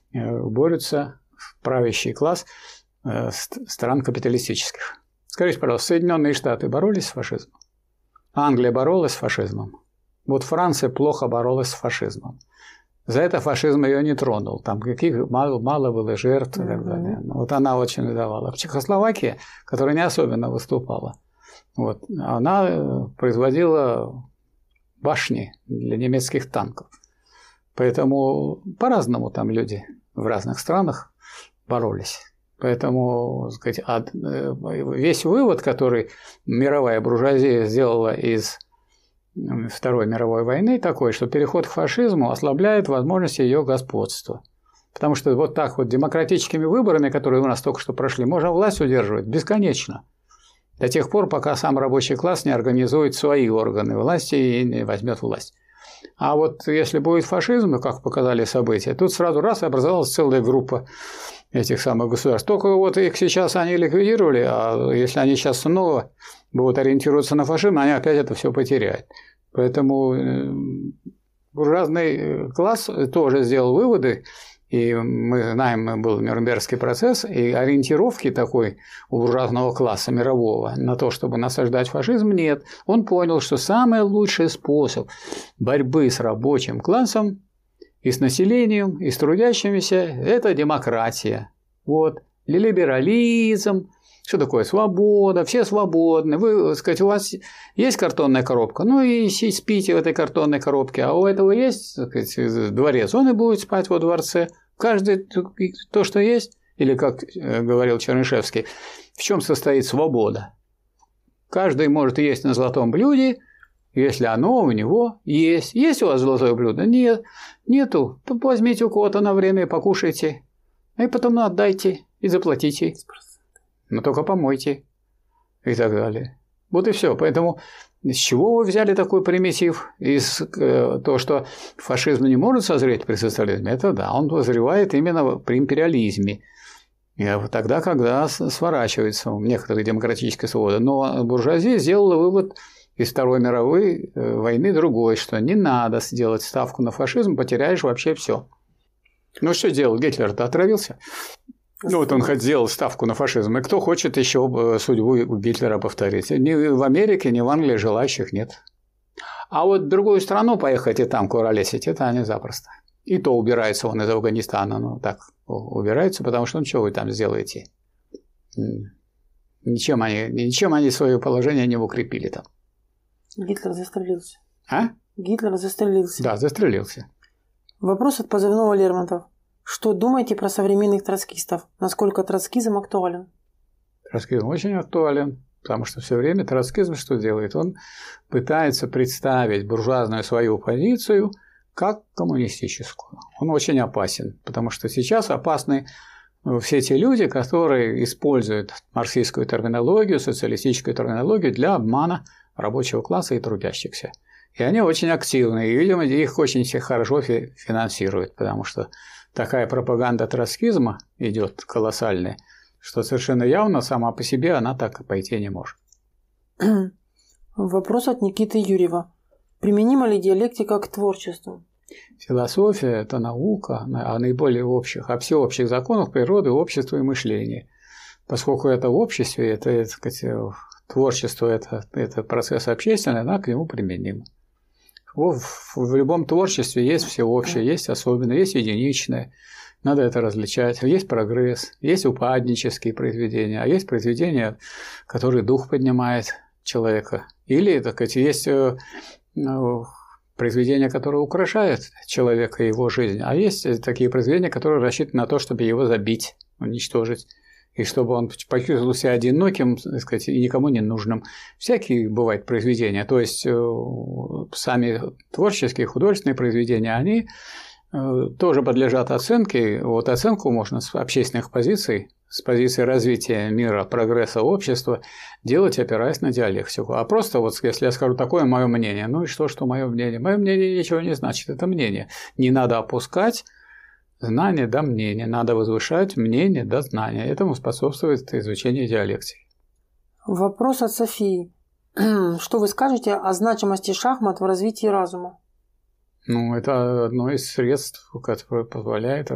борется правящий класс стран капиталистических. Скажите, пожалуйста, Соединенные Штаты боролись с фашизмом? Англия боролась с фашизмом. Вот Франция плохо боролась с фашизмом. За это фашизм ее не тронул. Там каких мало было жертв и так далее. Вот она очень давала. В Чехословакии, которая не особенно выступала, вот, она производила башни для немецких танков. Поэтому по-разному там люди в разных странах боролись. Поэтому, так сказать, весь вывод, который мировая буржуазия сделала из Второй мировой войны, такой, что переход к фашизму ослабляет возможности ее господства. Потому что вот так вот демократическими выборами, которые у нас только что прошли, можно власть удерживать бесконечно. До тех пор, пока сам рабочий класс не организует свои органы власти и не возьмет власть. А вот если будет фашизм, как показали события, тут сразу раз и образовалась целая группа этих самых государств. Только вот их сейчас они ликвидировали, а если они сейчас снова будут ориентироваться на фашизм, они опять это все потеряют. Поэтому буржуазный класс тоже сделал выводы, и мы знаем, был Нюрнбергский процесс, и ориентировки такой у буржуазного класса мирового на то, чтобы насаждать фашизм, нет. Он понял, что самый лучший способ борьбы с рабочим классом и с населением, и с трудящимися – это демократия. Вот. Либерализм. Что такое свобода? Все свободны. Вы, так сказать, у вас есть картонная коробка? Ну и спите в этой картонной коробке. А у этого есть, так сказать, дворец. Он и будет спать во дворце. Каждый то, что есть, или, как говорил Чернышевский, в чем состоит свобода? Каждый может есть на золотом блюде, если оно у него есть. Есть у вас золотое блюдо? Нет. Нету. То возьмите у кого-то на время и покушайте. И потом отдайте и заплатите. Но только помойте. И так далее. Вот и все. Поэтому с чего вы взяли такой примитив? Из того, что фашизм не может созреть при социализме, это да, он созревает именно при империализме. И тогда, когда сворачивается некоторые демократические свободы. Но буржуазия сделала вывод из Второй мировой войны другой, что не надо сделать ставку на фашизм, потеряешь вообще все. Ну что делал Гитлер-то? Отравился? Ну вот он хоть сделал ставку на фашизм. И кто хочет еще судьбу Гитлера повторить? Ни в Америке, ни в Англии желающих нет. А вот в другую страну поехать и там куролесить, это они запросто. И то убирается он из Афганистана. Ну так, убирается, потому что ну что вы там сделаете? Ничем они свое положение не укрепили там. Гитлер застрелился. А? Гитлер застрелился. Да, застрелился. Вопрос от позывного Лермонтов. Что думаете про современных троцкистов? Насколько троцкизм актуален? Троцкизм очень актуален, потому что все время троцкизм что делает? Он пытается представить буржуазную свою позицию как коммунистическую. Он очень опасен, потому что сейчас опасны все те люди, которые используют марксистскую терминологию, социалистическую терминологию для обмана рабочего класса и трудящихся. И они очень активны, и, видимо, их очень хорошо финансируют, потому что такая пропаганда троцкизма идет колоссальная, что совершенно явно сама по себе она так и пойти не может. Вопрос от Никиты Юрьева. Применима ли диалектика к творчеству? Философия – это наука о наиболее общих, о всеобщих законах природы, общества и мышления. Поскольку это в обществе, это так сказать, творчество – это процесс общественный, она к нему применима. В любом творчестве есть всеобщее, есть особенное, есть единичное. Надо это различать. Есть прогресс, есть упаднические произведения, а есть произведения, которые дух поднимает человека. Или, так сказать, есть произведения, которые украшают человека и его жизнь, а есть такие произведения, которые рассчитаны на то, чтобы его забить, уничтожить, и чтобы он почувствовал себя одиноким, так сказать, и никому не нужным. Всякие бывают произведения, то есть сами творческие, художественные произведения, они тоже подлежат оценке. Вот оценку можно с общественных позиций, с позиции развития мира, прогресса общества делать, опираясь на диалектику. А просто вот если я скажу такое мое мнение, ну и что мое мнение? Мое мнение ничего не значит, это мнение. Не надо опускать знание до мнения, надо возвышать мнение до знания. Этому способствует изучение диалектики. Вопрос от Софии. Что вы скажете о значимости шахмат в развитии разума? Ну, это одно из средств, которое позволяет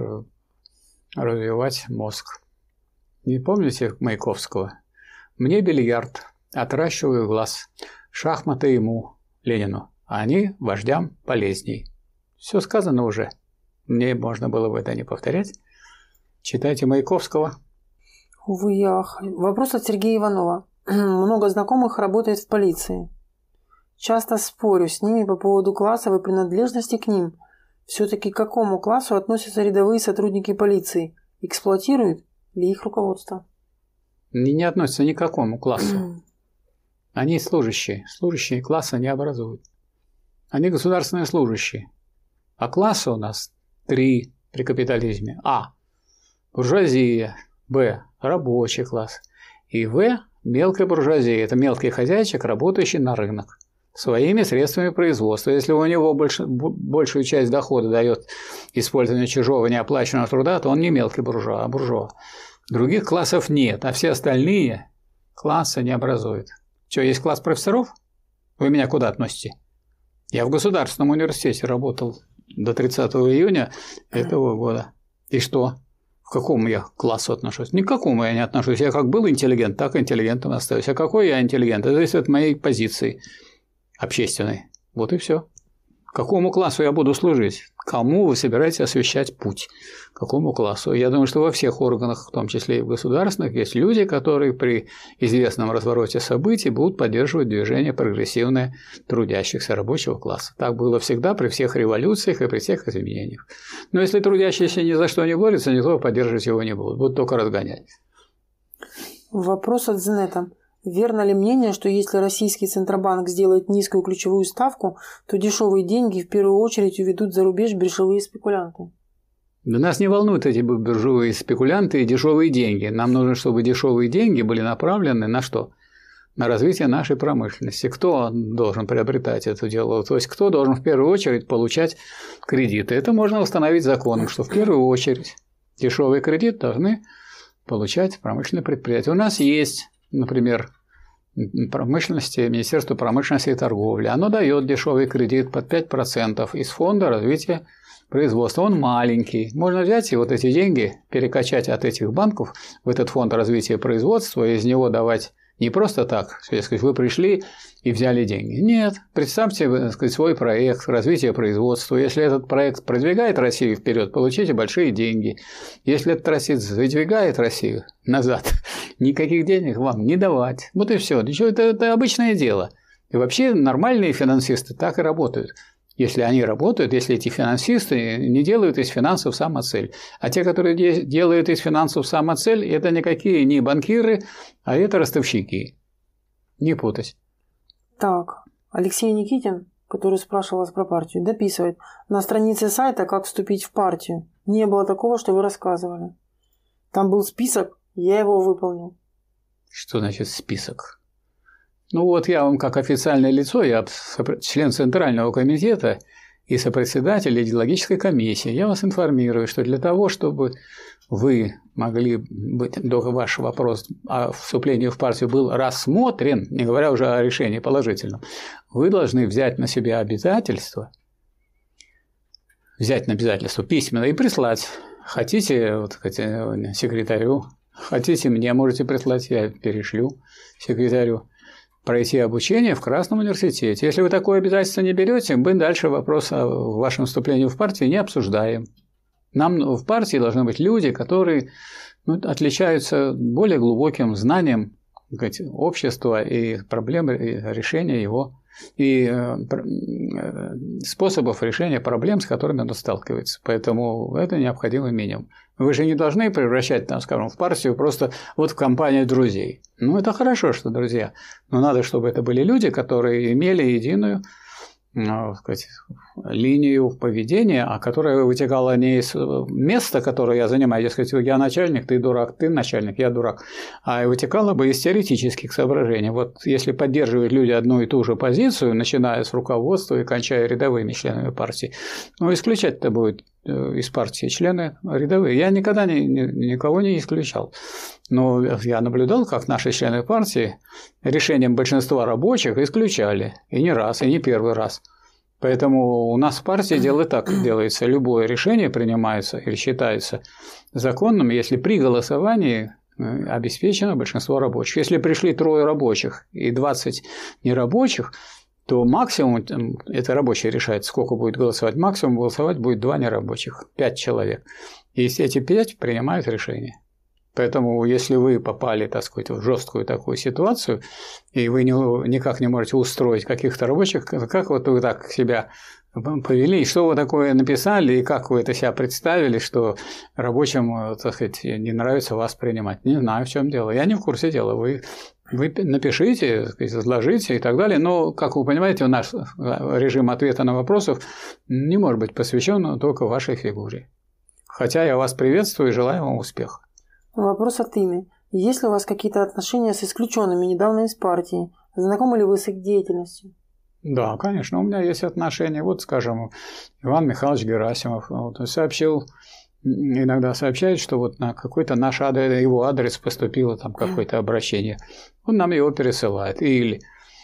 развивать мозг. Не помните Маяковского? Мне бильярд, отращиваю глаз, шахматы ему, Ленину, а они вождям полезней. Все сказано уже. Мне можно было бы это не повторять. Читайте Маяковского. Увы, ах. Вопрос от Сергея Иванова. Много знакомых работает в полиции. Часто спорю с ними по поводу классовой принадлежности к ним. Все-таки к какому классу относятся рядовые сотрудники полиции? Эксплуатируют ли их руководство? Не относятся ни к какому классу. Они служащие. Служащие класса не образуют. Они государственные служащие. А класса у нас 3 при капитализме. А. Буржуазия. Б. Рабочий класс. И В. Мелкая буржуазия. Это мелкий хозяйчик, работающий на рынок. Своими средствами производства. Если у него большую часть дохода дает использование чужого неоплаченного труда, то он не мелкий буржуа, а буржуа. Других классов нет, а все остальные классы не образуют. Что, есть класс профессоров? Вы меня куда относите? Я в Государственном университете работал до 30 июня этого года. И что? К какому я классу отношусь? Ни к какому я не отношусь. Я как был интеллигент, так интеллигентом остаюсь. А какой я интеллигент? Это зависит от моей позиции общественной. Вот и все. Какому классу я буду служить? Кому вы собираетесь освещать путь? Какому классу? Я думаю, что во всех органах, в том числе и в государственных, есть люди, которые при известном развороте событий будут поддерживать движение прогрессивное трудящихся рабочего класса. Так было всегда при всех революциях и при всех изменениях. Но если трудящиеся ни за что не борются, никто поддерживать его не будут. Будут только разгонять. Вопрос от Зенета. Верно ли мнение, что если российский Центробанк сделает низкую ключевую ставку, то дешевые деньги в первую очередь уведут за рубеж биржевые спекулянты? Да нас не волнуют эти биржевые спекулянты и дешевые деньги. Нам нужно, чтобы дешевые деньги были направлены на что? На развитие нашей промышленности. Кто должен приобретать это дело? То есть, кто должен в первую очередь получать кредиты? Это можно установить законом, что в первую очередь дешевый кредит должны получать промышленные предприятия. У нас есть, например, промышленности, Министерство промышленности и торговли. Оно дает дешевый кредит под 5% из фонда развития производства. Он маленький. Можно взять и вот эти деньги перекачать от этих банков в этот фонд развития производства и из него давать не просто так, сказать, вы пришли и взяли деньги. Нет, представьте, так сказать, свой проект развития производства. Если этот проект продвигает Россию вперед, получите большие деньги. Если этот проект задвигает Россию назад, никаких денег вам не давать. Вот и все. Это обычное дело. И вообще нормальные финансисты так и работают. Если они работают, если эти финансисты не делают из финансов самоцель. А те, которые делают из финансов самоцель, это никакие не банкиры, а это ростовщики. Не путать. Так, Алексей Никитин, который спрашивал вас про партию, дописывает. На странице сайта «Как вступить в партию» не было такого, что вы рассказывали. Там был список, я его выполнил. Что значит список? Ну вот я вам как официальное лицо, я член Центрального комитета и сопредседатель идеологической комиссии. Я вас информирую, что для того, чтобы вы могли быть, ваш вопрос о вступлении в партию был рассмотрен, не говоря уже о решении положительном, вы должны взять на себя обязательство, письменно и прислать. Хотите секретарю, хотите мне можете прислать, я перешлю секретарю. Пройти обучение в Красном университете. Если вы такое обязательство не берете, мы дальше вопрос о вашем вступлении в партию не обсуждаем. Нам в партии должны быть люди, которые отличаются более глубоким знанием общества и проблем решения его, и способов решения проблем, с которыми оно сталкивается. Поэтому это необходимый минимум. Вы же не должны превращать, там, скажем, в партию просто вот в компанию друзей. Ну, это хорошо, что друзья. Но надо, чтобы это были люди, которые имели единую, линию поведения, а которая вытекала не из места, которое я занимаю, дескать, я начальник, ты дурак, ты начальник, я дурак, а вытекала бы из теоретических соображений. Вот если поддерживают люди одну и ту же позицию, начиная с руководства и кончая рядовыми членами партии, ну, исключать-то будет из партии члены рядовые. Я никогда никого не исключал. Но я наблюдал, как наши члены партии решением большинства рабочих исключали. И не раз, и не первый раз. Поэтому у нас в партии дело так делается. Любое решение принимается или считается законным, если при голосовании обеспечено большинство рабочих. Если пришли 3 рабочих и 20 нерабочих, то максимум, это рабочий решает, сколько будет голосовать, максимум голосовать будет 2 нерабочих, 5 человек. И эти 5 принимают решение. Поэтому, если вы попали, так сказать, в жесткую такую ситуацию, и вы никак не можете устроить каких-то рабочих, как вот вы так себя повели, и что вы такое написали, и как вы это себя представили, что рабочим, так сказать, не нравится вас принимать. Не знаю, в чем дело. Я не в курсе дела. Вы напишите, изложите и так далее. Но, как вы понимаете, наш режим ответа на вопросы не может быть посвящен только вашей фигуре. Хотя я вас приветствую и желаю вам успеха. Вопрос от Инны. Есть ли у вас какие-то отношения с исключенными недавно из партии? Знакомы ли вы с их деятельностью? Да, конечно, у меня есть отношения. Вот, скажем, Иван Михайлович Герасимов сообщил, иногда сообщает, что вот на какой-то наш адрес, его адрес поступило там какое-то обращение. Он нам его пересылает. Или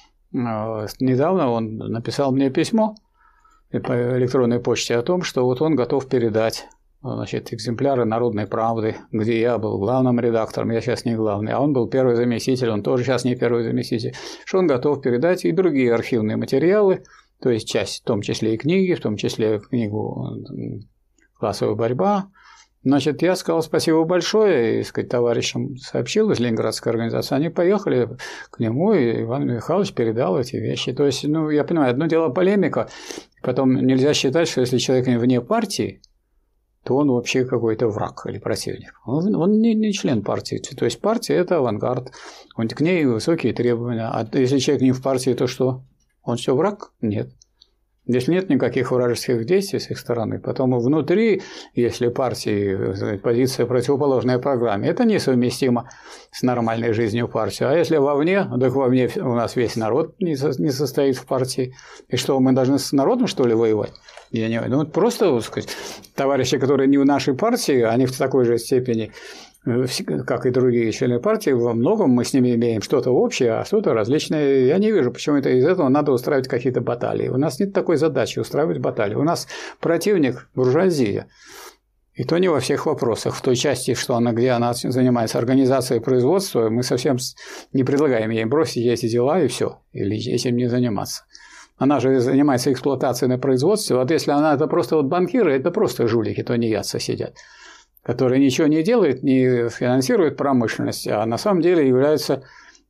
недавно он написал мне письмо по электронной почте о том, что вот он готов передать, значит, экземпляры «Народной правды», где я был главным редактором, я сейчас не главный, а он был первый заместитель, он тоже сейчас не первый заместитель, что он готов передать и другие архивные материалы, то есть часть, в том числе и книги, в том числе книгу «Классовая борьба». Значит, я сказал спасибо большое, и, сказать, товарищам сообщил из Ленинградской организации, они поехали к нему, и Иван Михайлович передал эти вещи. То есть, ну, я понимаю, одно дело полемика, потом нельзя считать, что если человек вне партии, то он вообще какой-то враг или противник. Он не член партии. То есть партия – это авангард, к ней высокие требования. А если человек не в партии, то что? Он все враг? Нет. Здесь нет никаких вражеских действий с их стороны. Потом внутри, если партии позиция противоположная программе, это несовместимо с нормальной жизнью партии. А если вовне, так вовне у нас весь народ не состоит в партии. И что, мы должны с народом, что ли, воевать? Я не, ну, просто, так сказать, товарищи, которые не в нашей партии, они в такой же степени, как и другие члены партии, во многом мы с ними имеем что-то общее, а что-то различное. Я не вижу, почему это из этого надо устраивать какие-то баталии. У нас нет такой задачи устраивать баталии. У нас противник – буржуазия. И то не во всех вопросах. В той части, где она занимается организацией производства, мы совсем не предлагаем ей бросить эти дела и все, или этим не заниматься. Она же занимается эксплуатацией на производстве. Вот если она это просто вот банкиры, это просто жулики, тунеядцы сидят, которые ничего не делают, не финансируют промышленность, а на самом деле являются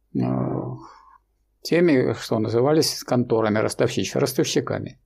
теми, что назывались конторами ростовщиками.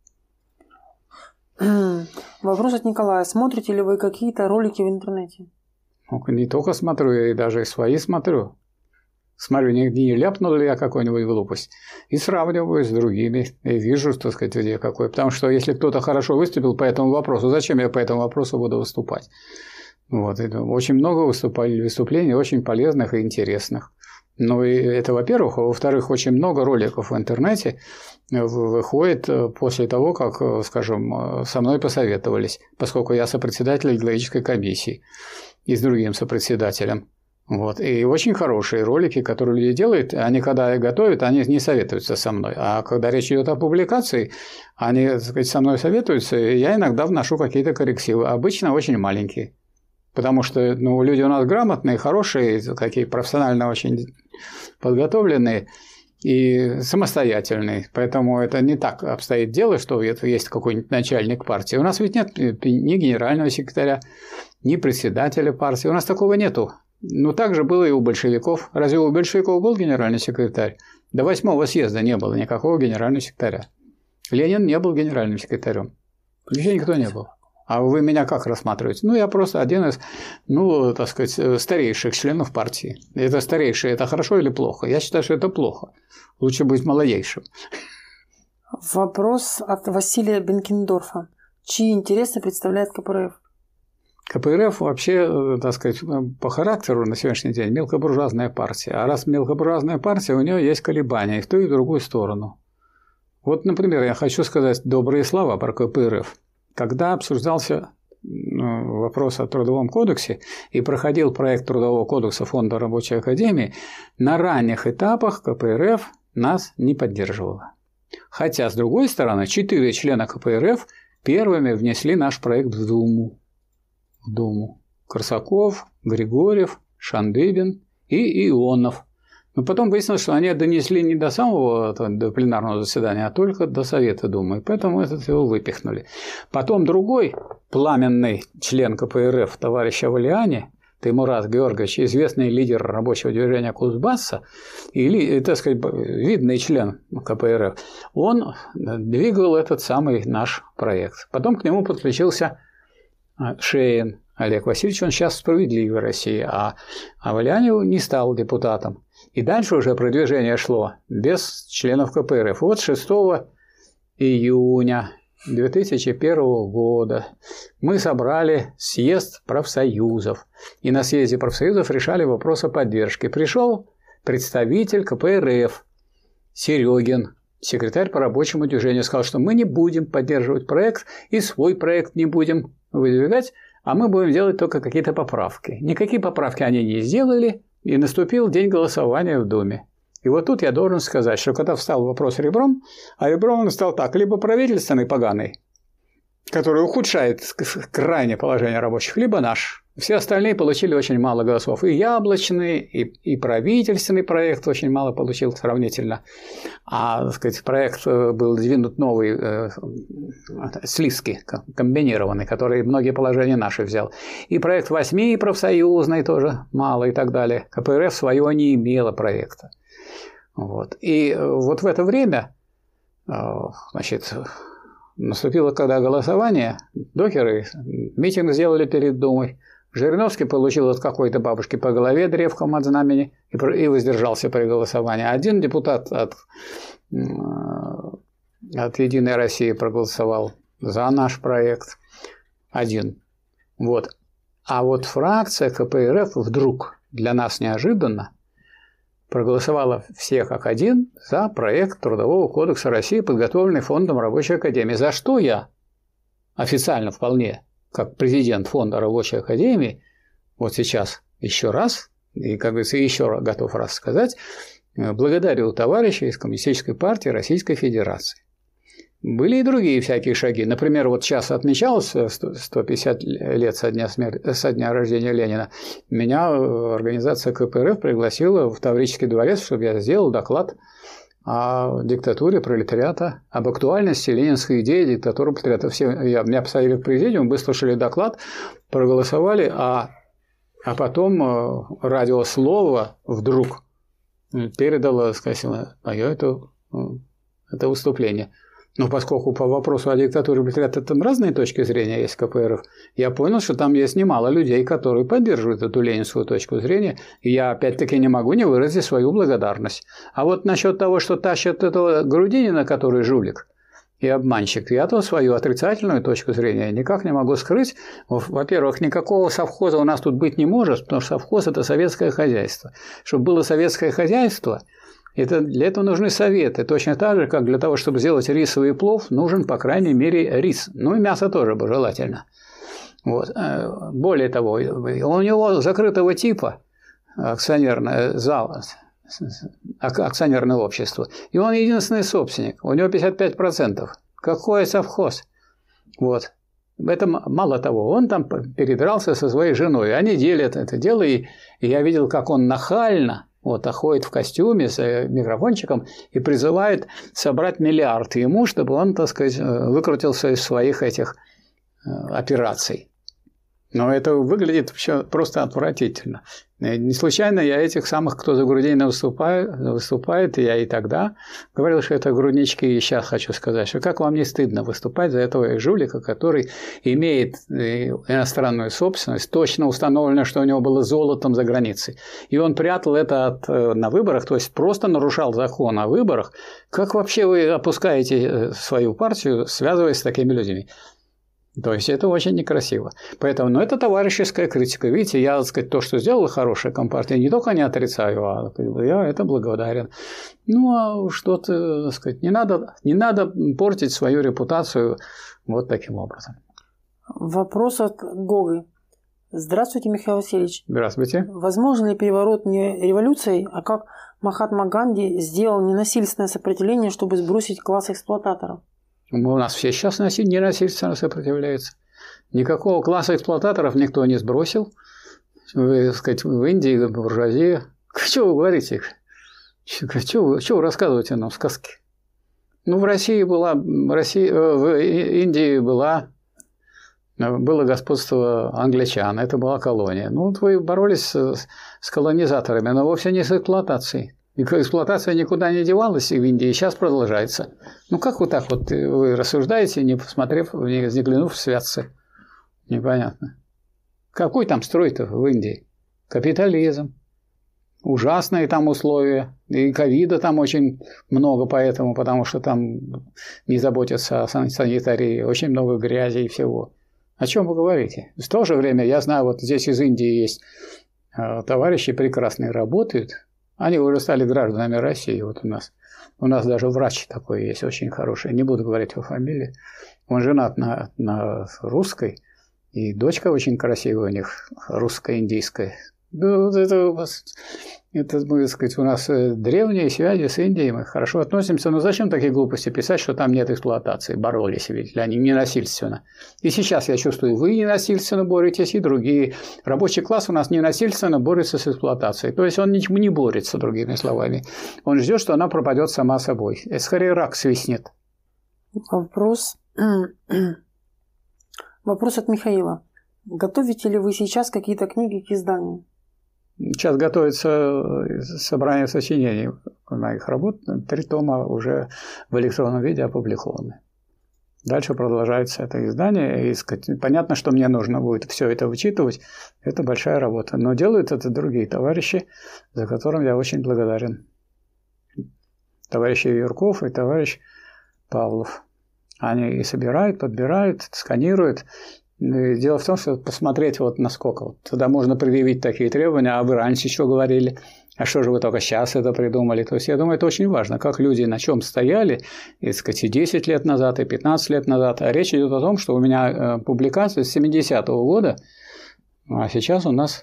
Вопрос от Николая. Смотрите ли вы какие-то ролики в интернете? Ну, не только смотрю, я и даже свои смотрю. Смотрю, не ляпнул ли я какую-нибудь глупость. И сравниваю с другими. И вижу, так сказать, где какой. Потому что если кто-то хорошо выступил по этому вопросу, зачем я по этому вопросу буду выступать? Вот. Очень много выступлений, очень полезных и интересных. Ну, и это, во-первых. А во-вторых, очень много роликов в интернете выходит после того, как, скажем, со мной посоветовались, поскольку я сопредседатель идеологической комиссии и с другим сопредседателем. Вот. И очень хорошие ролики, которые люди делают, они когда готовят, они не советуются со мной. А когда речь идет о публикации, они, так сказать, со мной советуются, и я иногда вношу какие-то коррективы, обычно очень маленькие. Потому что люди у нас грамотные, хорошие, какие профессионально очень подготовленные и самостоятельные. Поэтому это не так обстоит дело, что есть какой-нибудь начальник партии. У нас ведь нет ни генерального секретаря, ни председателя партии. У нас такого нету. Ну, так же было и у большевиков. Разве у большевиков был генеральный секретарь? До 8-го съезда не было никакого генерального секретаря. Ленин не был генеральным секретарем. Вообще никто не был. А вы меня как рассматриваете? Ну, я просто один из, ну, так сказать, старейших членов партии. Это старейший, это хорошо или плохо? Я считаю, что это плохо. Лучше быть молодейшим. Вопрос от Василия Бенкендорфа. Чьи интересы представляет КПРФ? КПРФ вообще, так сказать, по характеру на сегодняшний день мелкобуржуазная партия. А раз мелкобуржуазная партия, у нее есть колебания и в ту, и в другую сторону. Вот, например, я хочу сказать добрые слова про КПРФ. Когда обсуждался вопрос о Трудовом кодексе и проходил проект Трудового кодекса Фонда Рабочей Академии, на ранних этапах КПРФ нас не поддерживала. Хотя, с другой стороны, 4 члена КПРФ первыми внесли наш проект в Думу. Корсаков, Григорьев, Шандыбин и Ионов. Но потом выяснилось, что они донесли не до самого до пленарного заседания, а только до Совета Думы. И поэтому его выпихнули. Потом другой пламенный член КПРФ, товарищ Авалиани, Таймураз Георгиевич, известный лидер рабочего движения Кузбасса, и, так сказать, видный член КПРФ, он двигал этот самый наш проект. Потом к нему подключился Шейн Олег Васильевич, он сейчас в «Справедливой России», а Авалиани не стал депутатом. И дальше уже продвижение шло без членов КПРФ. Вот 6 июня 2001 года мы собрали съезд профсоюзов. И на съезде профсоюзов решали вопрос о поддержке. Пришел представитель КПРФ Серегин, секретарь по рабочему движению, сказал, что мы не будем поддерживать проект и свой проект не будем выдвигать, а мы будем делать только какие-то поправки. Никакие поправки они не сделали, и наступил день голосования в Думе. И вот тут я должен сказать, что когда встал вопрос ребром, а ребром он стал так: либо правительственный поганый, который ухудшает крайнее положение рабочих, либо наш. Все остальные получили очень мало голосов. И яблочный, и правительственный проект очень мало получил сравнительно. А, так сказать, проект был двинут новый, слизкий, комбинированный, который многие положения наши взял. И проект 8 профсоюзный тоже мало и так далее. КПРФ своего не имела проекта. Вот. И вот в это время, значит, наступило когда голосование, докеры митинг сделали перед Думой. Жириновский получил от какой-то бабушки по голове древком от знамени и воздержался при голосовании. Один депутат от «Единой России» проголосовал за наш проект. Один. Вот. А вот фракция КПРФ вдруг для нас неожиданно проголосовала все как один за проект Трудового кодекса России, подготовленный Фондом Рабочей Академии. За что я официально вполне, как президент Фонда Рабочей Академии, вот сейчас еще раз, и, как говорится, еще готов раз сказать, благодарю товарищей из Коммунистической партии Российской Федерации. Были и другие всякие шаги. Например, вот сейчас отмечалось 150 лет со дня рождения Ленина. Меня организация КПРФ пригласила в Таврический дворец, чтобы я сделал доклад о диктатуре пролетариата, об актуальности ленинской идеи диктатуры пролетариата. Меня посадили в президиум, выслушали доклад, проголосовали, а потом радио «Слово» вдруг передало, сказано, это выступление. Но поскольку по вопросу о диктатуре пролетариата там разные точки зрения есть в КПРФ, я понял, что там есть немало людей, которые поддерживают эту ленинскую точку зрения, и я опять-таки не могу не выразить свою благодарность. А вот насчет того, что тащат этого Грудинина, который жулик и обманщик, я-то свою отрицательную точку зрения никак не могу скрыть. Во-первых, никакого совхоза у нас тут быть не может, потому что совхоз – это советское хозяйство. Чтобы было советское хозяйство – для этого нужны советы. Точно так же, как для того, чтобы сделать рисовый плов, нужен, по крайней мере, рис. Ну и мясо тоже бы желательно. Вот. Более того, у него закрытого типа акционерное общество. И он единственный собственник. У него 55%. Какой совхоз? Вот. Это мало того, он там передрался со своей женой. Они делят это дело, и я видел, как он нахально ходит в костюме с микрофончиком и призывает собрать миллиард ему, чтобы он, так сказать, выкрутился из своих этих операций. Но это выглядит вообще просто отвратительно. Не случайно я этих самых, кто за грудинина выступает, я и тогда говорил, что это груднички, и сейчас хочу сказать, что как вам не стыдно выступать за этого жулика, который имеет иностранную собственность, точно установлено, что у него было золотом за границей. И он прятал это на выборах, то есть просто нарушал закон о выборах. Как вообще вы опускаете свою партию, связываясь с такими людьми? То есть это очень некрасиво. Поэтому, это товарищеская критика. Видите, я, так сказать, то, что сделала хорошая компартия, не только не отрицаю, а я это благодарен. А что-то, так сказать, не надо портить свою репутацию вот таким образом. Вопрос от Гогы. Здравствуйте, Михаил Васильевич. Здравствуйте. Возможен ли переворот не революцией, а как Махатма Ганди сделал ненасильственное сопротивление, чтобы сбросить класс эксплуататоров? У нас все сейчас ненасильственно сопротивляются. Никакого класса эксплуататоров никто не сбросил. Вы, так сказать, в Индии буржуазия. Что вы говорите? Что вы рассказываете нам сказки? В России в Индии было господство англичан, это была колония. Вы боролись с колонизаторами, но вовсе не с эксплуатацией. И эксплуатация никуда не девалась и в Индии, и сейчас продолжается. Как вот так вот вы рассуждаете, не посмотрев, не взглянув в святцы? Непонятно. Какой там строй-то в Индии? Капитализм. Ужасные там условия. И ковида там очень много поэтому, потому что там не заботятся о санитарии. Очень много грязи и всего. О чем вы говорите? В то же время, я знаю, вот здесь из Индии есть товарищи прекрасные, работают. Они уже стали гражданами России. Вот у нас даже врач такой есть, очень хороший. Не буду говорить его фамилии. Он женат на русской. И дочка очень красивая у них, русско-индийская. Это, так сказать, у нас древние связи с Индией, мы хорошо относимся. Но зачем такие глупости писать, что там нет эксплуатации? Боролись ведь, они ненасильственно. И сейчас я чувствую, вы ненасильственно боретесь, и другие. Рабочий класс у нас ненасильственно борется с эксплуатацией. То есть он не борется, другими словами. Он ждет, что она пропадет сама собой. Это скорее рак свистнет. Вопрос от Михаила. Готовите ли вы сейчас какие-то книги к изданию? Сейчас готовится собрание сочинений моих работ. 3 тома уже в электронном виде опубликованы. Дальше продолжается это издание. И, понятно, что мне нужно будет все это вычитывать. Это большая работа. Но делают это другие товарищи, за которым я очень благодарен. Товарищ Юрков и товарищ Павлов. Они и собирают, подбирают, сканируют. Дело в том, что посмотреть насколько. Туда можно предъявить такие требования, а вы раньше что говорили, а что же вы только сейчас это придумали. То есть, я думаю, это очень важно, как люди на чем стояли, и 10 лет назад, и 15 лет назад. А речь идет о том, что у меня публикация с 70-го года, а сейчас у нас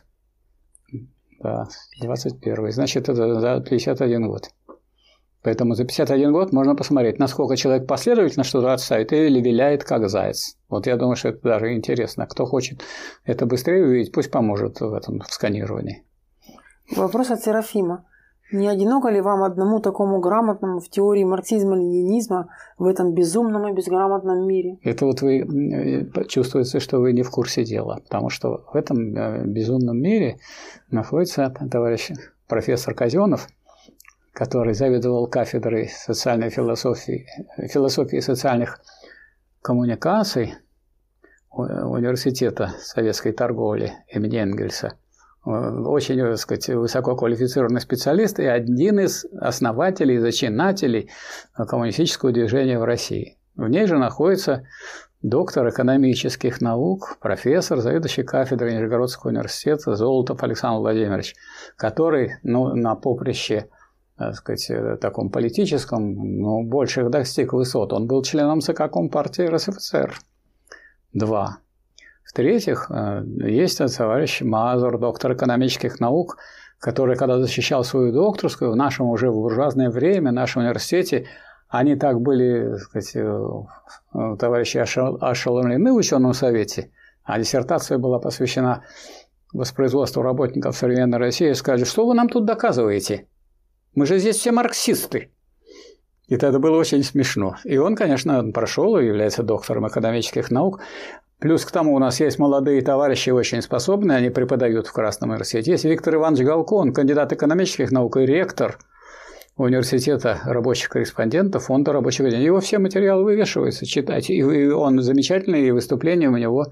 21-й, значит, это за 51 год. Поэтому за 51 год можно посмотреть, насколько человек последовательно что-то отставит или виляет как заяц. Вот я думаю, что это даже интересно. Кто хочет это быстрее увидеть, пусть поможет в этом сканировании. Вопрос от Серафима. Не одиноко ли вам одному такому грамотному в теории марксизма-ленинизма в этом безумном и безграмотном мире? Это вы чувствуете, что вы не в курсе дела, потому что в этом безумном мире находится товарищ профессор Казенов, который заведовал кафедрой социальной философии социальных коммуникаций Университета советской торговли имени Энгельса. Очень, так сказать, высококвалифицированный специалист и один из основателей, зачинателей коммунистического движения в России. В ней же находится доктор экономических наук, профессор, заведующий кафедрой Нижегородского университета Золотов Александр Владимирович, который на поприще, так сказать, таком политическом, но больших достиг высот. Он был членом ЦК Компартии РСФСР. 2. В-третьих, есть товарищ Мазур, доктор экономических наук, который, когда защищал свою докторскую, в нашем уже буржуазное время, в нашем университете, они так были, так сказать, товарищи ошеломлены в ученом совете, а диссертация была посвящена воспроизводству работников современной России, и сказали, что вы нам тут доказываете? Мы же здесь все марксисты. И это было очень смешно. И он, конечно, прошел и является доктором экономических наук. Плюс к тому у нас есть молодые товарищи очень способные, они преподают в Красном университете. Есть Виктор Иванович Галко, он кандидат экономических наук и ректор университета рабочих корреспондентов, фонда рабочих корреспондентов. Его все материалы вывешиваются, читать. И он замечательный, и выступления у него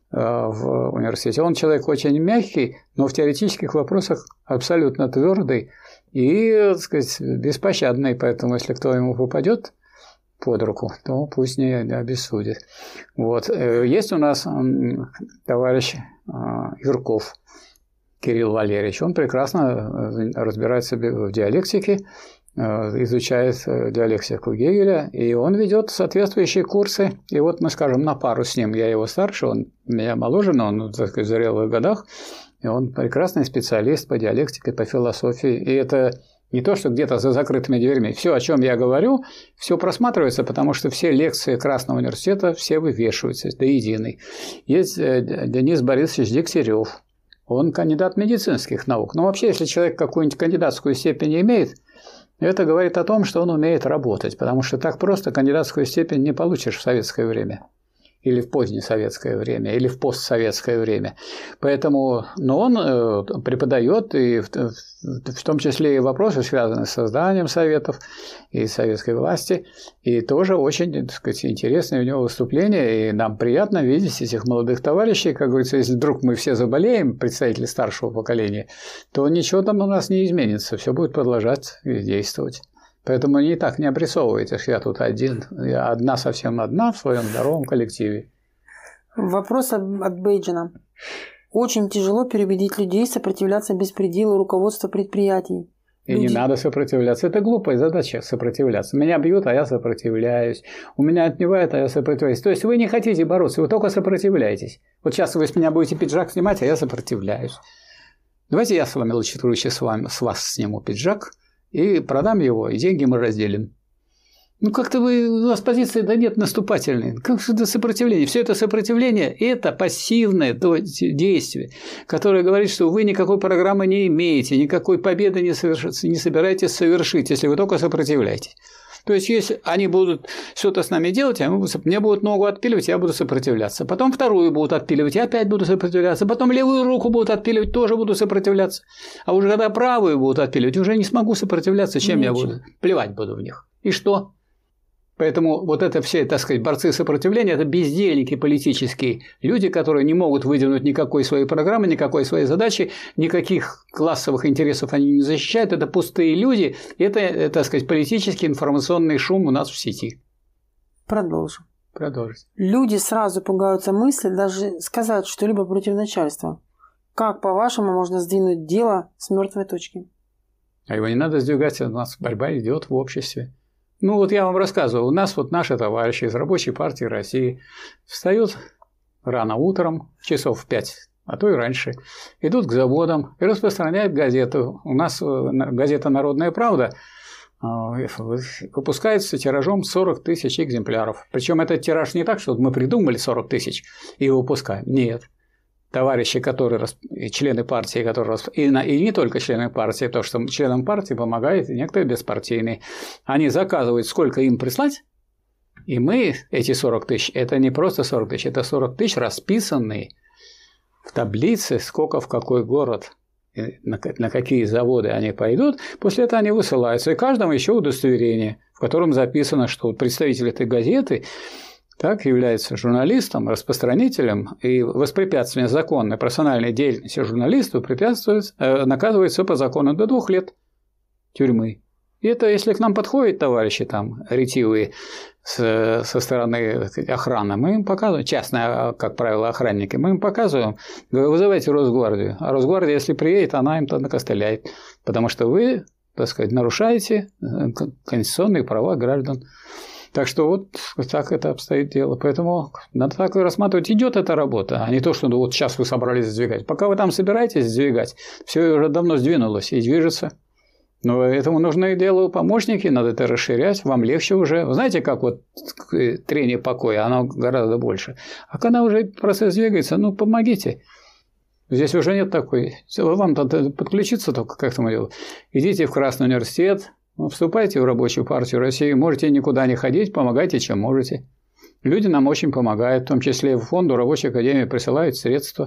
в университете. Он человек очень мягкий, но в теоретических вопросах абсолютно твердый и, так сказать, беспощадный. Поэтому, если кто ему попадет под руку, то пусть не обессудит. Вот. Есть у нас товарищ Юрков Кирилл Валерьевич. Он прекрасно разбирается в диалектике, изучает диалектику Гегеля, и он ведет соответствующие курсы. И вот мы, скажем, на пару с ним, я его старше, он меня моложе, но он, так сказать, в зрелых годах, и он прекрасный специалист по диалектике, по философии. И это не то, что где-то за закрытыми дверьми. Все, о чем я говорю, все просматривается, потому что все лекции Красного университета, все вывешиваются до единой. Есть Денис Борисович Дегтярев. Он кандидат медицинских наук. Но вообще, если человек какую-нибудь кандидатскую степень имеет, это говорит о том, что он умеет работать, потому что так просто кандидатскую степень не получишь в советское время. Или в позднесоветское время, или в постсоветское время. Поэтому, но он преподает, и в том числе и вопросы, связанные с созданием советов и советской власти, и тоже очень, так сказать, интересные у него выступления, и нам приятно видеть этих молодых товарищей. Как говорится, если вдруг мы все заболеем, представители старшего поколения, то ничего там у нас не изменится, все будет продолжать действовать. Поэтому не так не обрисовывайте, что я тут один, я одна, совсем одна в своем здоровом коллективе. Вопрос от Бейджина. Очень тяжело переубедить людей сопротивляться беспределу руководства предприятий. И не надо сопротивляться. Это глупая задача сопротивляться. Меня бьют, а я сопротивляюсь. У меня отнимают, а я сопротивляюсь. То есть вы не хотите бороться, вы только сопротивляетесь. Вот сейчас вы с меня будете пиджак снимать, а я сопротивляюсь. Давайте я с вами лучше с вас сниму пиджак и продам его, и деньги мы разделим. Ну, как-то у вас позиция, да нет, наступательная. Как же это сопротивление? Все это сопротивление – это пассивное действие, которое говорит, что вы никакой программы не имеете, никакой победы не собираетесь совершить, если вы только сопротивляетесь. То есть, если они будут что-то с нами делать, мне будут ногу отпиливать, я буду сопротивляться. Потом вторую будут отпиливать, я опять буду сопротивляться. Потом левую руку будут отпиливать, тоже буду сопротивляться. А уже когда правую будут отпиливать, уже не смогу сопротивляться. Чем я буду? Плевать буду в них. И что? Поэтому вот это все, так сказать, борцы сопротивления – это бездельники политические, люди, которые не могут выдвинуть никакой своей программы, никакой своей задачи, никаких классовых интересов они не защищают, это пустые люди, это, так сказать, политический информационный шум у нас в сети. Продолжим. Продолжить. Люди сразу пугаются мысли даже сказать что-либо против начальства. Как, по-вашему, можно сдвинуть дело с мертвой точки? А его не надо сдвигать, у нас борьба идет в обществе. Ну, вот я вам рассказывал, у нас вот наши товарищи из Рабочей партии России встают рано утром, часов в 5, а то и раньше, идут к заводам и распространяют газету. У нас газета «Народная правда» выпускается тиражом 40 тысяч экземпляров. Причем этот тираж не так, что мы придумали 40 тысяч и выпускаем. Нет. Товарищи, которые члены партии, которые и не только члены партии, потому что членам партии помогают некоторые беспартийные, они заказывают, сколько им прислать, и мы эти 40 тысяч, это не просто 40 тысяч, это 40 тысяч расписанные в таблице, сколько в какой город, на какие заводы они пойдут, после этого они высылаются, и каждому еще удостоверение, в котором записано, что представитель этой газеты так является журналистом, распространителем, и воспрепятствование законной профессиональной деятельности журналиста наказывается по закону до 2 лет тюрьмы. И это если к нам подходят товарищи там ретивые со стороны охраны, мы им показываем, частные, как правило, охранники, мы им показываем, вызывайте Росгвардию. А Росгвардия, если приедет, она им тогда накостыляет, потому что вы, так сказать, нарушаете конституционные права граждан. Так что вот так это обстоит дело. Поэтому надо так и рассматривать, идет эта работа, а не то, что ну, вот сейчас вы собрались сдвигать. Пока вы там собираетесь сдвигать, все уже давно сдвинулось и движется. Но этому нужны делу помощники, надо это расширять, вам легче уже. Вы знаете, как вот трение покоя, оно гораздо больше. А когда уже процесс двигается, ну помогите. Здесь уже нет такой. Вам надо подключиться только к этому делу. Идите в Красный университет. Вступайте в Рабочую партию России, можете никуда не ходить, помогайте, чем можете. Люди нам очень помогают, в том числе в фонду Рабочей академии присылают средства.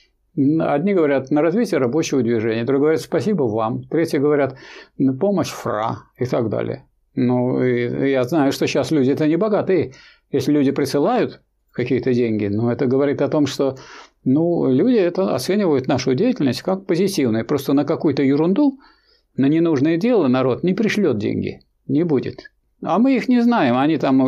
Одни говорят на развитие рабочего движения, другие говорят спасибо вам, третьи говорят на помощь ФРА и так далее. Ну, и я знаю, что сейчас люди это не богатые. Если люди присылают какие-то деньги, но это говорит о том, что люди это оценивают нашу деятельность как позитивную. Просто на какую-то ерунду, на ненужное дело народ не пришлет деньги, не будет. А мы их не знаем, они там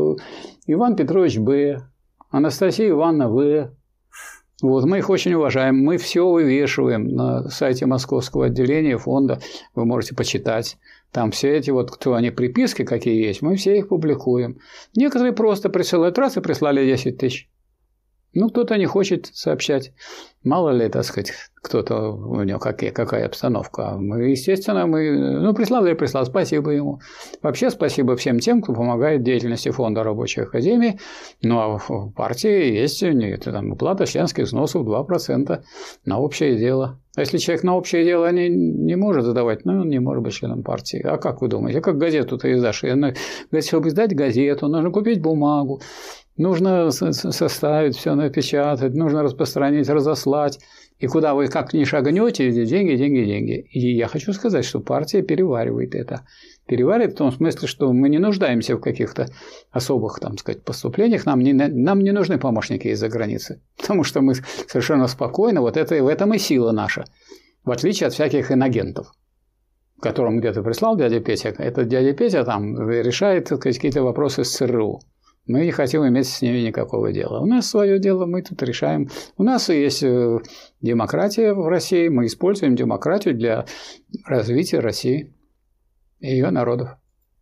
Иван Петрович Б., Анастасия Ивановна В. Вот, мы их очень уважаем, мы все вывешиваем на сайте Московского отделения фонда, вы можете почитать. Там все эти кто они приписки какие есть, мы все их публикуем. Некоторые просто присылают раз и прислали 10 тысяч. Кто-то не хочет сообщать. Мало ли, так сказать, кто-то, у него какая обстановка. Мы, естественно, прислал, спасибо ему. Вообще, спасибо всем тем, кто помогает деятельности фонда Рабочей академии. А в партии есть уплата членских взносов 2% на общее дело. А если человек на общее дело не может задавать, он не может быть членом партии. А как вы думаете? Как газету-то издашь? Чтобы издать газету, нужно купить бумагу. Нужно составить, все напечатать, нужно распространить, разослать. И куда вы как ни шагнете, деньги, деньги, деньги. И я хочу сказать, что партия переваривает это. Переваривает в том смысле, что мы не нуждаемся в каких-то особых, поступлениях. Нам не нужны помощники из-за границы. Потому что мы совершенно спокойно, в этом и сила наша. В отличие от всяких инагентов, которым где-то прислал дядя Петя. Этот дядя Петя решает какие-то вопросы с ЦРУ. Мы не хотим иметь с ними никакого дела. У нас свое дело, мы тут решаем. У нас есть демократия в России, мы используем демократию для развития России и ее народов.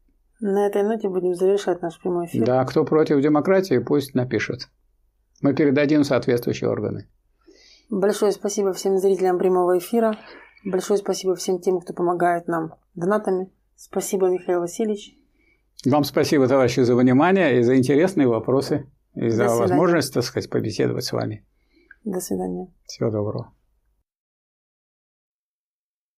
На этой ноте будем завершать наш прямой эфир. Да, кто против демократии, пусть напишет. Мы передадим соответствующие органы. Большое спасибо всем зрителям прямого эфира. Большое спасибо всем тем, кто помогает нам донатами. Спасибо, Михаил Васильевич. Вам спасибо, товарищи, за внимание и за интересные вопросы, и за возможность, побеседовать с вами. До свидания. Всего доброго.